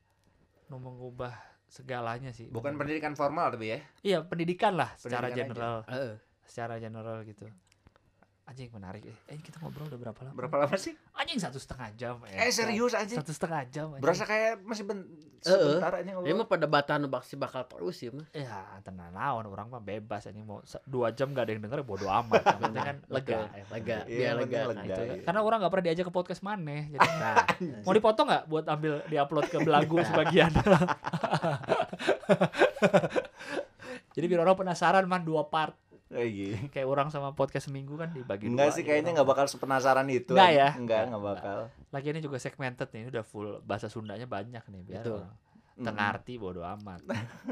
segalanya sih. Bukan pendidikan formal tapi ya. Iya, pendidikan lah secara Pendidikan general. Secara general gitu. Anjing menarik kita ngobrol udah berapa lama? Berapa lama sih? Anjing 1,5 jam. Serius anjing? 1,5 jam anjing. Berasa kayak masih sebentar anjing ngobrol. Emang perdebatan bakal terus ya mah. Ya, tenang naon orang mah bebas anjing mau 2 jam enggak ada yang denger bodo amat. Yang penting kan lega. Biar lega. Gitu. Karena orang enggak pernah diajak ke podcast maneh. Jadi mau dipotong enggak buat ambil diupload ke Belagu sebagian. Jadi biar orang penasaran 2 part. Kayak orang sama podcast seminggu kan dibagi 2. Enggak sih kayaknya enggak bakal sepenasaran itu. Enggak ya? Enggak bakal. Lagi ini juga segmented nih, ini udah full bahasa Sundanya banyak nih biar orang tengarti bodo amat.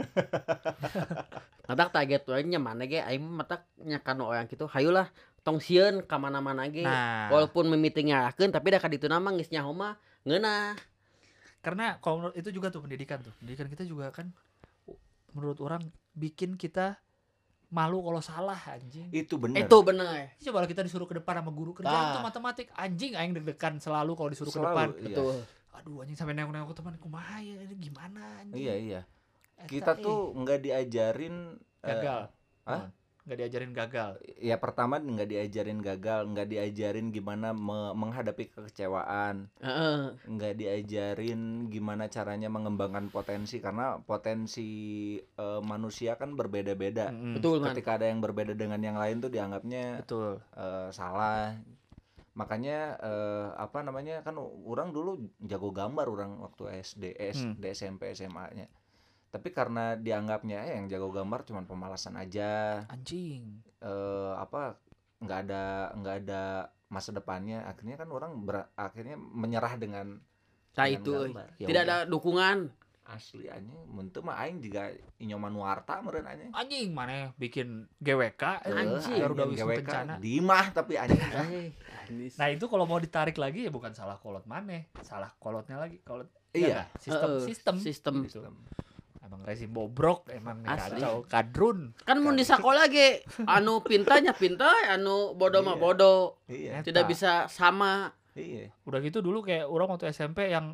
Matak target orangnya mana ge aing matak nyakan orang kitu hayulah tong sieun ka mana-mana ge. Walaupun memitingnya akeun tapi da ka ditu mah geus nyaho mah ngeunah. Karena kalau menurut itu juga tuh pendidikan kita juga kan menurut orang bikin kita malu kalau salah anjing. Itu benar. Itu benar. Coba kita disuruh ke depan sama guru kerjaan tuh matematik, anjing aing deg-degan selalu kalau disuruh ke depan. Iya. Betul. Aduh anjing sampai nengok-nengok ke teman kumaha ya ini gimana anjing. Iya. Kita tuh nggak diajarin gagal. Hah? Nggak diajarin gagal. Ya pertama nggak diajarin gagal, nggak diajarin gimana menghadapi kekecewaan, nggak diajarin gimana caranya mengembangkan potensi, karena potensi manusia kan berbeda-beda. Betul, Ketika ada yang berbeda dengan yang lain tuh dianggapnya salah. Makanya apa namanya, kan orang dulu jago gambar orang waktu SD, SMP, SMA-nya. Tapi karena dianggapnya yang jago gambar cuman pemalasan aja, anjing, apa nggak ada masa depannya, akhirnya kan orang akhirnya menyerah dengan itu gambar. Tidak ada dukungan asli anjing. Muntuh mah aing juga inyoman warta meureun anjing mana bikin GWK anjing Garuda Wisnu Kencana di mah tapi anjing. Nah itu kalau mau ditarik lagi ya bukan salah kolot maneh, salah kolotnya lagi kolot. Iya, sistem gitu. Emang rezim bobrok, emang kacau kadrun. Kan mun di sekolah ge anu pintanya pintar, anu bodoh mah bodoh. Iya. Tidak bisa sama. Iya. Udah gitu dulu kayak orang waktu SMP yang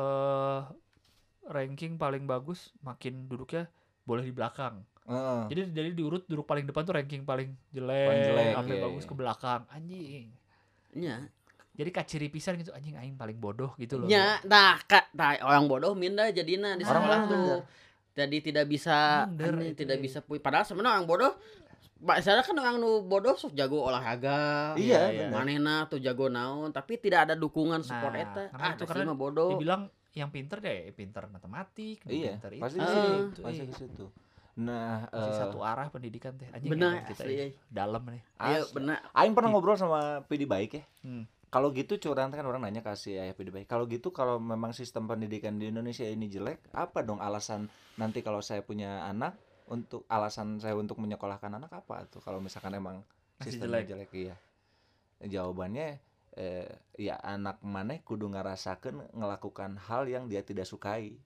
ranking paling bagus makin duduknya boleh di belakang. Jadi diurut duduk paling depan tuh ranking paling jelek sampai bagus ke belakang. Anjing. Iya. Jadi kaciri pisan gitu, anjing aing paling bodoh gitu loh. Iya, orang bodoh minda jadina di sekolah tuh. Jadi tidak bisa tidak bisa padahal sebenarnya orang bodoh misalnya kan orang nu bodoh sok jago olahraga. Iya, manehna tuh jago naon, tapi tidak ada dukungan support eta. Karena mah bodoh. Dibilang yang pinter deh, pinter matematik, pinter pasti itu. Pasti ke situ. Nah, satu arah pendidikan teh. Anjing benar kita dalam nih. Iya, benar. Aing pernah ngobrol sama Pidi Baik ya. Kalau gitu curang kan orang nanya kasih ayah Pidi Baik. Kalau gitu kalau memang sistem pendidikan di Indonesia ini jelek, apa dong alasan nanti kalau saya punya anak, untuk alasan saya untuk menyekolahkan anak apa tuh kalau misalkan emang sistemnya jelek iya. Jawabannya ya anak maneh kudu ngarasakeun ngelakukan hal yang dia tidak sukai.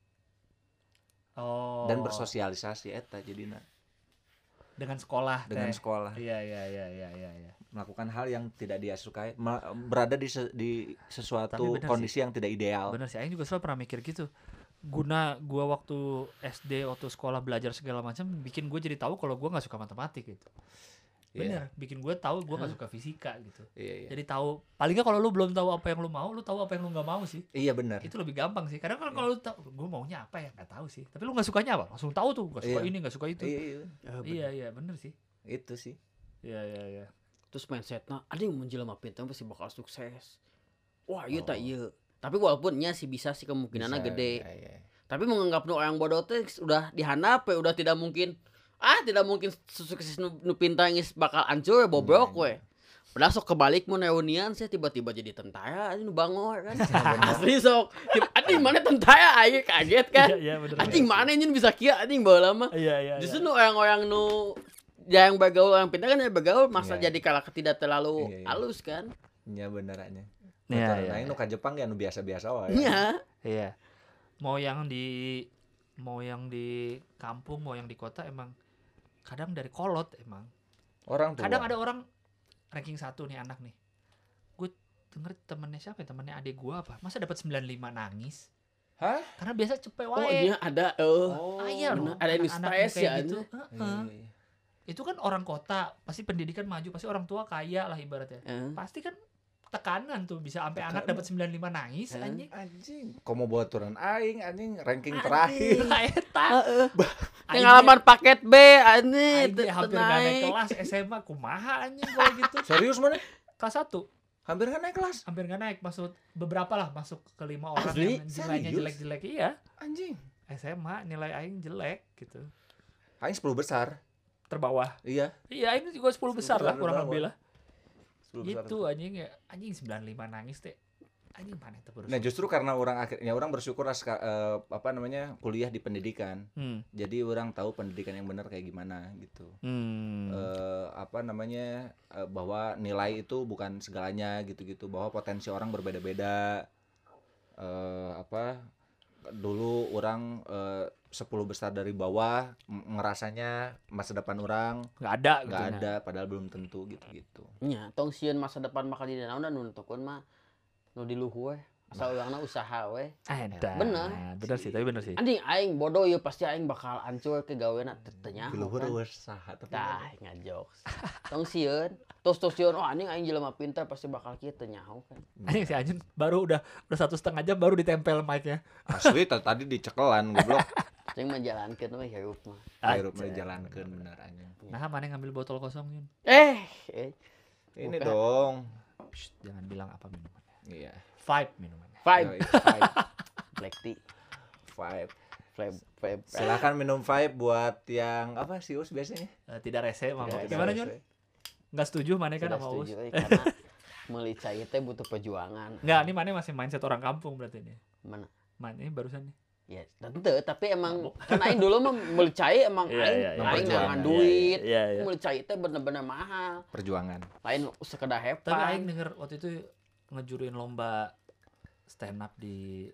Dan bersosialisasi eta jadina. Dengan sekolah. Iya. Melakukan hal yang tidak dia sukai, berada di sesuatu kondisi yang tidak ideal. Bener sih, Aing juga selalu pernah mikir gitu. Guna gua waktu SD, waktu sekolah belajar segala macam, bikin gue jadi tahu kalau gua nggak suka matematik gitu. Bener, bikin gue tahu gue nggak suka fisika gitu. Jadi tahu, paling nggak kalau lu belum tahu apa yang lu mau, lu tahu apa yang lu nggak mau sih. Iya benar. Itu lebih gampang sih. Kadang kalau lu tahu, gue maunya apa ya nggak tahu sih. Tapi lu nggak sukanya apa, langsung tahu tuh. Nggak suka ini, nggak suka itu. Iya bener sih. Itu sih. Iya. Terus mindsetnya, ada yang menjelma pintar pasti bakal sukses. Wah iya tak iya. Tapi walaupun nya sih bisa sih kemungkinannya gede. Iya. Tapi menganggap orang bodoh teh udah dihandap ya udah tidak mungkin sukses nu pintar geus bakal hancur bobrok we. Padahal sok kebalik mun reunian saya tiba-tiba jadi tentara nu bangor kan. Asli sok. Anjing mana tentara aing kaget kan. Anjing mana anjing bisa kieu anjing baheula mah. Iya. Justru nu orang-orang nu yang bergaul orang pintar kan bergaul masa jadi kalah tidak terlalu halus kan. Iya benerannya. Iya. Nah, nu ka Jepang ya nu biasa-biasa wae. Iya. Mau yang di kampung, mau yang di kota emang kadang dari kolot emang. Orang tua. Kadang ada orang ranking 1 nih anak nih. Gue denger temennya siapa ya? Temennya adik gue apa? Masa dapat 95 nangis? Hah? Karena biasa cepet wae. Oh iya ada. Iya loh. Ada yang stres ya gitu. Itu kan orang kota, pasti pendidikan maju, pasti orang tua kaya lah ibaratnya. Pasti kan tekanan tuh bisa sampai anak dapat 95 nangis anjing. Komo buat turun aing anjing ranking terakhir. Eta. Pengalaman paket B anjing. Hampir gak naik kelas SMA kumaha anjing kalau gitu. Serius mana? Kelas 1. Hampir gak naik kelas. Hampir gak naik, maksud beberapa lah masuk ke 5 orang yang nilainya jelek-jelek. Iya. Anjing. SMA nilai aing jelek gitu. Aing 10 besar. Terbawah. Iya. Iya, aing juga 10 besar lah kurang lebih lah. Gitu anjing ya, anjing 95 nangis teh. Anjing mana teh bersyukur. Nah, justru karena orang bersyukur kuliah di pendidikan. Jadi orang tahu pendidikan yang benar kayak gimana gitu. Bahwa nilai itu bukan segalanya gitu-gitu, bahwa potensi orang berbeda-beda. dulu orang 10 besar dari bawah ngerasanya masa depan orang nggak ada nggak gitu, ada padahal belum tentu gitu. Nya tong sieun masa depan bakal di naon dan nuntukkeun mah nu di luhur we. Asal urangna usaha we. Bener sih, tapi bener sih. Anjing aing bodoh ya pasti aing bakal hancur ke gaweana teh nya. Di luhur usaha tapi Tah ngajokes. Tong sieun, tos sieun oh anjing aing jelema pintar pasti bakal kieu teh nyaho kan. Anjing si anjing baru udah 1,5 jam baru ditempel mic-nya. asli tadi dicekelan goblok. Cing menjalankeun we hirup mah. Hirup menjalankeun bener anjing. Nah, mana ngambil botol kosong Yun? Ini Bukan. dong. Shh, jangan bilang apa minumannya. Iya. Vibe minumannya. Five. Vibe. Black tea. Vibe. Five. Silakan minum Vibe buat yang apa sih Us biasanya? Tidak rese mah. Tidak Gimana rese. Yun? Nggak setuju mana kan Tidak sama Us? setuju karena meuli cai teh butuh perjuangan. Nggak, ini mana masih mindset orang kampung berarti ini. Mana? Mana ini barusan nih. Ya, tentu, tapi emang kan aing dulu mah meuli cai emang aing nangan duit. Meuli cai teh bener-bener mahal. Perjuangan. Lain sekedar Tapi hepan. aing denger waktu itu ngejuruin lomba stand up di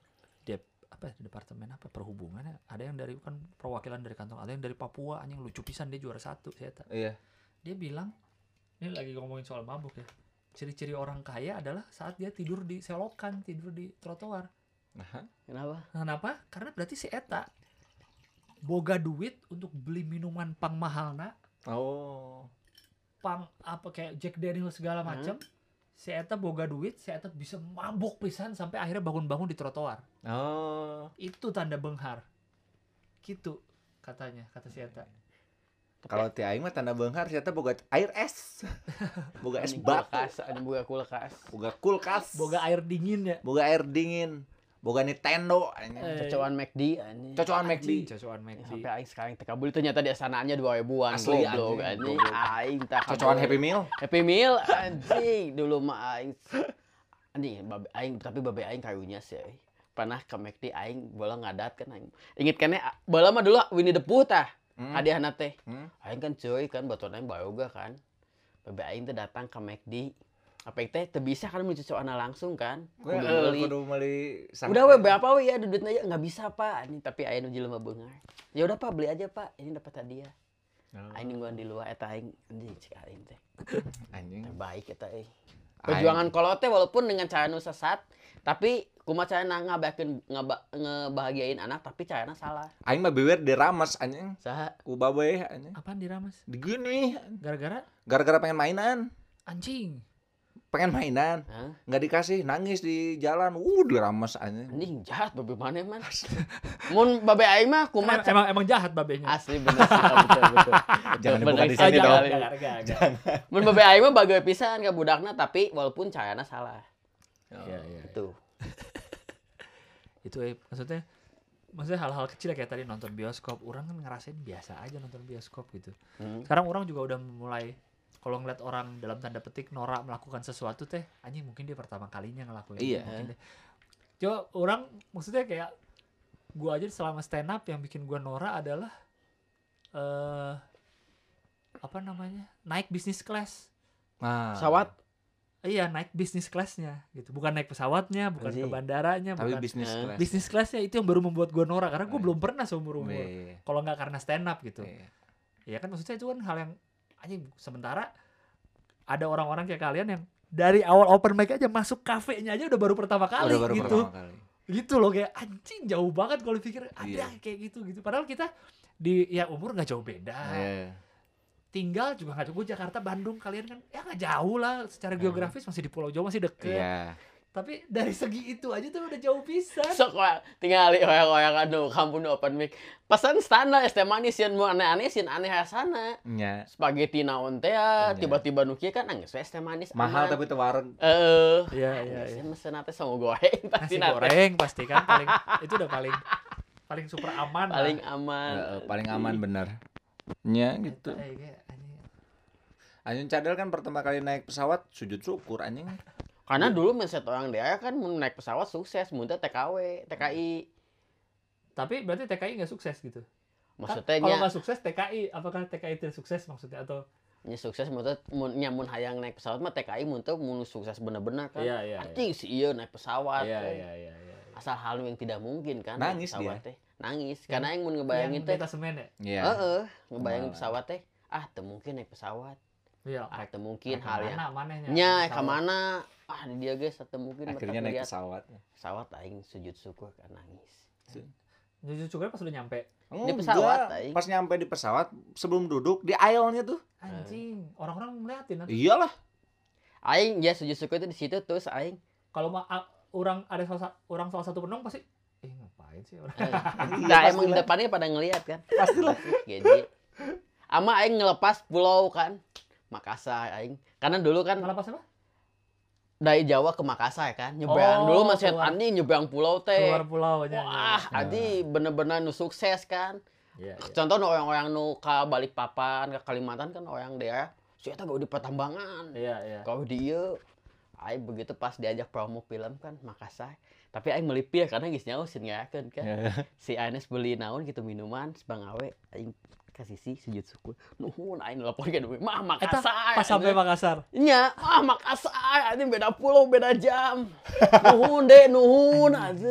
departemen apa perhubungan ya. Ada yang dari kan perwakilan dari kantong, ada yang dari Papua, anjing lucu pisan dia juara 1 saya. Iya. Dia bilang, ini lagi ngomongin soal mabuk ya. Ciri-ciri orang kaya adalah saat dia tidur di selokan, tidur di trotoar. Kenapa? Kenapa? Karena berarti si eta boga duit untuk beli minuman pang mahalna, Oh. pang apa kayak Jack Daniels segala macam. Si eta boga duit, si eta bisa mabuk pisan sampai akhirnya bangun-bangun di trotoar. Oh. Itu tanda benghar. Gitu katanya, kata si eta. Kalau ti aing mah tanda beunghar sia teh boga air es. Boga es batu, Ada buka kulkas. boga kulkas, Boga air dingin ya. boga air dingin, boga Nintendo anjing. Cocokan McD anjing. Cocokan McD. Cocokan McD. Sampai aing sekarang teh kabul ternyata di asanaannya 2000-an Asli, goblok anjing. anjing. Aing teh Cocokan Happy Meal. Happy Meal anjing. Dulu mah aing anjing babe aing karunya sih. Pernah ke McD aing bola ngadat kan aing. Inget kan bola mah dulu Winnie the Pooh tah. Hadiahna teh. Aing kan cuy kan baton aing bayoga kan. Babe aing teh datang ke McD. Apa teh teu bisa kan meuli cocokan langsung kan. Kudu meuli Udah we berapa we ya duitnya ya nggak bisa Pak. Ini tapi aya nu jelema beungar. Ya udah Pak beli aja Pak. Ini dapat hadiah. Aing ningguan di luar eta aing anjing cik aing teh. Anjing. Terbaik eta euy. Perjuangan kolot teh walaupun dengan cara nu sesat, tapi kumaha carana ngebahagiain anak tapi carana salah. Aing mah bewer dirames anjing. Saha? Ku babe anjing. Apaan diramas? Digini Gara-gara pengen mainan. anjing. Pengen mainan. Nggak dikasih, nangis di jalan. Dirames anjing. Anjing jahat babe maneh man. Mun babe aing mah kumaha Emang jahat babenya. asli bener sih betul. Jangan dibuka di Bener, sini dong. Jangan. Mun babe aing mah bageue pisan ka budakna tapi walaupun carana salah. Iya. Itu. Itu maksudnya hal-hal kecil kayak tadi nonton bioskop, orang kan ngerasain biasa aja nonton bioskop gitu. Sekarang orang juga udah mulai kalau ngeliat orang dalam tanda petik norak melakukan sesuatu teh, anjing mungkin dia pertama kalinya ngelakuin. Iya. Coba orang maksudnya kayak gua aja selama stand up yang bikin gua norak adalah apa namanya? Naik bisnis class. Pesawat Iya, naik bisnis kelasnya gitu. Bukan naik pesawatnya, bukan ke bandaranya, tapi bukan bisnis kelas. bisnis kelasnya itu yang baru membuat gue norak karena gue belum pernah seumur umur. Kalau nggak karena stand up gitu. Ya kan maksudnya itu kan hal yang anjing sementara ada orang-orang kayak kalian yang dari awal open mic aja masuk kafenya aja udah baru pertama kali gitu. Gitu loh kayak anjing jauh banget kalau pikir ada kayak gitu. Padahal kita di ya umur nggak jauh beda. Tinggal juga nggak jauh. Gue Jakarta, Bandung, kalian kan ya nggak jauh lah secara geografis masih di Pulau Jawa masih deket. Tapi dari segi itu aja tuh udah jauh pisan. Sok tinggal hoyak-hoyakan nu kampung nu open mic. Pesan standar es teh manis yang mau aneh-aneh sieun aneh hasana. Nya. Spaghetti naon teh tiba-tiba nu kieu kan geus es teh manis. Mahal tapi teu wareg. Iya. Mesen teh sama goreng pasti nasi goreng pasti kan paling itu udah paling super aman. Paling aman. Paling aman bener. Nya gitu. Anjing cadel kan pertama kali naik pesawat sujud syukur anjing. Karena dulu mindset orang dia kan mau naik pesawat sukses, mun teh TKW, TKI. Tapi berarti TKI nggak sukses gitu. Maksudnya kalau nggak sukses TKI, apakah TKI tidak sukses maksudnya atau nya sukses mun nyamun hayang naik pesawat mah TKI mun teu mun sukses bener-bener kan. Iya. Anjing si ieu naik pesawat. Iya. Asal hal yang tidak mungkin kan. Nangis pesawat dia. Teh. Nangis karena yang mun ngebayangin teh. Yang semen ya? Iya. Ngebayangin pesawat teh. Teu mungkin naik pesawat. Iya. Teu mungkin hal yang manehnya. nya ka mana? Di dia geus teu mungkin Akhirnya naik pesawat. Pesawat aing sujud syukur kan nangis. Jujur juga pas udah nyampe. Di pesawat, pas nyampe di pesawat sebelum duduk di aisle-nya tuh. Anjing, orang-orang ngeliatin nanti. Iyalah. Aing ya sujud syukur itu di situ terus aing. Kalau orang ada salah satu penumpang pasti ngapain sih orang. Nah, emang di depannya pada ngelihat kan. Pastilah. Jadi ama aing ngelepas pulau kan. Makassar aing. Karena dulu kan ngelepas apa? Dari Jawa ke Makassar kan. Nyebrang dulu masih anjing nyebrang pulau teh. Keluar pulaunya. Wah, anjing bener-bener nu sukses kan. Iya. Contoh orang-orang nu ka Balikpapan, ke Kalimantan kan orang daerah saya tahu di pertambangan. Iya. Kalau dia, aing begitu pas diajak promo film kan Makassar. Tapi aing melipir karena geus nyaho sieun ngayakeun kan. Si Anes beli naon gitu minuman sebang awe aing kasih sujud syukur. Nuhun aing nelponkeun we mah Makassar. Pas sampai Makassar. Nya, Makassar anjing beda pulau, beda jam. Nuhun deh, nuhun.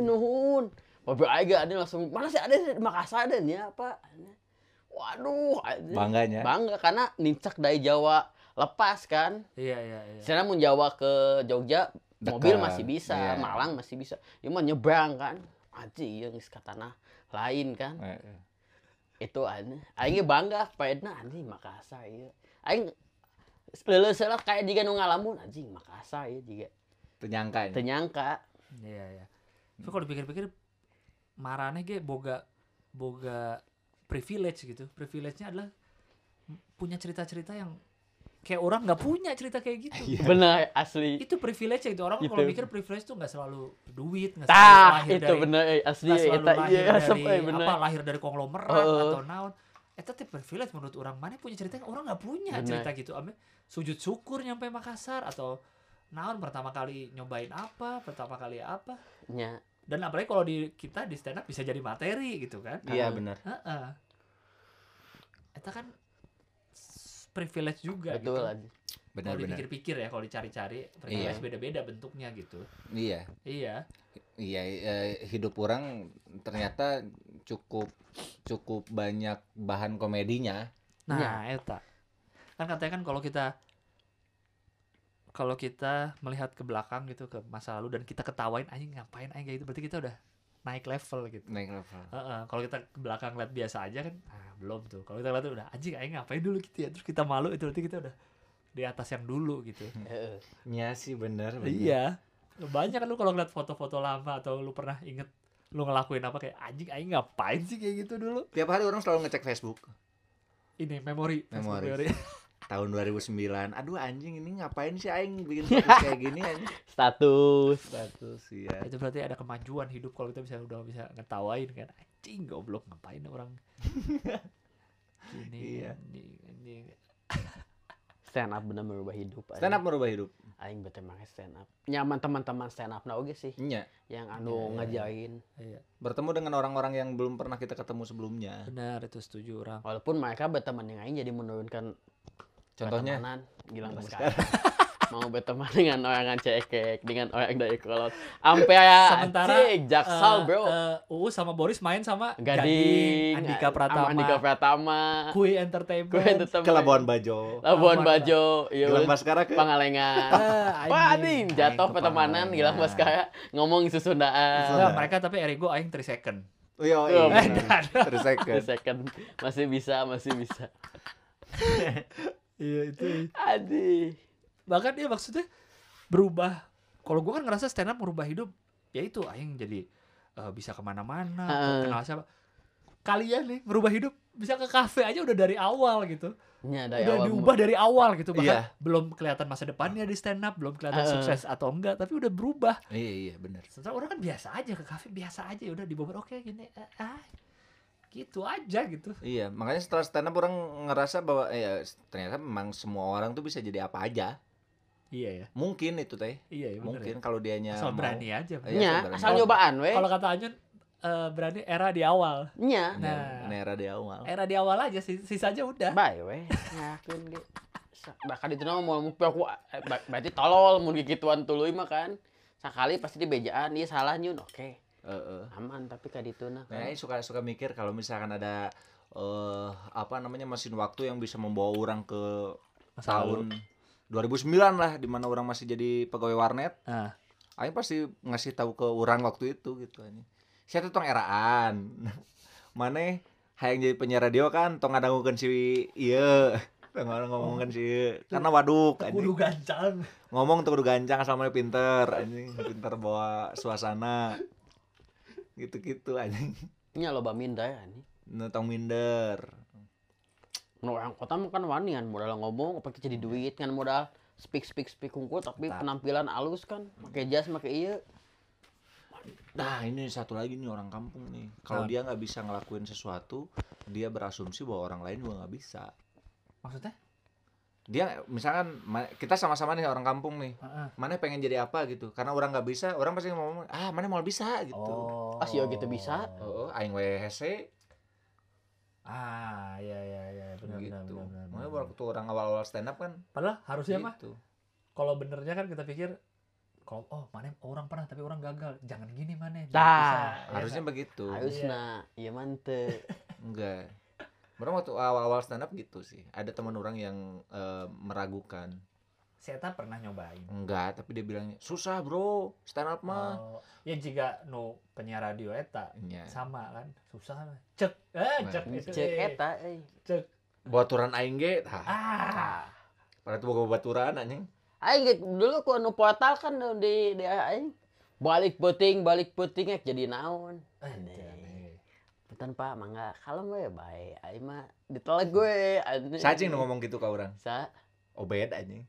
Babe aing ge langsung mana sih ada di Makassar deh nya apa? Waduh, bangganya. Bangga karena nincak dari Jawa lepas kan. Iya. Sekarang mau Jawa ke Jogja Dekat. mobil masih bisa, Iya. Malang masih bisa. Ya mah nyebrang kan. Anjing geus ka tanah lain kan. Itu aing bangga paedna anjing Makassar ieu. Aing leuleus kayak jiga nu ngalamun anjing Makassar ieu jiga. Teu nyangka. Iya. Tapi kalau dipikir-pikir marane ge boga privilege gitu. Privilege-nya adalah punya cerita-cerita yang kayak orang nggak punya cerita kayak gitu. Bener asli. Itu privilege itu orang Gitu. kalau mikir privilege itu nggak selalu duit, nggak selalu lahir itu dari bener asli nggak selalu eta lahir iya dari bener. lahir dari konglomerat atau naon. Eta teh privilege menurut orang. Mana punya cerita yang orang nggak punya Bener. cerita gitu. Ame sujud syukur nyampe Makassar atau naon pertama kali nyobain apa, pertama kali apa. Nya. Dan apalagi kalau kita di stand up bisa jadi materi gitu kan. Iya benar. Eta kan privilege juga Betul gitu. aja. Benar. Kalau dipikir-pikir ya, kalau dicari-cari privilege beda-beda bentuknya gitu. Iya. Hidup orang ternyata cukup banyak bahan komedinya. Nah, eta. Kan katanya kan kalau kita melihat ke belakang gitu ke masa lalu dan kita ketawain anjing ngapain anjing kayak gitu, berarti kita udah naik level gitu. Kalau kita ke belakang lihat biasa aja kan belum tuh. Kalau kita lihat udah anjing aing ngapain dulu gitu ya. Terus kita malu itu berarti kita udah di atas yang dulu gitu. Iya sih benar. Iya. Banyak kan lu kalau ngeliat foto-foto lama atau lu pernah inget lu ngelakuin apa kayak anjing aing ngapain sih kayak gitu dulu. Tiap hari orang selalu ngecek Facebook. Ini memori. Tahun 2009. Aduh anjing ini ngapain sih aing bikin status kayak gini anjing. Status Iya. Itu berarti ada kemajuan hidup kalau kita udah bisa ngetawain kan. Anjing goblok ngapain orang. Gini. Ini. Stand up bener merubah hidup. Stand up merubah hidup. Aing bete make stand up. Nyaman teman-teman stand up oge sih. Iya. Yang ngajain. Iya. Bertemu dengan orang-orang yang belum pernah kita ketemu sebelumnya. Benar itu setuju orang. Walaupun mereka berteman dengan aing jadi menurunkan Contohnya pertemanan Gilang Baskara. Mau berteman dengan orang cekek, dengan orang dari kolot. Ampe Sementara Jaksel, bro. sama Boris main sama Gading, Andika Pratama, Kui Entertainment, ke Labuan Bajo. Labuan Bajo, Gilang Baskara ke Pangalengan. Anjing, jatuh pertemanan Gilang Baskara ngomong Susundaan. Nah, mereka tapi Erigo aing 3 second. Iya. 3 second. Masih bisa. Iya itu. Aduh. Bahkan dia maksudnya berubah. Kalau gue kan ngerasa stand up merubah hidup. Ya itu aing jadi bisa kemana-mana, kenal siapa. Kalian nih merubah hidup bisa ke kafe aja udah dari awal gitu. Ya, udah diubah dari awal gitu. Bahkan belum kelihatan masa depannya di stand up, belum kelihatan sukses atau enggak, tapi udah berubah. Iya benar. Sementara orang kan biasa aja ke kafe, biasa aja udah di Bogor oke gini. Gitu aja gitu. Iya, makanya setelah stand up orang ngerasa bahwa ternyata memang semua orang tuh bisa jadi apa aja. Iya ya. Mungkin itu teh. Iya mungkin kalau dianya asal berani aja. Asal nyobaan we. Kalau kata Anyun berani era di awal. Nya. Nah, era di awal. Era di awal aja sisanya udah. Bae we. Yakin ge. bakal itu nama mau aku berarti tolol mun gituan tuluy mah kan. Sekali pasti dibejaan dia salah nyun. Oke. Aman tapi ka dituna kan. Nah, suka mikir kalau misalkan ada apa namanya mesin waktu yang bisa membawa orang ke tahun 2009 lah di mana orang masih jadi pegawai warnet. Aing pasti ngasih tahu ke orang waktu itu gitu anjing. Sia tuh tong eraan. Maneh hayang jadi penyiar radio kan tong ngadangukeun si ieu. Tong ngomongkeun si ieu. Karena waduk anjing. Kudu gancang. Ngomong tuh kudu gancang asal mana pinter anjing, pinter bawa suasana. Gitu-gitu anjing. Nya loba minda ya anjing. Nu tong minder. Nu orang kota mah kan wani kan modal ngomong pakai jadi duit kan modal speak unggul tapi penampilan halus kan pakai jas pakai iya. Nah ini satu lagi nih orang kampung nih kalau dia nggak bisa ngelakuin sesuatu dia berasumsi bahwa orang lain juga nggak bisa. Maksudnya dia misalkan kita sama-sama nih orang kampung nih mana pengen jadi apa gitu karena orang nggak bisa orang pasti ngomong mana mau bisa gitu. Sih gitu bisa aing we hese. Iya benar gitu. benar. Makanya waktu orang awal-awal stand up kan padahal harusnya gitu. Kalau benernya kan kita pikir kalau mana orang pernah tapi orang gagal. Jangan gini mana. Harusnya ya, begitu. Harusnya iya mantep. Enggak. Orang waktu awal-awal stand up gitu sih. Ada teman orang yang meragukan. Saya pernah nyobain. Enggak, tapi dia bilangnya susah bro, stand up mah. Ya jika penyiar radio eta sama kan susah. Cek eta cek. Baturan aing ge pada tuh boga baturan anjing. Aing dulu ku anu portal kan di aing. Balik puting jadi naon. Punten Pak, mangga kalem we bae. Aing mah diteleg gue. Sajing nu ngomong gitu ka urang. Obed anjing.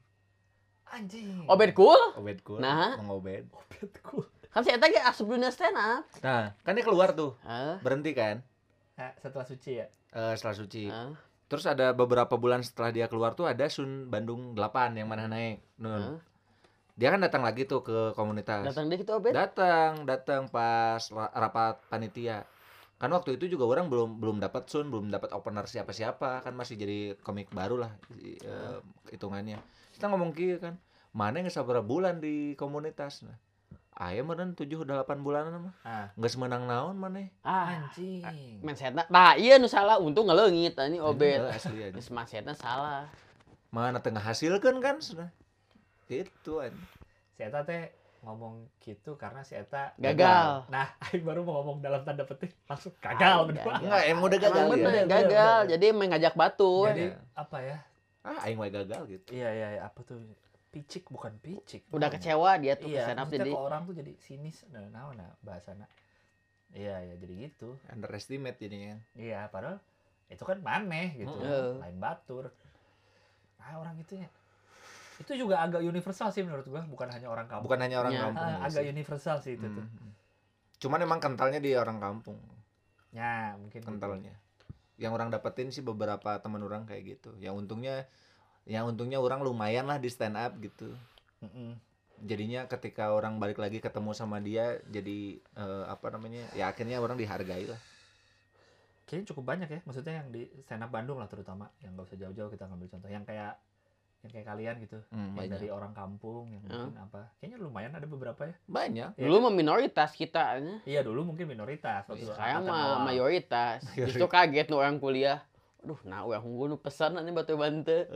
Obed cool? Obed cool. Nah, Obed cool. Kan si eta ge asup dunia stand up. Nah, kan dia keluar tuh. Berhenti kan? Setelah suci ya? Setelah suci. Terus ada beberapa bulan setelah dia keluar tuh ada Sun Bandung 8 yang mana naik. Nun. Dia kan datang lagi tuh ke komunitas. Datang deh gitu Obed? Datang pas rapat panitia. Kan waktu itu juga orang belum dapat Sun, belum dapat opener siapa-siapa, kan masih jadi komik baru lah hitungannya. Kita ngomong kieu kan, mana yang sabar bulan di komunitas. Nah, aya meureun 7-8 bulanan mah. Geus meunang naon maneh. Anjing. Mindsetna. Tah ieu nu salah untung ngaleungit ani Obed. Asli aja. Geus mindsetna salah. Mana teu ngahasilkeun kan sudah. Gitu anjing. Si eta teh ngomong gitu karena si eta gagal. Nah, aing baru mau ngomong dalam tanda petik langsung gagal bener. Enggak, emang udah gagal ya. Gagal. Jadi mengajak batu. Jadi apa ya? Aing wae gagal gitu. Iya, apa tuh? Picik bukan picik. Udah kecewa dia tuh stand up jadi. Iya, orang tuh jadi sinis. Nah, bahasana. Iya, jadi gitu. Underestimate jadinya. Iya, padahal itu kan maneh gitu. Lain batur. Nah, orang itunya. Itu juga agak universal sih menurut gua, bukan hanya orang kampung. Bukan hanya orang kampung. Agak universal sih itu tuh. Cuman emang kentalnya di orang kampung. Ya, mungkin kentalnya. Yang orang dapetin sih beberapa teman orang kayak gitu. Yang untungnya orang lumayan lah di stand up gitu. Jadinya ketika orang balik lagi ketemu sama dia jadi ya akhirnya orang dihargai lah. Kayaknya cukup banyak ya, maksudnya yang di stand up Bandung lah terutama, yang nggak usah jauh-jauh kita ngambil contoh, yang kayak kalian gitu, yang dari orang kampung, yang mungkin kayaknya lumayan ada beberapa ya. Banyak. Dulu mah minoritas kita. Iya dulu mungkin minoritas. Sekarang mah mayoritas. Justru kaget nu orang kuliah. Aduh, orang unggul nu pesan nih batu bante.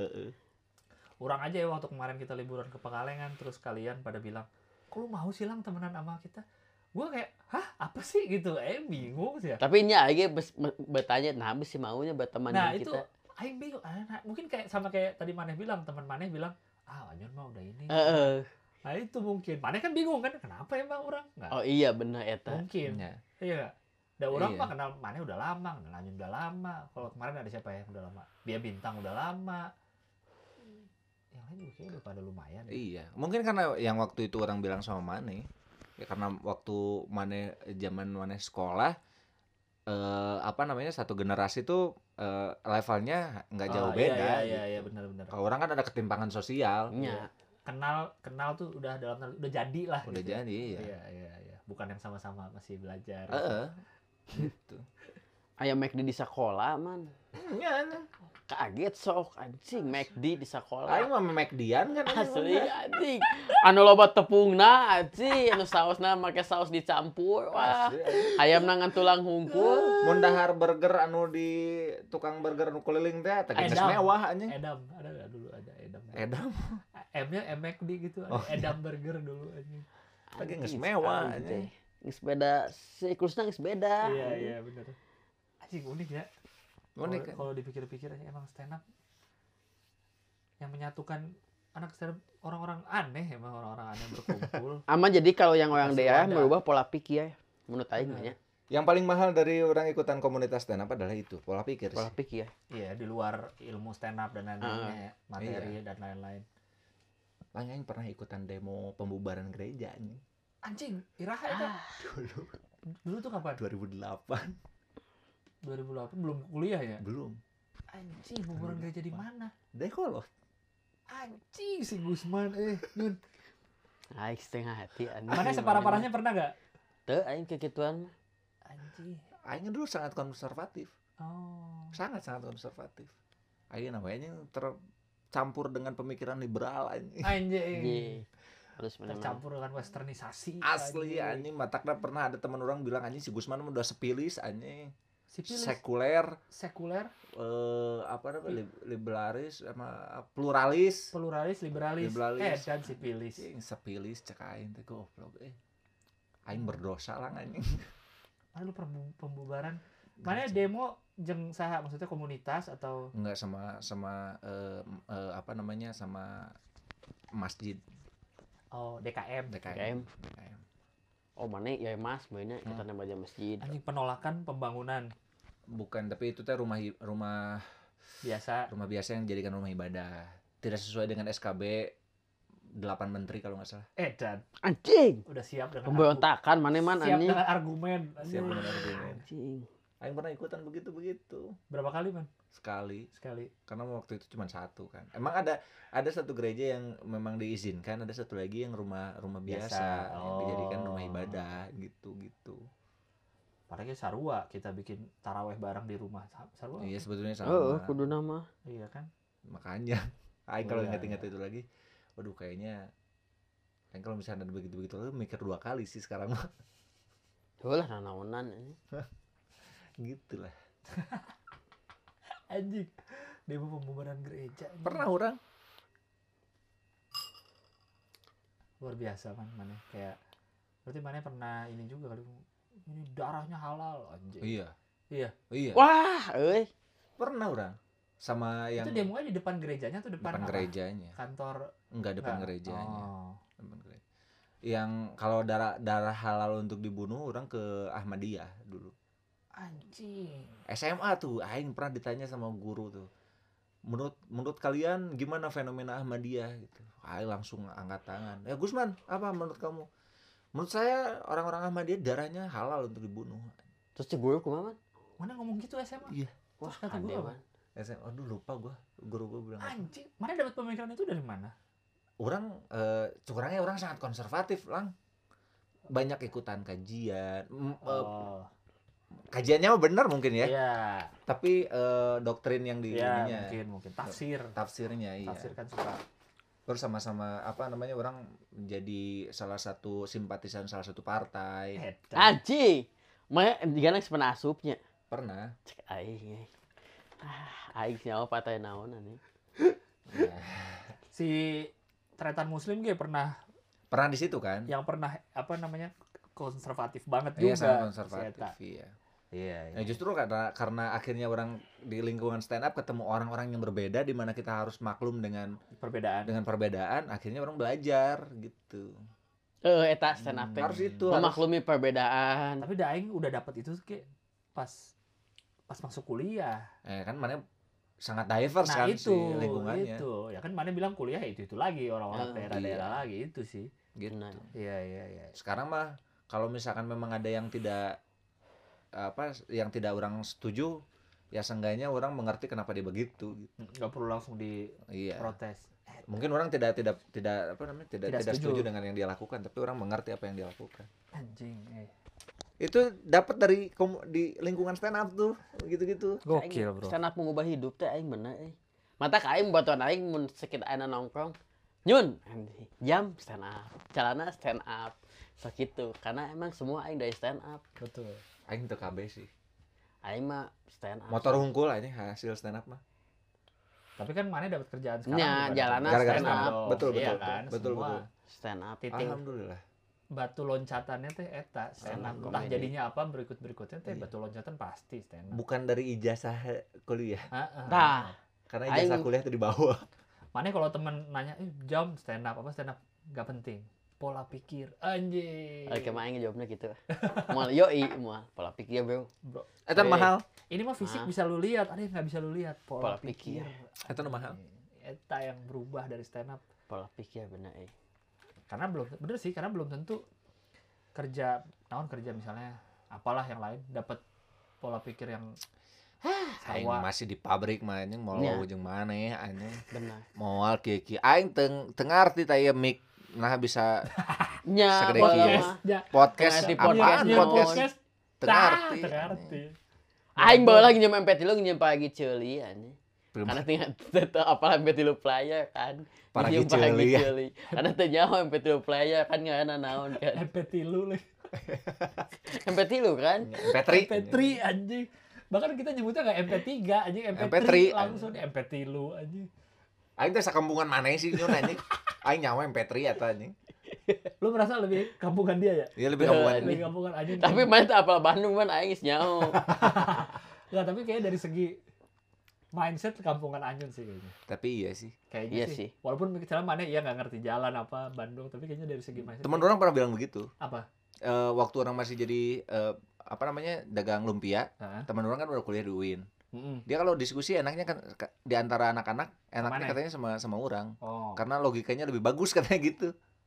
Orang aja ya waktu kemarin kita liburan ke Pangalengan, terus kalian pada bilang, kok lu mau sih Lang temenan sama kita? Gue kayak, apa sih gitu, bingung sih ya. Tapi nya aja bertanya, nah habis sih maunya berteman kita. Nah itu aing bingung, mungkin kayak sama kayak tadi Maneh bilang, teman Maneh bilang, Anjon mah udah ini. Nah itu mungkin, Maneh kan bingung kan, kenapa emang orang? Nggak. Oh iya benar eta. Mungkin, iya. Dan orang mah kenal Maneh udah lama, kenal Anjon udah lama. Kalau kemarin ada siapa ya udah lama? Dia Bintang udah lama. Yang lain juga kayaknya udah pada lumayan. Iya, mungkin karena yang waktu itu orang bilang sama Maneh, ya karena waktu Maneh zaman Maneh sekolah, satu generasi tuh levelnya nggak jauh beda. Iya benar-benar. Kalau orang kan ada ketimpangan sosial. Iya. Kenal tuh udah udah jadi lah. Udah gitu. jadi ya. Iya. Bukan yang sama-sama masih belajar. Gitu. Aya make di sekolah man. Iya. kaget sok anjing McD di sekolah. Aing mah McD-an kan Asli anjing. Anu loba tepungna anjing, anu saosna make saos dicampur. Wah. Hayamna ngan tulang hungkul. Mun dahar burger anu di tukang burger anu keliling teh teh geus mewah anjing. Edam, ada enggak dulu ada Edam. Edam. M-nya McD gitu, ada Edam Burger dulu anjing. Lagi geus mewah anjing. Geus beda, siklusna geus beda. Iya bener. Anjing unik ya. Unik. Kalau dipikir-pikir emang stand up yang menyatukan anak stand up orang-orang aneh, emang orang-orang aneh berkumpul. Aman jadi kalau yang orang daerah merubah pola pikir menurut aing nya. Yang paling mahal dari orang ikutan komunitas stand up adalah itu, pola pikir. Pola pikir. Iya, di luar ilmu stand up dan lain-lainnya, materi dan lain-lain. Aing pernah ikutan demo pembubaran gereja anjing. Anjing, iraha itu. Dulu tuh kapan? 2008. 2008 belum kuliah ya? Belum. Anjing, pembubaran gereja di mana? Dekolot. Anjing si Gusman Nun. Aing setengah hati anjing. Mana separah-parahnya pernah enggak? Teu aing kekituan mah. Anjing. Aing dulu sangat konservatif. Oh. Sangat konservatif. Aing namanya tercampur dengan pemikiran liberal anjing. Anjing. Terus tercampur dengan westernisasi. Asli anjing, matakna pernah ada teman orang bilang anjing si Gusman udah sepilis anjing. Sipilis. Sekuler. Apa namanya liberalis sama pluralis, liberalis. Dan sipilis. Sepilis cek aing teh goblok aing berdosa lah anjing. Lu pembubaran mana demo jeung saha maksudnya komunitas atau enggak sama sama masjid. Oh, DKM. Oh, mana ya Mas, mainnya kita namanya masjid. Anjing penolakan pembangunan. Bukan, tapi itu teh rumah biasa yang dijadikan rumah ibadah. Tidak sesuai dengan SKB 8 menteri kalau nggak salah. Dan anjing. Udah siap dengan pemberontakan mana anjing. Siap dengan argumen. Anjing. Aing pernah ikutan begitu. Berapa kali, Man? Sekali. Karena waktu itu cuma satu kan. Emang ada satu gereja yang memang diizinkan, ada satu lagi yang rumah biasa. Yang dijadikan rumah ibadah gitu. Padahal sarua kita bikin taraweh bareng di rumah. Sarua. Iya, sebetulnya sama. Kudu nama. Iya kan? Makanya aing kalau ingat-ingat itu lagi, waduh kayaknya aing kalau misalnya ada begitu lu mikir 2 kali sih sekarang mah. Lah nanaonan ini. Gitulah. Anjing. Demo pembubaran gereja. Pernah orang. Luar biasa man, mana kayak berarti mana pernah ini juga kali ini darahnya halal anjing. Iya. Wah, pernah orang sama yang itu demonya di depan gerejanya tuh depan gerejanya. Kantor depan gerejanya. Depan gereja. Yang kalau darah halal untuk dibunuh orang ke Ahmadiyah dulu. Anjing. SMA tuh aing pernah ditanya sama guru tuh. Menurut kalian gimana fenomena Ahmadiyah gitu. Aing langsung angkat tangan. Ya Gusman, apa menurut kamu? Menurut saya orang-orang Ahmadiyah darahnya halal untuk dibunuh. Terus guru kumaha? Mana ngomong gitu SMA? Iya. Wah, kata guru apa? SMA, aduh lupa guru gua bilang. Anjing, mana dapat pemikiran itu dari mana? Orang kurangnya orang sangat konservatif, Lang. Banyak ikutan kajian. Kajiannya mah benar mungkin ya. Iya. Tapi doktrin yang di ininya mungkin tafsirnya iya. Tafsir kan suka. Terus sama-sama orang menjadi salah satu simpatisan salah satu partai. Anjing. Mah digana pernah asupnya. Pernah. Cek aing. Aing nyawa partai naon anjing. Si Tretan Muslim pernah di situ kan? Yang pernah konservatif banget juga. Iya, sangat konservatif, iya. Iya. Nah, justru karena akhirnya orang di lingkungan stand up ketemu orang-orang yang berbeda di mana kita harus maklum dengan perbedaan, akhirnya orang belajar gitu. Eta stand up harus itu memaklumi perbedaan. Tapi daing udah dapat itu pas masuk kuliah. Kan mana sangat diverse kan itu, sih lingkungannya. Itu. Ya kan mana bilang kuliah itu lagi orang-orang daerah-daerah lagi itu sih. Gitu. Iya. Sekarang mah kalau misalkan memang ada yang tidak tidak orang setuju, ya seenggaknya orang mengerti kenapa dia begitu gitu. Nggak perlu langsung diprotes. Mungkin orang tidak setuju dengan yang dia lakukan, tapi orang mengerti apa yang dia lakukan. Anjing. Itu dapat dari di lingkungan stand up tuh, gitu-gitu. Gokil, bro. Stand up mengubah hidup teh aing bener mata ka aing batuan aing mun sakit aya nongkrong. Nyun, jam stand up, celana stand up. Sakitu, karena emang semua aing dari stand up. Betul. Aing teu kabeh sih. Aing mah stand up. Motor hungkul aja hasil stand up mah. Tapi kan mana dapat kerjaan sekarang Ya, bukan jalanan gara-gara stand stand up. up. Betul, Iya betul, kan? betul, Semua betul. Stand up. titik Alhamdulillah. batu loncatannya teh eta stand up. Stand up Entah comedy. jadinya apa berikutnya teh Iya. batu loncatan pasti stand up. Bukan dari ijazah kuliah. Heeh. Nah, Karena ijazah Aing- kuliah itu di bawah. Mana kalau teman nanya, jam stand up apa stand up? Gak penting. Pola pikir anjing. oke mah aing jawabnya gitu. Moal yoi moal pola pikir bro. Bro. Eta Eh, mahal. Ini mah fisik Ah. bisa lu lihat, ada yang nggak bisa lu lihat. Pola Pola pikir. pikir. Eta nu mahal. Eta yang berubah dari stand up. Pola pikir bener Karena bener sih, karena belum tentu kerja misalnya apalah yang lain dapat pola pikir yang Aing Sawa. masih di pabrik mah anjing mau Nya. jeung maneh anjing. bener. Moal kieu aing teu ngarti teh mic nah bisa Nya Segede pola kieu. mah. ya, podcast Tengah di apaan podcast, Iya, podcast teu ngarti. ngerti. Aing bawa lagi njem MP3 njem pagi ceuli anjing. Belum Karena tinggal tetep apalah MP3 player kan. Paragi Njem pagi ceuli, ya. ceuli. Karena teu nyaho MP3 player kan ngaana naon kan. MP3 lu leh. MP3 kan. Petri. MP3 anjing. Bahkan kita nyebutnya nggak MP3 anjing, MP3, MP3, langsung MP3 lu anjing. Aing teh sakampungan maneh sih nyun anjing. Aing nyawa MP3 eta anjing. Lu merasa lebih kampungan dia ya? Iya lebih kampungan Lebih ini. kampungan anjing. Tapi main teu apal Bandung man aing geus nyaho. Enggak, tapi kayak dari segi mindset kampungan Anyun sih kayaknya. Tapi iya sih. Kayaknya Iya sih. sih. Walaupun misalnya mana iya nggak ngerti jalan apa Bandung, tapi kayaknya dari segi mindset. Temen orang pernah bilang begitu. Apa? Waktu orang masih jadi apa namanya dagang lumpia, Heeh. teman orang kan udah kuliah di UIN. Mm-mm. Dia kalau diskusi enaknya kan di antara anak-anak enaknya Kemana? katanya sama orang. Oh. Karena logikanya lebih bagus katanya gitu.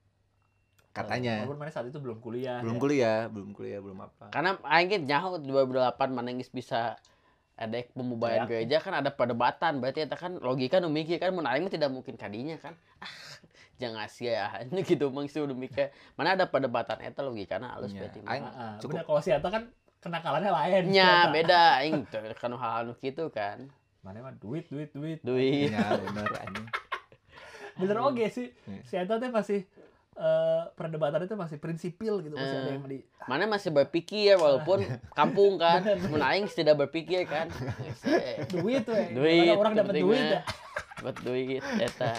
Katanya. Walaupun mana saat itu belum kuliah. Belum ya. kuliah, belum apa. Karena aing ge nyaho 2008 mana geus bisa ada pembubaran Kayak gereja kan ada perdebatan berarti eta kan logika nu mikir kan mun aing mah tidak mungkin kadinya kan. Jangan sia ya. Ini gitu mah udah mikir. Mana ada perdebatan eta logikana halus Iya. berarti. Aing Heeh. cukup- Bener, kalau si Eta kan kenakalannya lain. Nya beda aing teu kan hal-hal nu kitu kan. Mana mah duit. Duit. Iya, bener anjing. Bener oke sih. Iya. Si Eta teh masih perdebatan itu masih prinsipil gitu, masih ada yang di Mana masih berpikir walaupun kampung kan. Mun aing tidak berpikir kan. duit tuh. Duit. Orang dapat penting duit mah. ya. Dapat duit eta.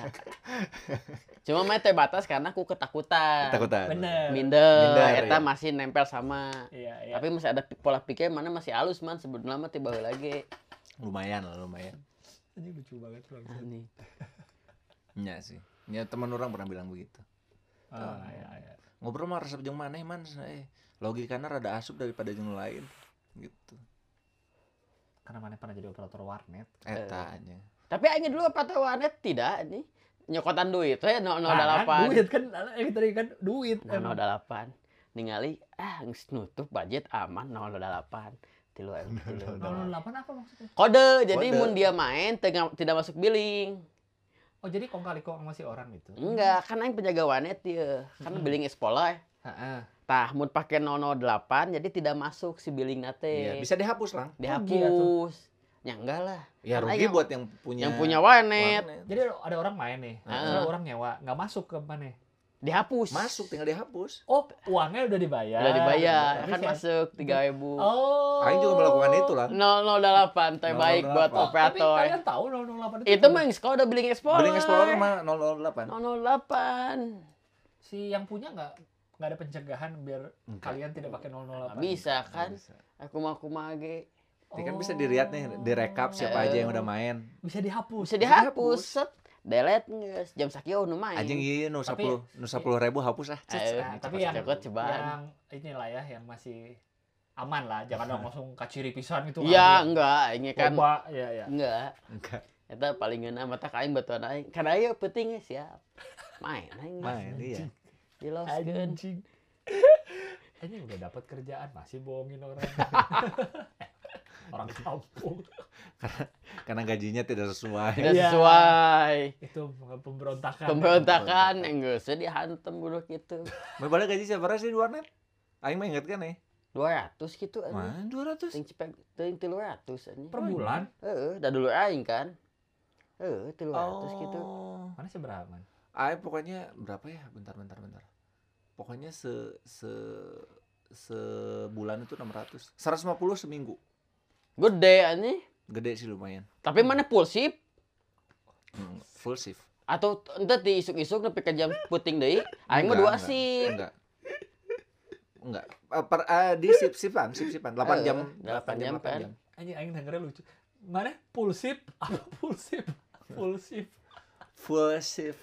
Cuma mah terbatas karena aku ketakutan. Takutan. Bener. Minder, eta iya. masih nempel sama. Iya, iya. Tapi masih ada pola pikir mana masih halus man sebelum lama tiba lagi. Lumayan lah, lumayan. Ini lucu banget bang. Nih. Iya sih. Ya teman orang pernah bilang begitu. Ah, iya, iya. Ngobrol mah resep jeung maneh man, logikana rada asup daripada jeung lain. Gitu. Karena mana pernah jadi operator warnet. Eta nya. Tapi aing dulu apa warnet tidak nih. Nyokotan duit we 008. Nah, duit kan, yang tadi kan duit. 008. Ningali geus nutup budget aman 008. Tilu. 08 apa maksudnya? Kode, jadi Kode. mun dia main tidak masuk billing. Oh jadi kong kali kong masih orang gitu? Enggak, kan aing penjaga warnet dia. Kan billing sekolah. Heeh. Tah, mun pakai 008 jadi tidak masuk si billing nate. Iya, bisa dihapus lang. Dihapus. Ya enggak lah. Ya Kan rugi aing buat yang punya warnet. Jadi ada orang main nih, terus orang nyewa, nggak masuk ke mana? Dihapus. Masuk, tinggal dihapus. Oh, uangnya udah dibayar. Udah dibayar. Tapi Kan saya- masuk 3.000. Oh. Aing juga melakukan itu lah. 008 terbaik 008. buat Oh, tapi operator. kalian tahu 008 Itu mah yang sekolah udah billing explorer. Billing Explorer mah 008. 008. Si yang punya nggak ada pencegahan biar Enggak. kalian tidak pakai 008. Bisa kan? Bisa. Aku mah ge. Ini kan bisa dilihat nih, direkap siapa aja yang udah main. Bisa dihapus. Bisa dihapus. Set. Delete geus. Jam sakieu nu main. Anjing iya nu Tapi- 10.000 hapus ah. Nah, tapi yang cepet cobaan. yang inilah ya yang masih aman lah, jangan dong langsung kaciri pisan gitu. Iya, enggak, ini kan Coba, ya ya. enggak. Enggak. Eta paling ngeunah mata ka aing batuan aing. Kan aya penting siap. Main aing. Main iya. Diloskeun. Anjing. Kayaknya udah dapat kerjaan masih bohongin orang. Orang kampung. Karena gajinya tidak sesuai. Tidak Iya. sesuai. Itu pemberontakan. Pemberontakan yang geus dihantem budak gitu. Mau balik gaji siapa sih di warnet? Aing mah inget kan nih. 200 gitu Mana 200? Ting cepet ting 300 anjing. Per bulan. Heeh, da dulu aing kan. Heeh, 300 gitu. Mana seberapa, man? Pokoknya berapa ya? Bentar. Pokoknya sebulan itu 600. 150 seminggu. Gede anjing. Gede sih lumayan. Tapi mana full shift Full shift. atau ente di isuk-isuk nepi ka jam puting deui? Aing mah 2 shift. Enggak. Di shift-shiftan 8 jam, 8 jam kan. Anjing aing dengernya lucu. Mana full shift? Apa full shift? Full shift. Full shift.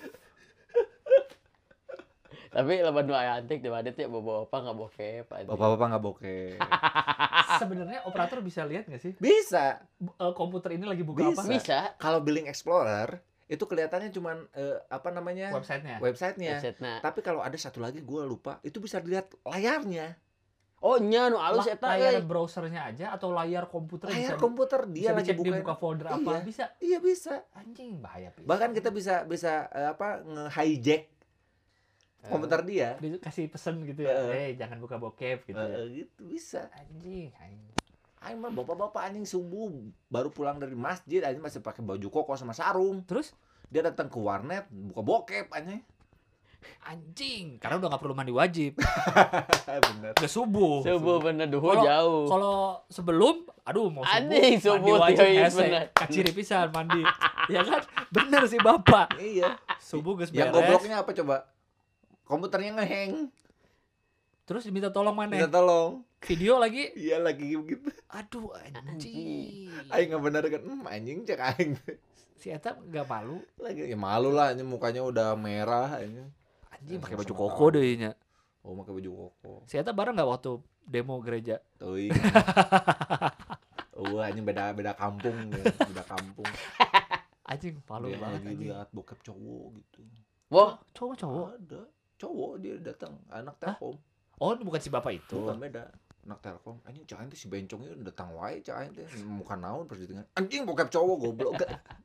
Tapi laban nu aya antik di mana teh bapak enggak bokep anjing. Bapak-bapak enggak bokeh. Sebenarnya operator bisa lihat nggak sih? Bisa. Komputer ini lagi buka apa? Bisa. Kalau Billing Explorer itu kelihatannya cuman Websitenya. websitenya. Websitenya. Tapi kalau ada satu lagi gue lupa, itu bisa dilihat layarnya. Oh nya nu alus eta Layar browsernya aja atau layar komputer Layar bisa komputer bisa dia lagi dicek, dia buka buka folder apa Iya. bisa. Iya bisa. Anjing bahaya pisan. Bahkan kita bisa nge-hijack komputer dia. Dikasih pesan gitu ya. Jangan buka bokep gitu ya. Gitu bisa. Anjing. Aing mah bapak-bapak anjing subuh baru pulang dari masjid anjing masih pakai baju koko sama sarung. Terus Dia datang ke warnet buka bokep anjing. anjing, karena udah nggak perlu mandi wajib. Bener. Udah subuh. Subuh bener duhur Kalau- jauh. Kalau sebelum, aduh mau subuh, Anjing, mandi subuh, wajib iya, hese, bener. kaciri pisan mandi. Ya kan? Bener sih Bapak. Iya. Subuh geus Yang beres. gobloknya apa coba? Komputernya ngeheng. Terus diminta tolong Minta mana? tolong. Video lagi. Iya lagi gitu. Aduh anjing. Aing nggak bener kan? Anjing cek aing. Si Eta nggak malu. Lagi ya malu lah anjing mukanya udah merah anjing. Anjing pakai Sama baju kamu. koko deh nya. Oh, pakai baju koko. Si Eta bareng nggak waktu demo gereja? Tuh. Anjing beda kampung ya. Beda kampung. Anjing malu Dia banget lagi anjing. lihat bokep cowok gitu. Wah, Cowok. Ada. Cowok dia datang, anak Telkom. Oh, bukan si Bapak itu. Bukan beda. Anak Telkom. Anjing cak teh si bencongnya datang wae cak teh. Muka naon pas didengar. Anjing bokep cowok goblok.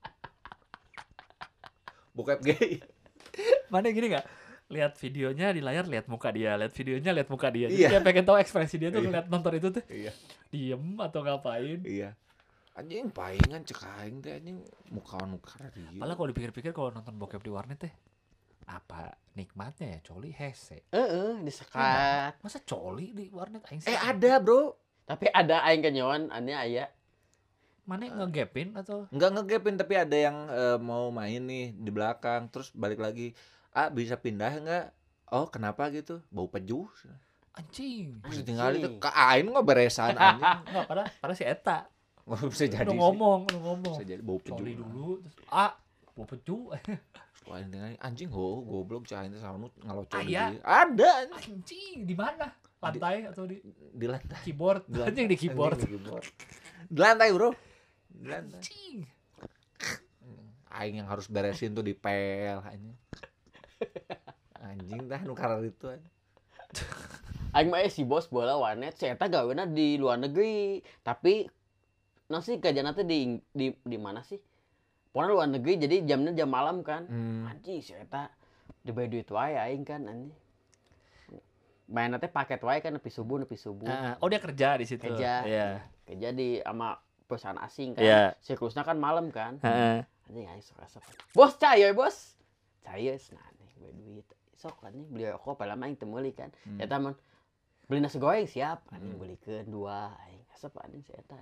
Bokep gay. Mana gini nggak? Lihat videonya di layar, lihat muka dia. Lihat videonya, lihat muka dia. Jadi Iya. dia pengen tahu ekspresi dia tuh Iya. ngeliat nonton itu tuh. Iya. Diem atau ngapain. Iya. Anjing palingan cek aing teh anjing mukaan dia. Malah kalau dipikir-pikir kalau nonton bokep di warnet teh, apa nikmatnya ya coli hese. disekat. Masa coli di warnet aing sih? Ada, Bro. Tapi ada aing kenyawan ane aya. Mana ngegapin atau Enggak ngegapin tapi ada yang mau main nih di belakang terus balik lagi. Bisa pindah enggak? Oh, kenapa gitu? Bau peju. anjing? Terus tinggal itu ke aing nggak beresan anjing. Enggak, pada si Eta. Nggak bisa jadi Lu sih. ngomong. Bisa jadi bau peju. Coli dulu terus bau peju. Terus aing tinggal anjing goblok cah itu sama nu ngalocol Aya. dia. Ada Anjing, di mana? Lantai atau di di lantai. keyboard? Di lantai. Anjing di keyboard. Anjing di keyboard. Di lantai, Bro. Di lantai. Anjing. Aing yang harus beresin tuh di pel anjing. Anjing dah nu karar itu anjing. Aing mah si bos bola warnet, saya eta gawena di luar negeri. Tapi nasi gajana teh di mana sih? Pokoknya luar negeri jadi jamnya jam malam kan. Anjing saya eta dibagi duit wae aing kan anjing. Mainnya teh paket wae kan nepi subuh. Oh, dia kerja di situ. Kerja. Iya. Kerja di sama perusahaan asing kan. Iya. Siklusnya kan malam kan. Heeh. Anjing aing sok rasa. Bos cair bos. Cair nah nih gue duit. Sok anjing beli rokok padahal mah aing teu meuli kan. Eta mah beli nasi goreng siap anjing belikeun 2 aing. Asep anjing si eta.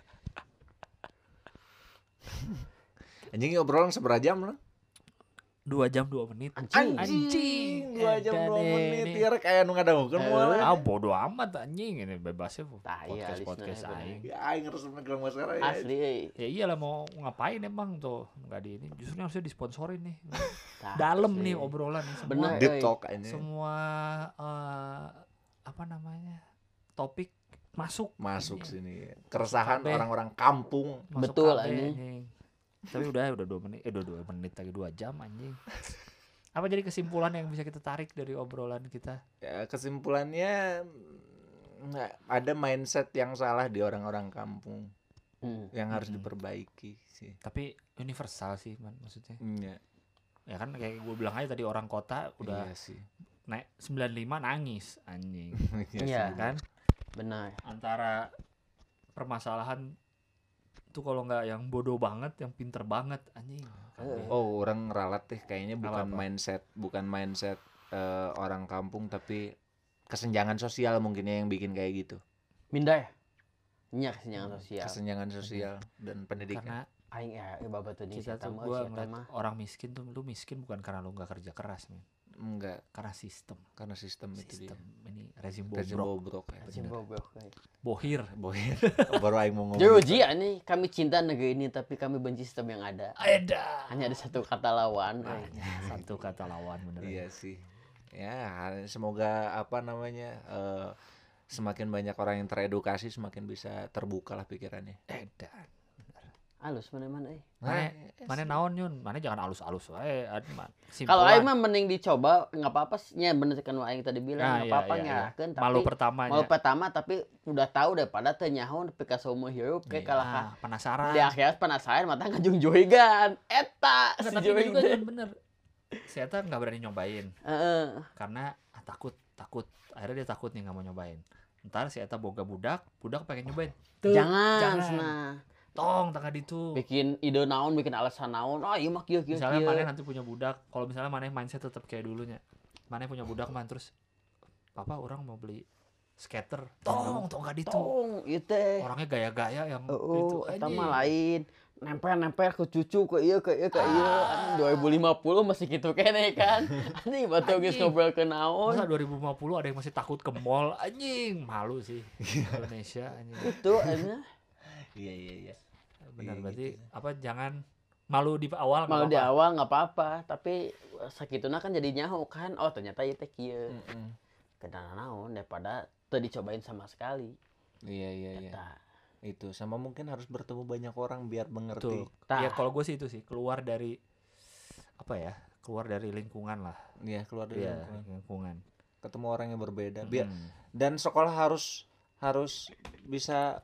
Anjing obrolan seberapa jam lah? 2 jam 2 menit. Anjing. 2 jam 2 menit Ini. ya kayak nu ngadangukeun moal. Bodo amat anjing ini bebasnya Tah, iya, podcast alisna, aing. Ya aing harus megang masalah ya. Asli euy. Ya iyalah mau ngapain emang tuh nggak di ini justru harusnya disponsorin nih. Tah, Dalam asli. nih obrolan nih semua. Bener. Deep euy. talk ini. Semua apa namanya? Topik masuk Masuk Anjing. sini. Keresahan Kabeh. orang-orang kampung. Masuk Betul, kabeh, anjing. Tapi udah 2 menit, 2 menit lagi 2 jam anjing. Apa jadi kesimpulan yang bisa kita tarik dari obrolan kita? Ya kesimpulannya ada mindset yang salah di orang-orang kampung yang harus diperbaiki sih. Tapi universal sih man, maksudnya. Iya. Ya kan kayak gue bilang aja tadi orang kota udah Iya sih. naik 95 nangis anjing. Iya. Kan? Benar. Antara permasalahan tuh kalau nggak yang bodoh banget, yang pinter banget anjing. Oh, orang ngeralat teh kayaknya bukan Apa-apa? mindset orang kampung, tapi kesenjangan sosial mungkin ya yang bikin kayak gitu. Minda ya? Nya kesenjangan sosial. Kesenjangan sosial dan pendidikan. Karena Aing babat tadi kita tuh gua ngeliat orang miskin tuh, lu miskin bukan karena lu nggak kerja keras, men. Enggak, Karena sistem itu dia. Ini rezim bobrok. Ya. Bohir. Baru aing mau ngomong. Jadi nih kami cinta negeri ini tapi kami benci sistem yang ada. Hanya ada satu kata lawan. Satu kata lawan bener. Iya sih. Ya, semoga semakin banyak orang yang teredukasi, semakin bisa terbuka lah pikirannya. Edan. Halus mana-mana Mana naon Yun? Mana jangan alus-alus wae. Kalau aing mah mending dicoba, enggak apa-apa sih. Nya bener kan aing tadi bilang, enggak apa-apa nyalakeun tapi malu pertama tapi udah tahu daripada teu nyaho nepi ka seumur hirup kayak kalah penasaran. Di akhir penasaran mata ngajung joigan. Eta si tapi juga kan bener. Si Eta enggak berani nyobain. Karena takut. Akhirnya dia takut nih enggak mau nyobain. Ntar si Eta boga budak pengen nyobain. Jangan. Tong tengah ditu bikin ide naon, bikin alasan naon, iya mah kieu misalnya mana nanti punya budak, kalau misalnya mana mindset tetap kayak dulunya, mana punya budak man terus papa orang mau beli skater, tong gak ditu ieu teh orangnya gaya-gaya yang itu eta mah lain nempel ke cucu ke ieu 2050 masih gitu kene kan anjing batu geus ngobrol ke naon masa 2050 ada yang masih takut ke mall anjing malu sih Indonesia anjing itu anjing. Iya. Benar berarti gitu. Apa jangan malu di awal di awal nggak apa-apa tapi sakituna kan jadi nyaho kan oh ternyata ieu teh kieu kenana naon daripada teu dicobain sama sekali. Iya. Itu sama mungkin harus bertemu banyak orang biar mengerti. Ya kalau gue sih itu sih keluar dari lingkungan lah. Iya, keluar dari lingkungan. Ketemu orang yang berbeda. Biar dan sekolah harus bisa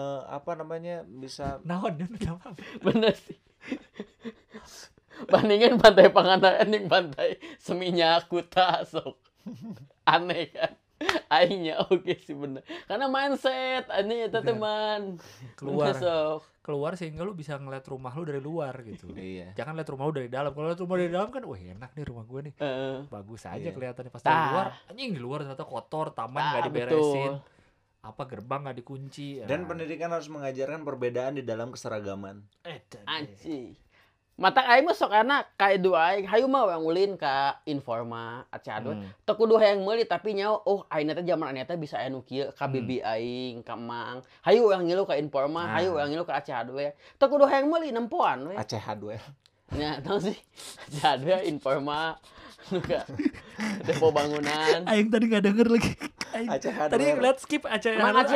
bisa naon bener sih. Bandingin pantai Pangandaran yang pantai Seminyak Kuta sok. Aneh kan. Aingnya oke sih bener. Karena mindset aneh eta teman. Keluar sehingga lu bisa ngeliat rumah lu dari luar gitu. Iya. Jangan lihat rumah lu dari dalam. Kalau lihat rumah dari dalam kan, wah enak nih rumah gue nih. Bagus aja kelihatannya pas dari luar. Anjing di luar ternyata kotor, taman enggak diberesin. Betul. Apa gerbang nggak dikunci dan pendidikan harus mengajarkan perbedaan di dalam keseragaman. Anjing. Mata aing mah sok anak kayak dua aing hayu mah yang ulin ka Informa Acadot. Teu kudu hayang meuli tapi nyaho aing teh zaman anu teh bisa anu kieu ka bibi aing ka mang. Hayu yang ngilu ka Informa, hayu yang ngilu ka Aceh Hardware. Teu kudu hayang meuli nempoan we. Aceh Hardware. Nya tahu sih. Aceh Hardware Informa nuka depo bangunan. Aing tadi enggak denger lagi. Tadi ngeliat skip Aceh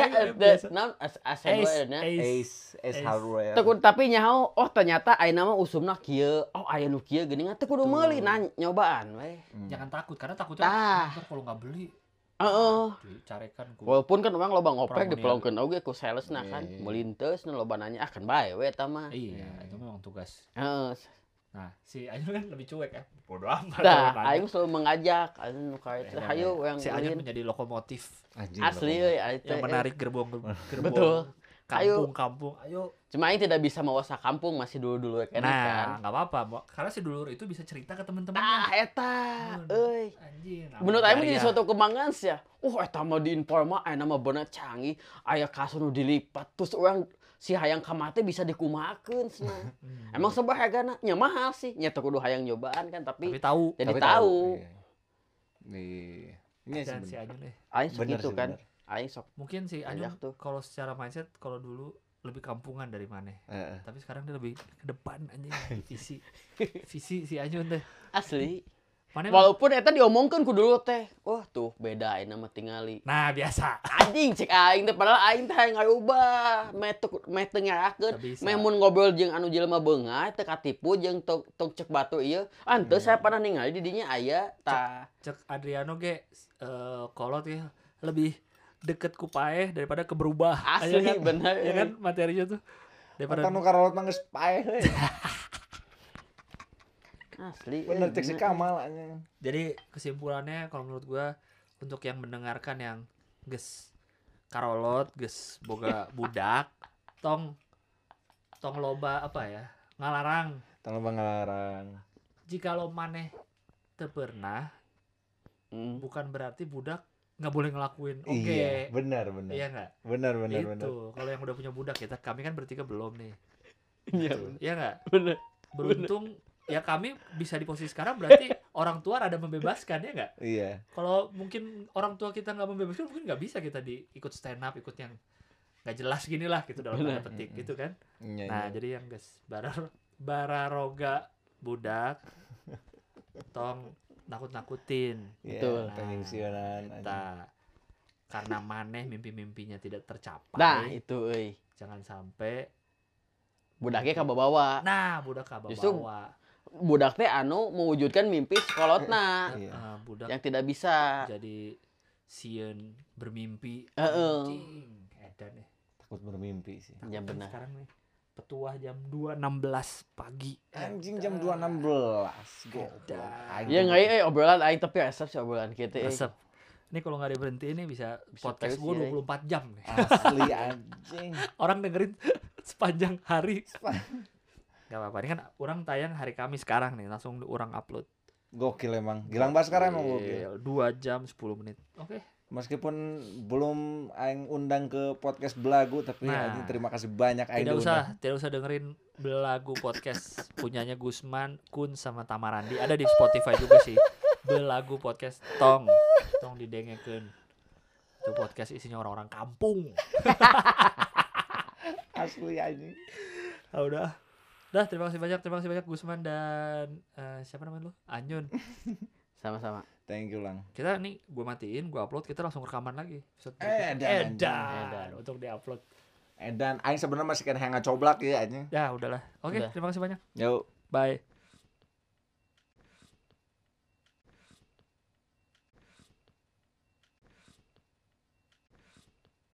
Hardware. Tapi nyaho ternyata ayeuna mah usumna kieu. Aya nu kieu geuning teh kudu meuli nyobaan we. Jangan takut karena takutnya kalau enggak beli. Dicarekan ku. Walaupun kan orang loba ngopek dipelongkeun oge ku salesna kan. Melinteus nu loba nanya akan bae we eta mah. Iya, itu memang tugas. Nah, si Anyun kan lebih cuek ya. Bodoh amat. Aing selalu mengajak anu ka itu. Hayu yang si Anyun menjadi lokomotif. Asli euy yang menarik gerbong. Betul. Kampung. Ayo. Cuma aing tidak bisa mewasa kampung masih dulu kan. Nah, enggak apa-apa. Karena si dulur itu bisa cerita ke teman-temannya. Eta euy. Anjir. Menurut aing jadi suatu kebanggaan sih ya. Eta mah di Informa aya nama beuna canggih, aya kasus nu dilipat terus orang si hayang kamate bisa dikumahakeun cenah. Emang sabahagana nya mahal sih, nya teu kudu hayang nyobaan kan tapi tahu. Jadi tahu. Ini si Anyun aing gitu kan. Aing sok. Mungkin si Anyun kalau secara mindset kalau dulu lebih kampungan dari mana. Tapi sekarang dia lebih ke depan anjing. Visi si Anyun teh. Asli. Walaupun eta diomongkeun ku dulu teh. Wah, tuh beda ayeuna mah tingali. Nah, biasa. Anjing cek aing teh padahal aing teh hayang ngayubah, meh teu ngarakeun. Meh mun ngobrol jeung anu jelema beungai teu katipu jeung tok cek batu ieu. Teu saya pernah ningali di dinya aya tah. Cek Adriano ge kolot ya lebih deket ku paeh daripada ke berubah. Asli kan? Bener. Ya kan materinya tuh. Daripada nu karolot mah geus paeh we. Asli. Bener cek si Kamal anjing. Jadi kesimpulannya kalau menurut gua untuk yang mendengarkan yang geus karolot geus boga budak tong loba apa ya ngalarang Tong loba ngalarang. jika lo maneh teu pernah bukan berarti budak nggak boleh ngelakuin Iya, benar. iya nggak Benar. itu kalau yang udah punya budak kami kan bertiga belum nih Iya. iya nggak Bener. beruntung ya kami bisa di posisi sekarang berarti orang tua ada membebaskan ya nggak Iya. kalau mungkin orang tua kita nggak membebaskan mungkin nggak bisa kita ikut stand up ikut yang nggak jelas gini lah gitu dalam tanda petik gitu kan Iya, nah iya. jadi yang guys bararoga budak tong nakut-nakutin Iya, Betul. pensiunan. Eta. Karena maneh mimpi-mimpinya tidak tercapai Nah, itu euy. jangan sampai Budaknya kabawa. nah budak kabawa Justru budak teh anu mewujudkan mimpi sekolotna Iya. budak yang tidak bisa. jadi sieun bermimpi Heeh. anjing edan nih Takut bermimpi sih. Ya Kan benar. sekarang nih petuah jam 2.16 pagi Anjing jam 2.16. Goblok. Ya nggak obrolan aing tapi resep sih obrolan kita. resep ini kalau nggak diberhenti ini bisa podcast terus gue ya. 24 jam nih Asli anjing. orang dengerin sepanjang hari nggak apa-apa ini kan orang tayang hari Kamis sekarang nih langsung orang upload Gokil emang. Gilang Baskara emang gokil. 2 jam 10 menit oke. Meskipun belum aing undang ke podcast Belagu tapi Nah. anjing terima kasih banyak aing Tidak usah dengerin Belagu podcast punyanya Gusman, Kun sama Tamarandi. Ada di Spotify juga sih. Belagu podcast tong didengekeun. Itu podcast isinya orang-orang kampung. Asli anjing. Ah, udah. Dah, terima kasih banyak Gusman dan siapa namanya lu? Anyun. Sama-sama. Thank you Lang. Kita nih gue matiin, gue upload, kita langsung rekaman lagi. Edan. Edan untuk diupload. Edan aing sebenarnya masih kena hangat coblak ya anjing. Ya, udahlah. Oke, Udah. terima kasih banyak. Yuk. Bye.